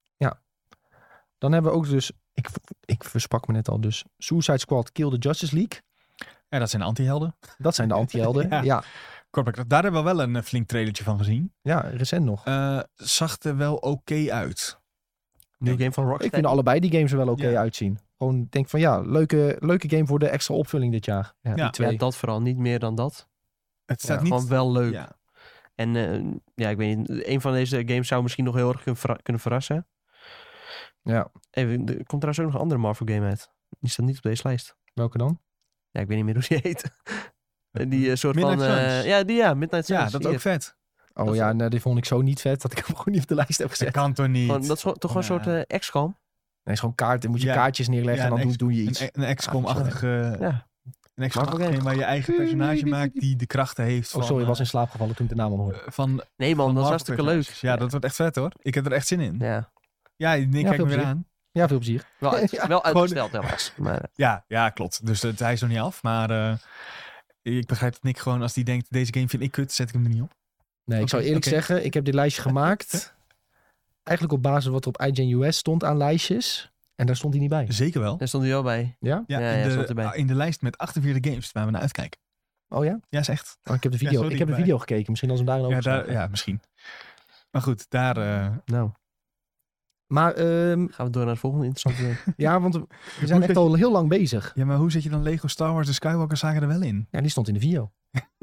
Dan hebben we ook dus, ik versprak me net al, dus Suicide Squad Kill the Justice League. Ja, dat zijn anti-helden. Dat zijn de anti-helden. Ja. ja. Corporate, daar hebben we wel een flink trailertje van gezien. Recent nog. Zag er wel oké uit. Nieuw game van Rockstar. Ik vind allebei die games er wel oké Ja. uitzien. Gewoon denk van leuke game voor de extra opvulling dit jaar. Ja, Ja. Die twee. ja, dat vooral. Niet meer dan dat. Het staat Ja, niet... Gewoon wel leuk. Ja. En ik weet niet. Een van deze games zou misschien nog heel erg kunnen verrassen. Ja. Even, er komt trouwens ook nog een andere Marvel game uit. Die staat niet op deze lijst. Welke dan? Ja, ik weet niet meer hoe die heet. Die soort Midnight van... Suns. Midnight Suns. Ja, dat is Hier. ook vet. Oh Dat is- ja, nee, die vond ik zo niet vet dat ik hem gewoon niet op de lijst heb Dat gezet. kan toch niet? Gewoon, dat is toch gewoon een Ja. soort XCOM? Nee, het is gewoon kaart. Dan moet je Ja. kaartjes neerleggen Ja, en een dan doe je iets. Een XCOM-achtige... Ja. Een XCOM Marvel game. game waar je eigen personage maakt die de krachten heeft Oh, sorry, ik was in slaap gevallen toen ik de naam al hoorde. van Nee man, dat is Marvel hartstikke leuk. personages. Ja, dat wordt echt vet hoor. Ik heb er echt zin in. Ja. Ja, Nick kijkt veel me weer plezier. aan. Ja, veel plezier. Wel uitgesteld helaas. Maar, Ja, klopt. Dus hij is nog niet af. Maar ik begrijp dat Nick gewoon als die denkt, deze game vind ik kut, zet ik hem er niet op. Nee, ik Oké, zou eerlijk oké. zeggen, ik heb dit lijstje gemaakt. Eigenlijk op basis wat er op IGN US stond aan lijstjes. En daar stond hij niet bij. Zeker wel. daar stond hij wel bij. Ja? Ja, Ja, stond erbij. in de lijst met 48 games waar we naar uitkijken. Oh ja? Ja, is echt. Oh, ik heb de Ja, video, sorry, ik heb de maar- video gekeken. Misschien als we hem daarin over Ja, misschien. Maar goed, daar... Nou, Maar gaan we door naar de volgende interessante... ja, want we zijn echt al heel lang bezig. Ja, maar hoe zet je dan Lego Star Wars de Skywalker saga er wel in? Ja, die stond in de video.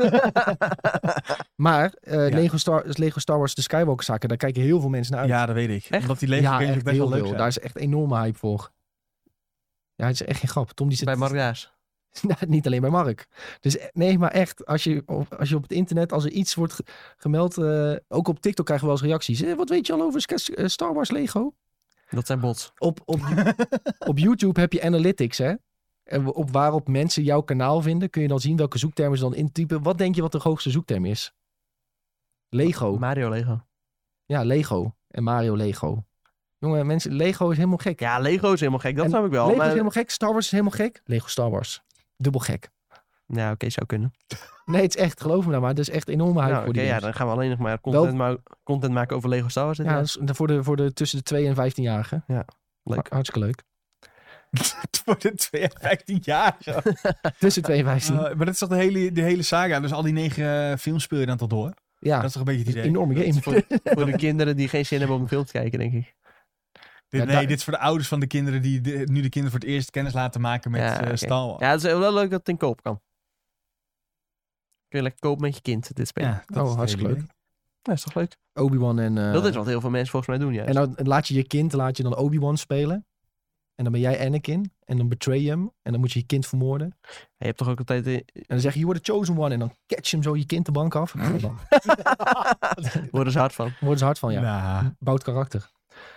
Maar Lego Star Wars de Skywalker zaken, daar kijken heel veel mensen naar uit. Ja, dat weet ik. Echt? Omdat die Lego Ja, games ook echt best wel heel leuk veel. zijn. Daar is echt enorme hype voor. Ja, het is echt geen grap. Tom die zit... bij Mark Daas. Nou, niet alleen bij Mark. Dus nee, maar echt, als je op het internet, als er iets wordt gemeld, ook op TikTok krijgen we wel eens reacties. Wat weet je al over Star Wars Lego? Dat zijn bots. Op YouTube heb je analytics, hè? En waarop mensen jouw kanaal vinden, kun je dan zien welke zoektermen ze dan intypen. Wat denk je wat de hoogste zoekterm is? Lego. Mario Lego. Ja, Lego. En Mario Lego. Jongen, mensen, Lego is helemaal gek. Ja, Lego is helemaal gek. Dat En snap ik wel. Lego Maar... is helemaal gek. Star Wars is helemaal gek. Lego Star Wars. Dubbel gek. Ja, oké, zou kunnen. Nee, het is echt, geloof me nou maar. Het is echt enorme hype Nou, voor oké, die ja, games. dan gaan we alleen nog maar content maken over Lego Star Wars. Ja, dat is voor de tussen de 2 en 15-jarigen. Ja, leuk. Hartstikke leuk. Voor de 15 jaar. Zo. Tussen 2 en 15. Maar dat is toch de hele saga? Dus al die 9 films speel je dan tot door? Ja, Dat is toch een beetje het idee? een enorme game. Voor de kinderen die geen zin hebben om een film te kijken, denk ik. Dit is voor de ouders van de kinderen die nu de kinderen voor het eerst kennis laten maken met Ja, oké. Star Wars. Ja, het is wel leuk dat het in koop kan. Kun je lekker kopen met je kind, dit spelen. Ja, dat is het hartstikke hele leuk. idee. Dat is toch leuk? Obi-Wan en... Dat is wat heel veel mensen volgens mij doen, juist. En dan laat je dan Obi-Wan spelen. En dan ben jij Anakin. En dan betray je hem. En dan moet je je kind vermoorden. Je hebt toch ook altijd... En dan zeg je, you were the chosen one. En dan catch je hem zo je kind de bank af. En dan worden ze hard van. worden ze hard van, ja. Nou, Bouwt karakter.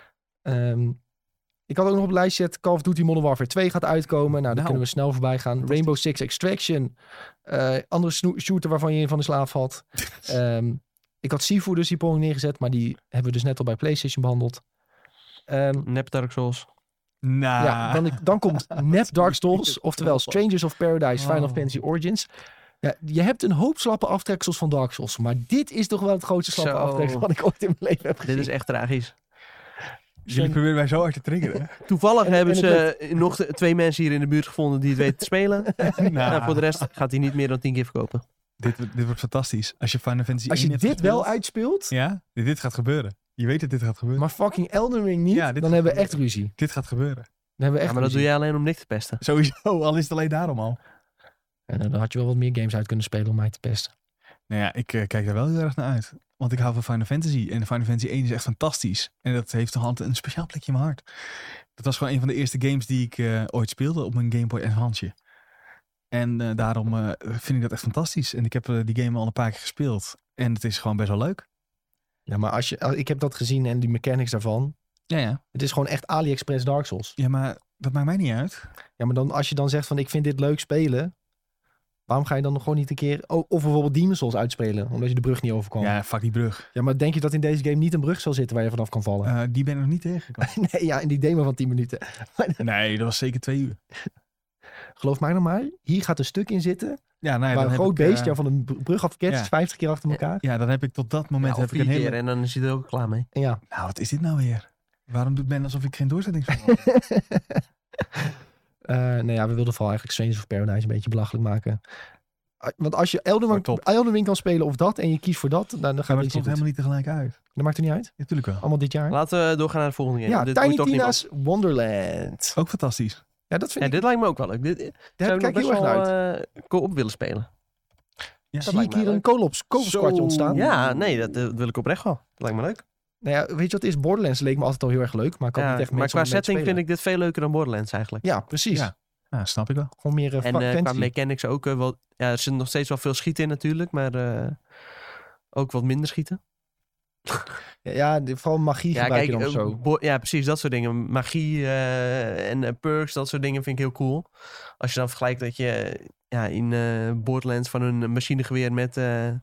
Ik had ook nog op het lijstje Call of Duty Modern Warfare 2 gaat uitkomen. Nou, daar kunnen we snel voorbij gaan. Rainbow Six Extraction. Andere shooter waarvan je van de slaaf valt. Ik had Sifu dus die poging neergezet. Maar die hebben we dus net al bij PlayStation behandeld. Nep Dark Souls. nou. Ja, dan komt Nep Dark Souls. Oftewel Strangers of Paradise Final Fantasy Origins. Ja, je hebt een hoop slappe aftreksels van Dark Souls. Maar dit is toch wel het grootste slappe Zo. aftreksel wat ik ooit in mijn leven heb gezien. Dit is echt tragisch. Jullie proberen mij zo hard te triggeren. Toevallig hebben en ze nog 2 mensen hier in de buurt gevonden die het weten te spelen. Nou, Voor de rest gaat hij niet meer dan 10 keer verkopen. dit wordt fantastisch. Als je Final Fantasy Als 1 je hebt dit wel gespeeld, uitspeelt, Ja, dit gaat gebeuren. Je weet dat dit gaat gebeuren. maar fucking Elden Ring niet, Ja, dit dan gaat hebben we echt gebeuren. ruzie. Dit gaat gebeuren. Dan hebben we echt Ja, maar dat doe ruzie. je alleen om Nick te pesten. Sowieso, al is het alleen daarom al. En dan had je wel wat meer games uit kunnen spelen om mij te pesten. Nou ja, ik kijk daar wel heel erg naar uit. Want ik hou van Final Fantasy. En Final Fantasy 1 is echt fantastisch. En dat heeft toch altijd een speciaal plekje in mijn hart. Dat was gewoon een van de eerste games die ik ooit speelde op mijn Game Boy Advance. En daarom vind ik dat echt fantastisch. En ik heb die game al een paar keer gespeeld. En het is gewoon best wel leuk. Ja, maar ik heb dat gezien en die mechanics daarvan. Ja. Het is gewoon echt AliExpress Dark Souls. Ja, maar dat maakt mij niet uit. Ja, maar dan, als je dan zegt van ik vind dit leuk spelen. Waarom ga je dan nog gewoon niet een keer... of bijvoorbeeld Demon's Souls uitspelen. Omdat je de brug niet overkwam. Ja, fuck die brug. Ja, maar denk je dat in deze game niet een brug zal zitten waar je vanaf kan vallen? Die ben ik nog niet tegengekomen. Nee, ja, in die demo van 10 minuten. Nee, dat was zeker 2 uur. Geloof mij nou maar, hier gaat een stuk in zitten. Ja, nou ja, waar dan een heb groot ik, beest jou van een brug afketst, ja. 50 keer achter elkaar. Ja, dan heb ik tot dat moment Ja, of heb ik 4 een hele... keer en dan is hij er ook klaar mee. En ja. Nou, wat is dit nou weer? Waarom doet men alsof ik geen doorzettingsvermogen heb? Nou ja, we wilden vooral eigenlijk Strangers of Paradise een beetje belachelijk maken. Want als je Elden Ring kan spelen of dat en je kiest voor dat, dan Maar gaan we het iets komt doen. helemaal niet tegelijk uit. Dat maakt er niet uit. Natuurlijk wel. Allemaal dit jaar. Laten we doorgaan naar de volgende game. Ja, Dit Tiny moet toch niet Tina's Wonderland. Ook fantastisch. Ja, dat vind Ja, ik... dit lijkt me ook wel leuk. Dit Daar zou heb ik ik nog heel best erg wel naar uit. co-op willen spelen. Ja, Zie lijkt ik hier mij een co-op-squadje ontstaan? Ja, nee, dat wil ik oprecht wel. Dat lijkt me leuk. Nou ja, weet je wat het is? Borderlands leek me altijd al heel erg leuk, maar ik had Ja, niet echt maar mensen qua om mee te setting vind spelen. ik dit veel leuker dan Borderlands eigenlijk. Ja, precies. Ja. Nou, snap ik wel. Gewoon meer En qua fantasy. mechanics ook wel... Ja, er zit nog steeds wel veel schieten in natuurlijk, maar ook wat minder schieten. Ja, vooral magie gebruik je dan of zo. Ja, precies, dat soort dingen. Magie en perks, dat soort dingen vind ik heel cool. Als je dan vergelijkt dat je in Borderlands van een machinegeweer met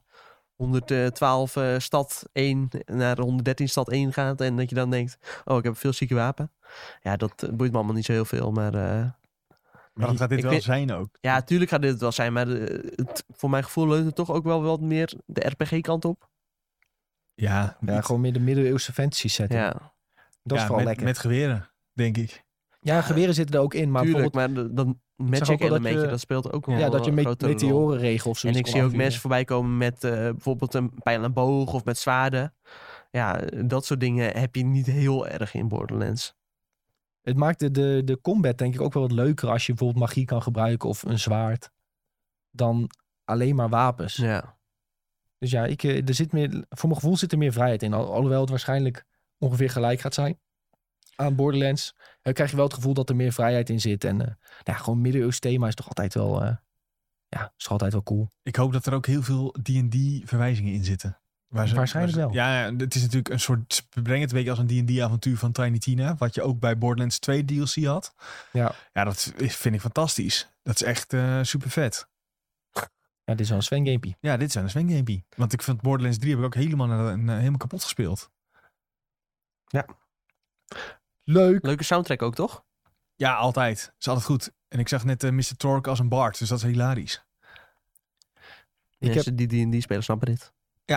112 stad 1 naar 113 stad 1 gaat. En dat je dan denkt, oh, ik heb een veel zieke wapen. Ja, dat boeit me allemaal niet zo heel veel, maar... Maar dat gaat dit ik wel vind- zijn ook. Ja, tuurlijk gaat dit het wel zijn, maar voor mijn gevoel leunt het toch ook wel wat meer de RPG-kant op. Ja, Ja, gewoon meer de middeleeuwse fantasy setting. Ja, Dat is vooral lekker. Met geweren, denk ik. Ja, geweren zitten er ook in, maar tuurlijk, bijvoorbeeld... maar dat ook wel magic dat elementje, je- dat speelt ook wel Ja, dat je een grotere rol. meteorenregel of zo. En ik zie ook mensen voorbij komen met bijvoorbeeld een pijl en boog of met zwaarden. Ja, dat soort dingen heb je niet heel erg in Borderlands. Het maakt de combat denk ik ook wel wat leuker als je bijvoorbeeld magie kan gebruiken of een zwaard. Dan alleen maar wapens. Ja. Dus ja, voor mijn gevoel zit er meer vrijheid in. Alhoewel het waarschijnlijk ongeveer gelijk gaat zijn. aan Borderlands. Krijg je wel het gevoel dat er meer vrijheid in zit. En gewoon middeleeuws thema is toch altijd wel... is toch altijd wel cool. Ik hoop dat er ook heel veel D&D verwijzingen in zitten. Waarschijnlijk wel. Ja, het is natuurlijk een soort... We brengen het een beetje als een D&D avontuur van Tiny Tina. Wat je ook bij Borderlands 2 DLC had. Ja, dat vind ik fantastisch. Dat is echt super vet. Ja, dit is wel een Sven gamepie. Ja, dit is een Sven gamepie. Want ik vind Borderlands 3 heb ik ook helemaal kapot gespeeld. Ja. Leuk. Leuke soundtrack ook, toch? Ja, altijd. Is altijd goed. En ik zag net Mr. Torque als een bard. Dus dat is hilarisch. Mensen die spelen snappen dit.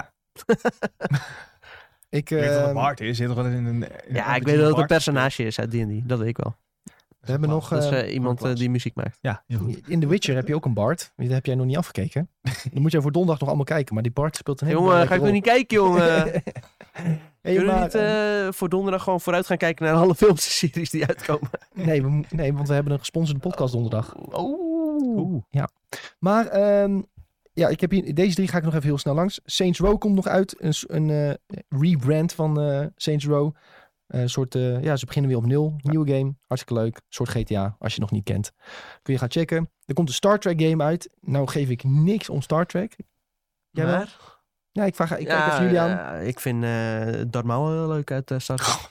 Ik weet wat een bard is. Je hebt toch wel in een ik weet dat het een personage is uit D&D. Dat weet ik wel. We hebben nog... Dat is iemand die muziek maakt. Ja, heel goed. In The Witcher heb je ook een bard. Dat heb jij nog niet afgekeken. Dan moet jij voor donderdag nog allemaal kijken. Maar die bard speelt een hele Jongen, ga ik nog niet kijken, jongen. Hey, Kunnen we niet voor donderdag gewoon vooruit gaan kijken naar alle films en series die uitkomen? Nee, want we hebben een gesponsorde podcast donderdag. Oh. Ja. Maar ik heb hier, deze 3 ga ik nog even heel snel langs. Saints Row komt nog uit. Een rebrand van Saints Row. Ze beginnen weer op 0. Nieuwe game. Hartstikke leuk. Een soort GTA, als je het nog niet kent. Kun je gaan checken. Er komt een Star Trek game uit. Nou geef ik niks om Star Trek. Jij wel? Ja, ik kijk even jullie aan. Ik vind Darth Maul heel leuk uit Star Trek.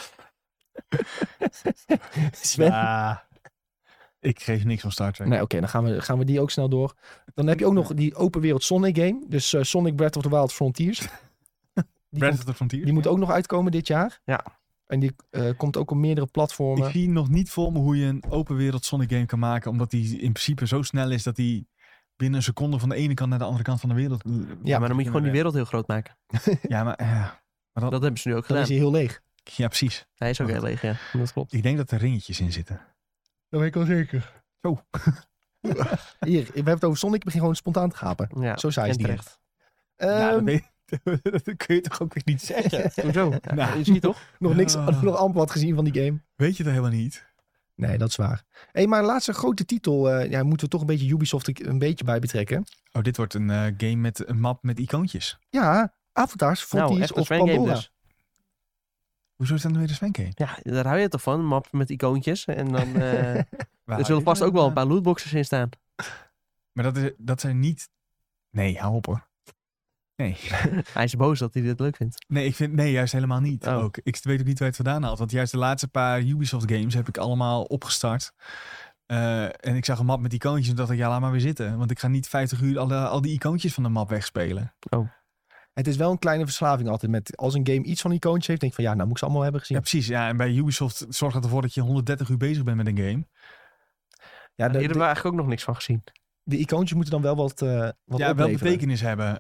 Sven? Ja, ik geef niks om Star Trek. Nee, oké, dan gaan we die ook snel door. Dan heb je ook nog die open wereld Sonic game. Dus Sonic Breath of the Wild Frontiers. Breath of the Frontiers. Die moet ook nog uitkomen dit jaar. Ja. En die komt ook op meerdere platformen. Ik zie nog niet voor me hoe je een open wereld Sonic game kan maken. Omdat die in principe zo snel is dat die binnen een seconde van de ene kant naar de andere kant van de wereld... Ja, maar dan moet je gewoon die wereld heel groot maken. Ja, maar dat hebben ze nu ook Dan gedaan. is hij heel leeg. Ja, precies. Hij is ook heel leeg, ja. Dat klopt. Ik denk dat er ringetjes in zitten. Dat weet ik al zeker. Zo. Hier, we hebben het over Sonic. Ik begin gewoon spontaan te gapen. Ja, Zo saai is en die. terecht. Dat kun je toch ook weer niet zeggen? Hoezo? Ja, je ziet toch? Nog amper wat gezien van die game. Weet je dat helemaal niet? Nee, dat is waar. Maar laatste grote titel. Moeten we toch een beetje Ubisoft een beetje bij betrekken. Oh, dit wordt een game met een map met icoontjes. Ja, Avatars, Frontiers echt een of Sven-game Pandora. dus. Hoezo is dat nou weer een Sven-game? Ja, daar hou je toch van, een map met icoontjes. En dan er zullen vast ook wel een paar lootboxes in staan. Maar dat zijn niet... Nee, hou op hoor. Nee. Hij is boos dat hij dit leuk vindt. Nee, juist helemaal niet. Oh. Ook. Ik weet ook niet waar je het vandaan haalt. Want juist de laatste paar Ubisoft games heb ik allemaal opgestart. En ik zag een map met icoontjes en dacht ik, ja, laat maar weer zitten. Want ik ga niet 50 uur al die icoontjes van de map wegspelen. Oh. Het is wel een kleine verslaving altijd. Als een game iets van icoontjes heeft, denk ik van nou moet ik ze allemaal hebben gezien. Ja, precies. Ja, en bij Ubisoft zorgt dat ervoor dat je 130 uur bezig bent met een game. Ja, hier hebben we eigenlijk ook nog niks van gezien. De icoontjes moeten dan wel wat opleveren. Wel betekenis hebben.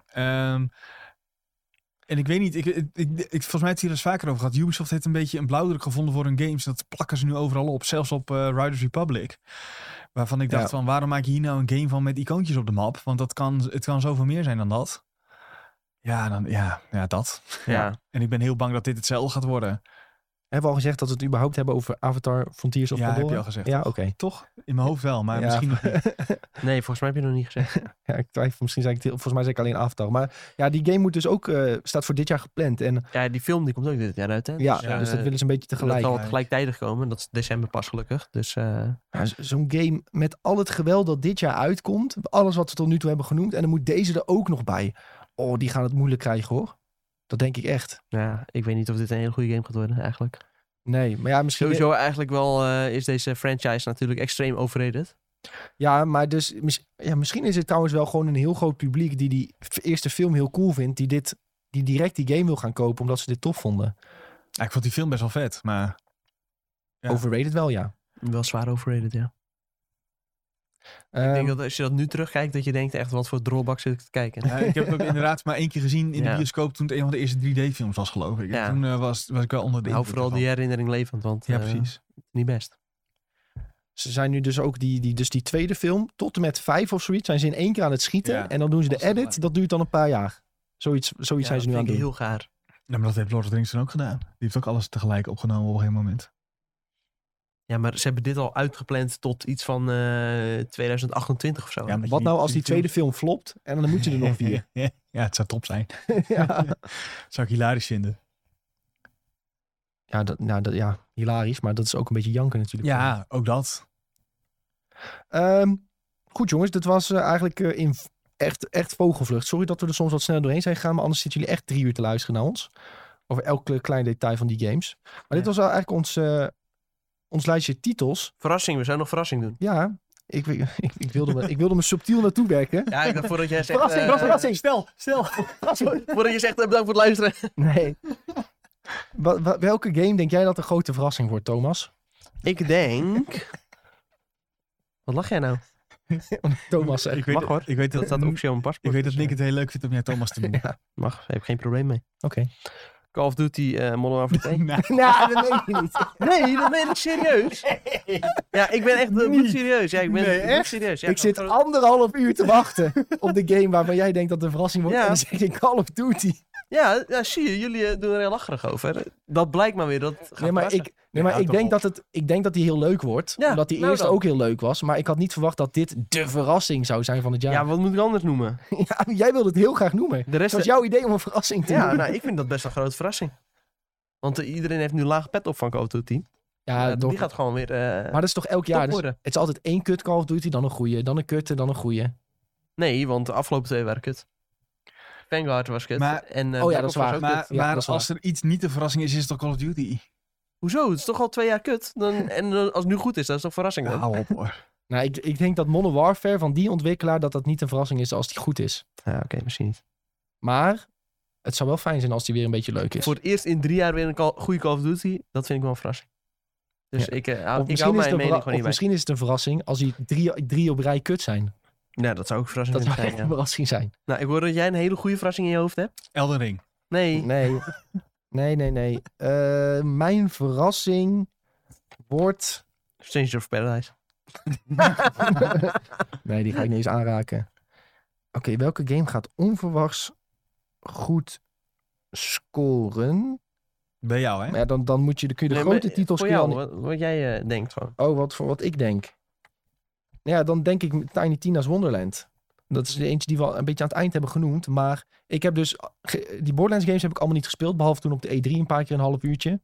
En ik weet niet, volgens mij heeft hij er eens vaker over gehad. Ubisoft heeft een beetje een blauwdruk gevonden voor hun games. Dat plakken ze nu overal op. Zelfs op Riders Republic. Waarvan ik dacht van, waarom maak je hier nou een game van met icoontjes op de map? Want het kan zoveel meer zijn dan dat. Ja, dat. Ja. En ik ben heel bang dat dit hetzelfde gaat worden. Hebben we al gezegd dat we het überhaupt hebben over Avatar, Frontiers of Pandora? Ja, heb je al gezegd. Ja, oké. Toch? In mijn hoofd wel, maar misschien nog niet. Nee, volgens mij heb je nog niet gezegd. Ja, ik twijfel. Volgens mij zei ik alleen Avatar. Maar ja, die game moet dus ook, staat voor dit jaar gepland. En, Ja, die film die komt ook dit jaar uit, hè? dus dat willen ze een beetje tegelijk. Dat zal gelijktijdig komen. Dat is december pas gelukkig. Dus, zo'n game met al het geweld dat dit jaar uitkomt. Alles wat we tot nu toe hebben genoemd. En dan moet deze er ook nog bij. Oh, die gaan het moeilijk krijgen, hoor. Dat denk ik echt. Ja, ik weet niet of dit een hele goede game gaat worden, eigenlijk. Nee, maar ja, misschien... Sowieso eigenlijk wel is deze franchise natuurlijk extreem overrated. Ja, maar dus misschien is het trouwens wel gewoon een heel groot publiek die eerste film heel cool vindt, die direct die game wil gaan kopen omdat ze dit tof vonden. Ja, ik vond die film best wel vet, maar... Ja. Overrated wel, ja. Wel zwaar overrated, ja. Ik denk dat als je dat nu terugkijkt, dat je denkt echt wat voor drolbak zit ik te kijken. Ja, ik heb het ook inderdaad maar 1 keer gezien in de bioscoop toen het een van de eerste 3D-films was, geloof ik. Ja. Toen was ik wel onder de Hou indruk vooral ervan. die herinnering levend, want Ja, precies. niet best. Ze zijn nu dus ook die tweede film, tot en met 5 of zoiets, zijn ze in 1 keer aan het schieten. Ja. En dan doen ze de Dat is edit, lang. dat duurt dan een paar jaar. Zoiets zijn ze nu aan het doen. Heel gaar. Ja, maar dat heeft Lord of the Rings toen ook gedaan. Die heeft ook alles tegelijk opgenomen op een gegeven moment. Ja, maar ze hebben dit al uitgepland tot iets van 2028 of zo. Ja, maar Wat nou als die tweede film flopt en dan moeten er nog 4? Ja, het zou top zijn. Ja. Zou ik hilarisch vinden. Ja, hilarisch. Maar dat is ook een beetje janken natuurlijk. Ja, ook dat. Goed jongens, dit was eigenlijk in echt vogelvlucht. Sorry dat we er soms wat sneller doorheen zijn gegaan. Maar anders zitten jullie echt 3 uur te luisteren naar ons. Over elk klein detail van die games. Maar dit was wel eigenlijk ons lijstje titels. Verrassing, we zouden nog verrassing doen. Ja, ik wilde me subtiel naartoe werken. Ja, ik dacht voordat jij zegt... Verrassing. Stel. Voordat je zegt, bedankt voor het luisteren. Nee. Welke game denk jij dat een grote verrassing wordt, Thomas? Ik denk... Wat lach jij nou? Thomas zegt. Mag hoor. Ik weet Dat staat optie op mijn paspoort. Ik weet dat Nick het heel leuk vindt om jij Thomas te noemen. Ja, Mag, daar heb ik geen probleem mee. oké. Call of Duty Modern Warfare 2. Nou, Nou, dat weet je niet. Nee, dat meen ik serieus. Ja, ik ben echt bloed serieus. Ja, ik ben Nee, bloed echt? serieus. Ja, Ik zit gewoon- 1,5 uur te wachten op de game waarvan jij denkt dat het een verrassing wordt. Ja. En dan zeg ik Call of Duty. Ja, zie je, jullie doen er heel lacherig over. Dat blijkt maar weer dat het gaat Nee, maar verrassen. ik denk dat die heel leuk wordt. Ja, omdat die nou eerste dan. ook heel leuk was. Maar ik had niet verwacht dat dit de verrassing zou zijn van het jaar. Ja, wat moet ik anders noemen? Ja, jij wilde het heel graag noemen. De rest... Het was jouw idee om een verrassing te Ja, doen. nou, ik vind dat best wel een grote verrassing. Want iedereen heeft nu laag pet op van Call of Duty. Ja, Die toch. gaat gewoon weer Maar dat is toch elk jaar. top Dus worden. het is altijd 1 kut Call of Duty, dan een goeie. Dan een kutte, dan een goeie. Nee, want de afgelopen 2 waren kut. Vanguard was kut. Maar- en, ja, Black dat is Ops waar. was ook maar kut. Ja, dat is als er iets niet de verrassing is het toch Call of Duty? Hoezo? Het is toch al 2 jaar kut? En als het nu goed is, dat is toch verrassing dan? Hou op hoor. Nou, ik denk dat Modern Warfare van die ontwikkelaar dat niet een verrassing is als die goed is. Ja, oké, misschien niet. Maar het zou wel fijn zijn als die weer een beetje leuk is. Voor het eerst in 3 jaar weer een goede Call of Duty, dat vind ik wel een verrassing. Dus Ja. ik Of hou misschien, mijn mening gewoon of niet bij. misschien is het een verrassing als die drie op rij kut zijn. Ja, dat zou ook een verrassing Dat zou zijn, echt ja. een verrassing zijn. Nou, ik hoor dat jij een hele goede verrassing in je hoofd hebt. Elden Ring. Nee. Nee. Mijn verrassing wordt... Stranger of Paradise. Nee, die ga ik niet eens aanraken. Oké, welke game gaat onverwachts goed scoren? Bij jou, hè? Maar ja, dan kun je de Nee, grote maar titels... Voor kun je jou, al niet- wat jij denkt gewoon. Oh, wat ik denk. Ja, dan denk ik Tiny Tina's Wonderland. Dat is de eentje die we al een beetje aan het eind hebben genoemd. Maar ik heb dus... Die Borderlands games heb ik allemaal niet gespeeld. Behalve toen op de E3 een paar keer een half uurtje.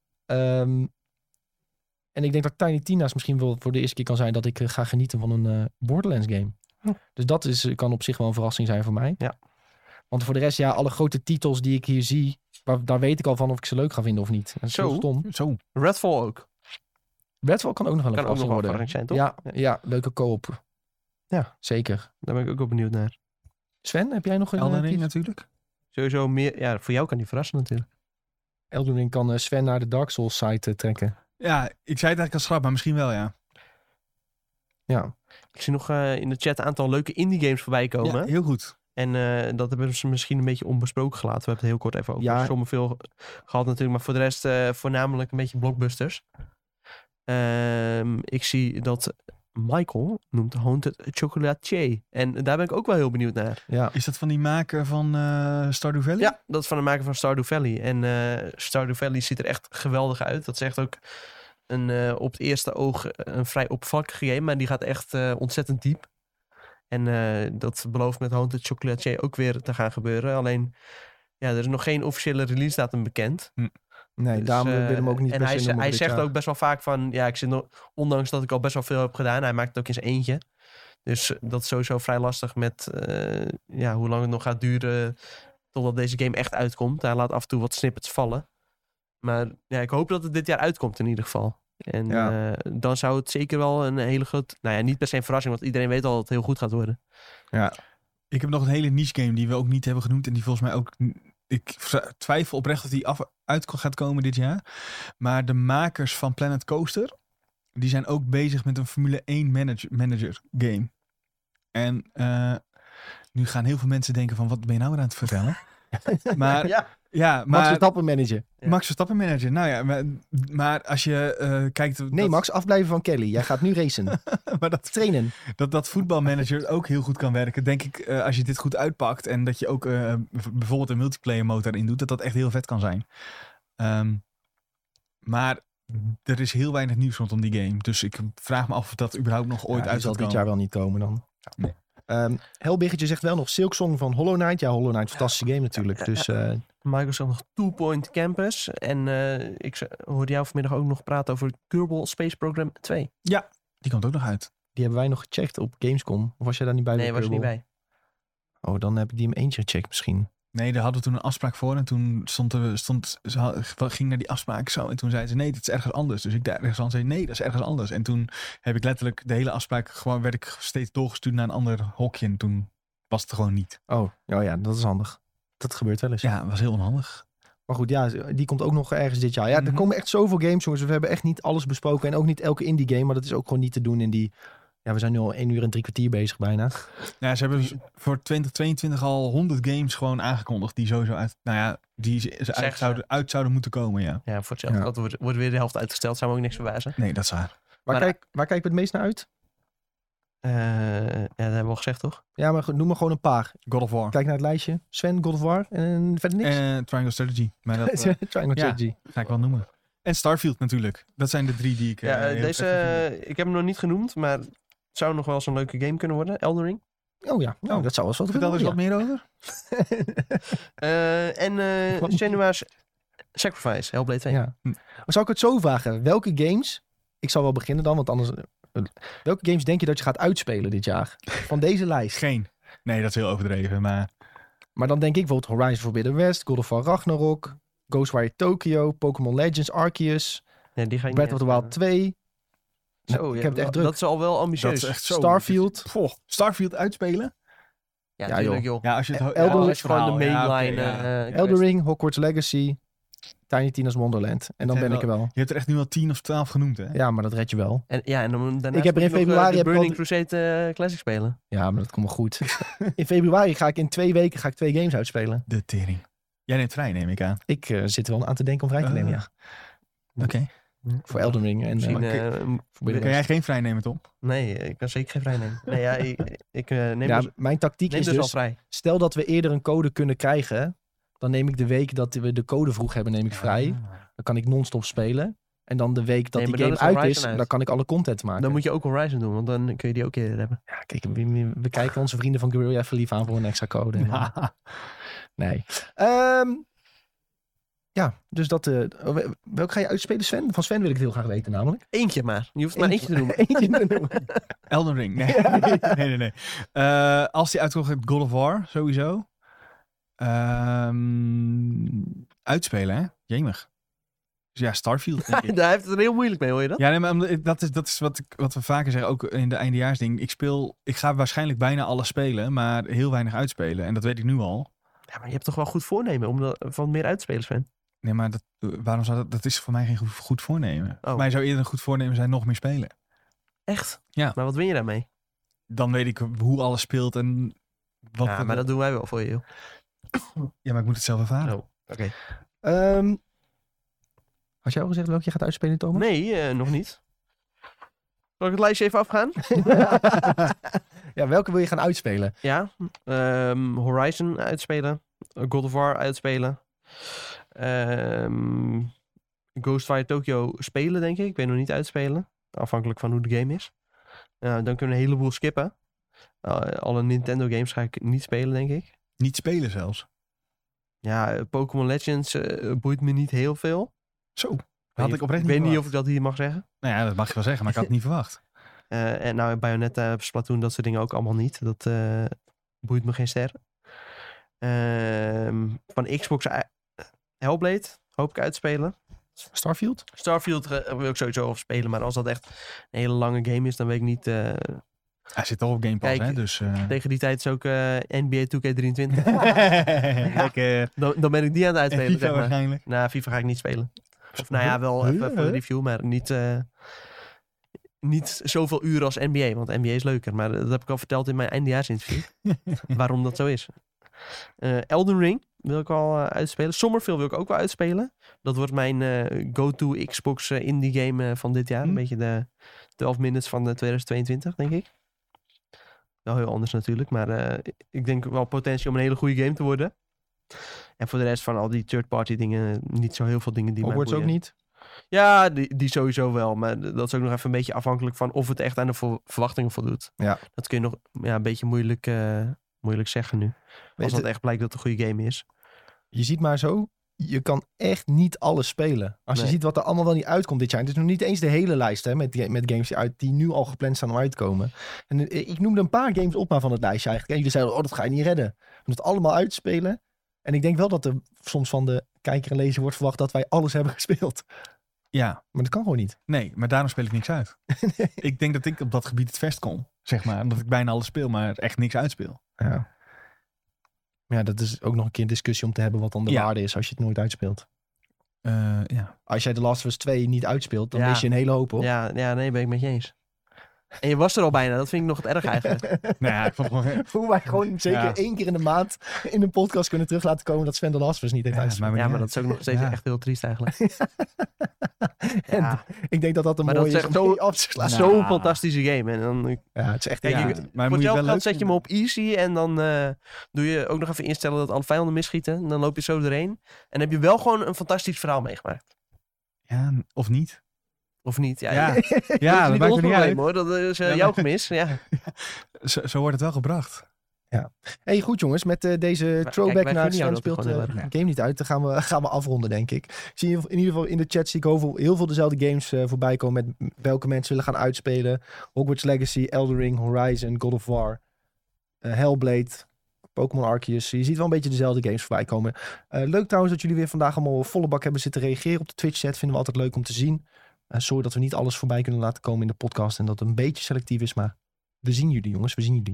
En ik denk dat Tiny Tina's misschien wel voor de eerste keer kan zijn... dat ik ga genieten van een Borderlands game. Dus dat kan op zich wel een verrassing zijn voor mij. Ja. Want voor de rest, ja, alle grote titels die ik hier zie... daar weet ik al van of ik ze leuk ga vinden of niet. Dat is Zo. heel stom. Zo. Redfall ook. Redfall kan ook nog wel een Kan ook nog verrassing wel een worden. verrassing zijn, toch? Ja, leuke co-op. Ja. Zeker. Daar ben ik ook wel benieuwd naar. Sven, heb jij nog een... Elden Ring titel? natuurlijk. Sowieso meer... Ja, voor jou kan die verrassen natuurlijk. Elden Ring kan Sven naar de Dark Souls site trekken. Ja, ik zei het eigenlijk als grap, maar misschien wel, ja. Ja. Ik zie nog in de chat een aantal leuke indie games voorbij komen. Ja, heel goed. En dat hebben ze misschien een beetje onbesproken gelaten. We hebben het heel kort even over Ja. sommen veel gehad natuurlijk. Maar voor de rest voornamelijk een beetje blockbusters. Ik zie dat Michael noemt Haunted Chocolatier. En daar ben ik ook wel heel benieuwd naar. Ja. Is dat van die maker van Stardew Valley? Ja, dat is van de maker van Stardew Valley. En Stardew Valley ziet er echt geweldig uit. Dat is echt ook op het eerste oog een vrij oppervlakkig game. Maar die gaat echt ontzettend diep. En dat belooft met Haunted Chocolatier ook weer te gaan gebeuren. Alleen, ja, er is nog geen officiële release datum bekend. Nee, Dus, daarom wil ik hem ook niet en per se noemen hij dit zegt jaar. ook best wel vaak van... Ja, ik zit nog... Ondanks dat ik al best wel veel heb gedaan. Hij maakt het ook in zijn eentje. Dus dat is sowieso vrij lastig met... hoe lang het nog gaat duren... Totdat deze game echt uitkomt. Hij laat af en toe wat snippets vallen. Maar ja, ik hoop dat het dit jaar uitkomt in ieder geval. En Ja. dan zou het zeker wel een hele grote... Nou ja, niet per se een verrassing. Want iedereen weet al dat het heel goed gaat worden. Ja. Ik heb nog een hele niche game die we ook niet hebben genoemd. En die volgens mij ook... Ik twijfel oprecht of die uit gaat komen dit jaar. Maar de makers van Planet Coaster... die zijn ook bezig met een Formule 1 manager game. En nu gaan heel veel mensen denken van... wat ben je nou weer aan het vertellen? Maar Ja. Max maar Verstappen manager. Ja. Max Verstappen manager. Nou ja, maar als je kijkt... Nee, Max, afblijven van Kelly. Jij gaat nu racen. Maar dat Trainen. dat voetbalmanager ook heel goed kan werken. Denk ik, als je dit goed uitpakt en dat je ook bijvoorbeeld een multiplayer motor in doet, dat echt heel vet kan zijn. Maar er is heel weinig nieuws rondom die game. Dus ik vraag me af of dat überhaupt nog ooit Ja, uit die zal zal dit komen. jaar wel niet komen dan. Nee. Helbiggetje zegt wel nog Silksong van Hollow Knight. Ja, Hollow Knight, fantastische game natuurlijk. Dus Microsoft nog 2 Point Campus. En ik hoorde jou vanmiddag ook nog praten over Kerbal Space Program 2. Die komt ook nog uit. Die hebben wij nog gecheckt op Gamescom. Of was jij daar niet bij? Nee, was je niet bij. Oh, dan heb ik die in mijn eentje gecheckt misschien. Nee, daar hadden we toen een afspraak voor. En toen ging naar die afspraak zo. En toen zei ze, nee, dit is ergens anders. Dus ik daar ergens aan zei, nee, dat is ergens anders. En toen heb ik letterlijk de hele afspraak gewoon... werd ik steeds doorgestuurd naar een ander hokje. En toen was het gewoon niet. Oh ja, dat is handig. Dat gebeurt wel eens. Ja, het was heel onhandig. Maar goed, ja, die komt ook nog ergens dit jaar. Ja, er komen echt zoveel games, jongens. We hebben echt niet alles besproken. En ook niet elke indie game. Maar dat is ook gewoon niet te doen in die... Ja, we zijn nu al 1 uur en 3 kwartier bezig bijna. Ja, ze hebben dus voor 2022 al 100 games gewoon aangekondigd. Die sowieso uit zouden moeten komen, ja. Ja, voor hetzelfde geld wordt weer de helft uitgesteld. Zou me ook niks verbazen. Nee, dat is waar. Waar kijken we het meest naar uit? Ja, dat hebben we al gezegd, toch? Ja, maar noem maar gewoon een paar. God of War. Kijk naar het lijstje. Sven, God of War. En verder niks? Triangle Strategy. Maar dat Triangle Strategy. ga ik wel noemen. En Starfield natuurlijk. Dat zijn de 3 die ik... Ja, ik heb hem nog niet genoemd, maar het zou nog wel zo'n leuke game kunnen worden. Elden Ring. Oh ja, nou, dat zou wel eens wat Vertel eens wat meer over. En Senua's Sacrifice, Hellblade 2. Ja. Zou ik het zo vragen? Welke games... Ik zal wel beginnen dan, want anders... Welke games denk je dat je gaat uitspelen dit jaar? Van deze lijst. Geen. Nee, dat is heel overdreven, maar... Maar dan denk ik bijvoorbeeld Horizon Forbidden West, God of War Ragnarok, Ghostwire Tokyo, Pokémon Legends Arceus, Ja, die ga ik Breath of the Wild 2. Zo, ik heb het echt druk. Dat is al wel ambitieus. Dat is echt zo. Starfield. Starfield uitspelen? Ja, Ja, tuurlijk, joh. joh. Ja, als je het... Elden Dat is gewoon de mainline. Elden Ring, Hogwarts Legacy, Tiny Tina's Wonderland. En dan ben ik er wel. Je hebt er echt nu al 10 of 12 genoemd, hè? Ja, maar dat red je wel. En daarnaast Ik heb er in moet nog, februari de heb ik Burning al- Crusade Classic spelen. Ja, maar dat komt wel goed. In februari ga ik in 2 weken 2 games uitspelen. De tering. Jij neemt vrij, neem ik aan. Ik zit er wel aan te denken om vrij te nemen, ja. Oké. Voor Elden Ring en Misschien, Forbidden Kan jij West. geen vrij nemen, Tom? nee, ik kan zeker geen vrij nemen. Nee, ja, ik neem Ja, dus, mijn tactiek neem is dus al dus, vrij. stel dat we eerder een code kunnen krijgen, dan neem ik de week dat we de code vroeg hebben, neem ik vrij. Dan kan ik non-stop spelen. En dan de week dat Nee, die maar game dan is uit is, Horizon uit. dan kan ik alle content maken. Dan moet je ook Horizon doen, want dan kun je die ook eerder hebben. Ja, kijk, we kijken onze vrienden van Guerrilla even lief aan voor een extra code. Nee. Ja, dus dat... welke ga je uitspelen, Sven? Van Sven wil ik het heel graag weten, namelijk. Eentje maar. Je hoeft maar eentje te noemen. Eentje te noemen. Elden Ring. Nee. Als die uitkomt, God of War, sowieso. Uitspelen, hè? Jemig. Dus ja, Starfield, denk ik. Daar heeft het er heel moeilijk mee, hoor je dat? Ja, nee, maar dat is wat we vaker zeggen, ook in de eindejaarsding. Ik ga waarschijnlijk bijna alles spelen, maar heel weinig uitspelen. En dat weet ik nu al. Ja, maar je hebt toch wel goed voornemen om van meer uit te spelen, Sven? Nee, maar waarom zou dat is voor mij geen goed voornemen. Oh. Voor mij zou eerder een goed voornemen zijn nog meer spelen. Echt? Ja. Maar wat win je daarmee? Dan weet ik hoe alles speelt en wat... Ja, maar dat doen wij wel voor je, joh. Ja, maar ik moet het zelf ervaren. Oh, oké. Had jij al gezegd welke je gaat uitspelen, Thomas? Nee, nog niet. Zal ik het lijstje even afgaan? Ja, welke wil je gaan uitspelen? Ja. Horizon uitspelen. God of War uitspelen. Ghostwire Tokyo spelen, denk ik. Ik weet nog niet uitspelen. Afhankelijk van hoe de game is. Dan kunnen we een heleboel skippen. Alle Nintendo games ga ik niet spelen, denk ik. Niet spelen zelfs. Ja, Pokémon Legends boeit me niet heel veel. Zo. Had ik oprecht Ik niet weet niet of verwacht. ik dat hier mag zeggen. Nou ja, dat mag je wel zeggen, maar ik had het niet verwacht. En nou, Bayonetta, Splatoon, dat soort dingen ook allemaal niet. Dat boeit me geen ster. Van Xbox Hellblade hoop ik uitspelen. Starfield? Starfield wil ik sowieso over spelen. Maar als dat echt een hele lange game is, dan weet ik niet. Hij zit toch op Game Pass, Kijk, hè? Dus, Tegen die tijd is ook NBA 2K23. Lekker. Dan ben ik die aan het En uitspelen. FIFA Zeg maar. waarschijnlijk. Nou, FIFA ga ik niet spelen. Of nou ja, wel even voor de review, maar niet zoveel uren als NBA. Want NBA is leuker. Maar dat heb ik al verteld in mijn eindejaarsinterview. Waarom dat zo is. Elden Ring wil ik al uitspelen. Summerville wil ik ook wel uitspelen. Dat wordt mijn go-to Xbox indie game van dit jaar. Een beetje de 12 minutes van 2022, denk ik. Wel heel anders natuurlijk. Maar ik denk wel potentie om een hele goede game te worden. En voor de rest van al die third-party dingen, niet zo heel veel dingen die mij Hogwarts ook boeien. niet? Ja, die sowieso wel. Maar dat is ook nog even een beetje afhankelijk van of het echt aan de verwachtingen voldoet. Ja. Dat kun je nog een beetje moeilijk zeggen nu. Als dat echt blijkt dat het een goede game is. Je ziet maar zo, je kan echt niet alles spelen. Als je Nee. ziet wat er allemaal wel niet uitkomt dit jaar. Het is nog niet eens de hele lijst hè, met games die nu al gepland staan om uit te komen. En ik noemde een paar games op maar van het lijstje eigenlijk. En jullie zeiden, dat ga je niet redden. Om het allemaal uit te spelen. En ik denk wel dat er soms van de kijker en lezer wordt verwacht dat wij alles hebben gespeeld. Ja, Maar dat kan gewoon niet. nee, maar daarom speel ik niks uit. Ik denk dat ik op dat gebied het verst kom, zeg maar. Omdat ik bijna alles speel, maar echt niks uitspeel. Ja. Ja, dat is ook nog een keer een discussie om te hebben wat dan de Ja. waarde is als je het nooit uitspeelt. Ja. Als jij The Last of Us 2 niet uitspeelt, dan Ja. mis je een hele hoop hoor. Ja, nee, ben ik met je eens. En je was er al bijna. Dat vind ik nog het erg eigenlijk. Nou ja, ik vond het gewoon... Hoe wij gewoon zeker Ja. 1 keer in de maand in een podcast kunnen terug laten komen dat Sven The Last of Us niet heeft Ja, uitgespeeld. Ja, niet maar uit. dat is ook nog steeds Ja. echt heel triest eigenlijk. En Ja, ik denk dat dat een Maar dat mooie is is echt om zo- mee af te sluiten. Nou. zo'n fantastische game. En dan, Ja, het is echt... Kijk, ja, je- maar voor moet je het hetzelfde wel geld leuk zet je hem vinden. op easy en dan doe je ook nog even instellen dat alle vijanden misschieten. En dan loop je zo erheen. En heb je wel gewoon een fantastisch verhaal meegemaakt. Ja, of niet. Of niet? Ja, Ja, dat is ja dat niet maakt ons er niet probleem uit. hoor. Dat is Ja, jouw maar- gemis. Ja. Zo wordt het wel gebracht. Hey, goed jongens, met deze kijk, throwback wij naar gunnen jou Sven dat speelt gewoon heel de game niet uit. Dan gaan we afronden, denk ik. Ik zie in ieder geval in de chat zie ik heel veel dezelfde games voorbij komen met welke mensen willen gaan uitspelen. Hogwarts Legacy, Elden Ring, Horizon, God of War, Hellblade, Pokémon Arceus. Je ziet wel een beetje dezelfde games voorbij komen. Leuk trouwens dat jullie weer vandaag allemaal volle bak hebben zitten reageren op de Twitch chat. Vinden we altijd leuk om te zien. Sorry dat we niet alles voorbij kunnen laten komen in de podcast en dat het een beetje selectief is, maar we zien jullie jongens, we zien jullie.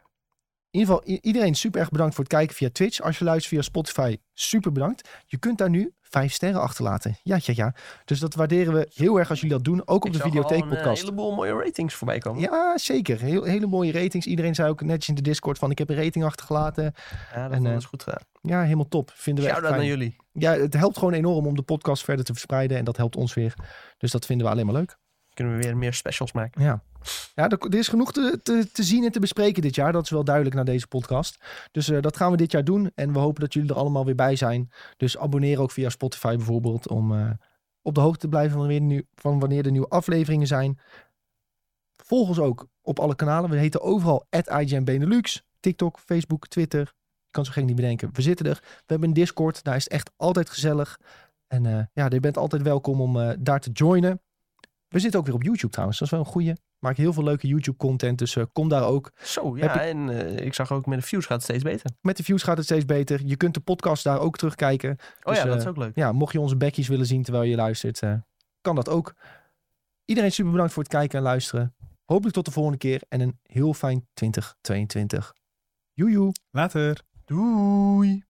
In ieder geval, iedereen super erg bedankt voor het kijken via Twitch. Als je luistert via Spotify, super bedankt. Je kunt daar nu 5 sterren achterlaten. Ja. Dus dat waarderen we heel erg als jullie dat doen. Ook op Ik de zag al Videotheek een podcast. heleboel mooie ratings voorbij komen. Ja, zeker. Hele mooie ratings. Iedereen zei ook netjes in de Discord van ik heb een rating achtergelaten. Ja, En, dat is goed gedaan. Ja, helemaal top. Vinden we echt Shout-out naar fijn. jullie. Ja, het helpt gewoon enorm om de podcast verder te verspreiden. En dat helpt ons weer. Dus dat vinden we alleen maar leuk. Kunnen we weer meer specials maken. Ja, er is genoeg te zien en te bespreken dit jaar. Dat is wel duidelijk na deze podcast. Dus dat gaan we dit jaar doen. En we hopen dat jullie er allemaal weer bij zijn. Dus abonneer ook via Spotify bijvoorbeeld. Om op de hoogte te blijven van wanneer er nieuwe afleveringen zijn. Volg ons ook op alle kanalen. We heten overal @IGN Benelux. TikTok, Facebook, Twitter. Je kan zo gek niet bedenken. We zitten er. We hebben een Discord. Daar is het echt altijd gezellig. En je bent altijd welkom om daar te joinen. We zitten ook weer op YouTube trouwens. Dat is wel een goeie. Maak heel veel leuke YouTube content. Dus kom daar ook. Zo, Heb ja. En ik zag ook met de views gaat het steeds beter. Met de views gaat het steeds beter. Je kunt de podcast daar ook terugkijken. Oh Dus, ja, dat is ook leuk. Ja, mocht je onze bekkies willen zien terwijl je luistert, kan dat ook. Iedereen super bedankt voor het kijken en luisteren. Hopelijk tot de volgende keer en een heel fijn 2022. Joejoe. Later. Doei.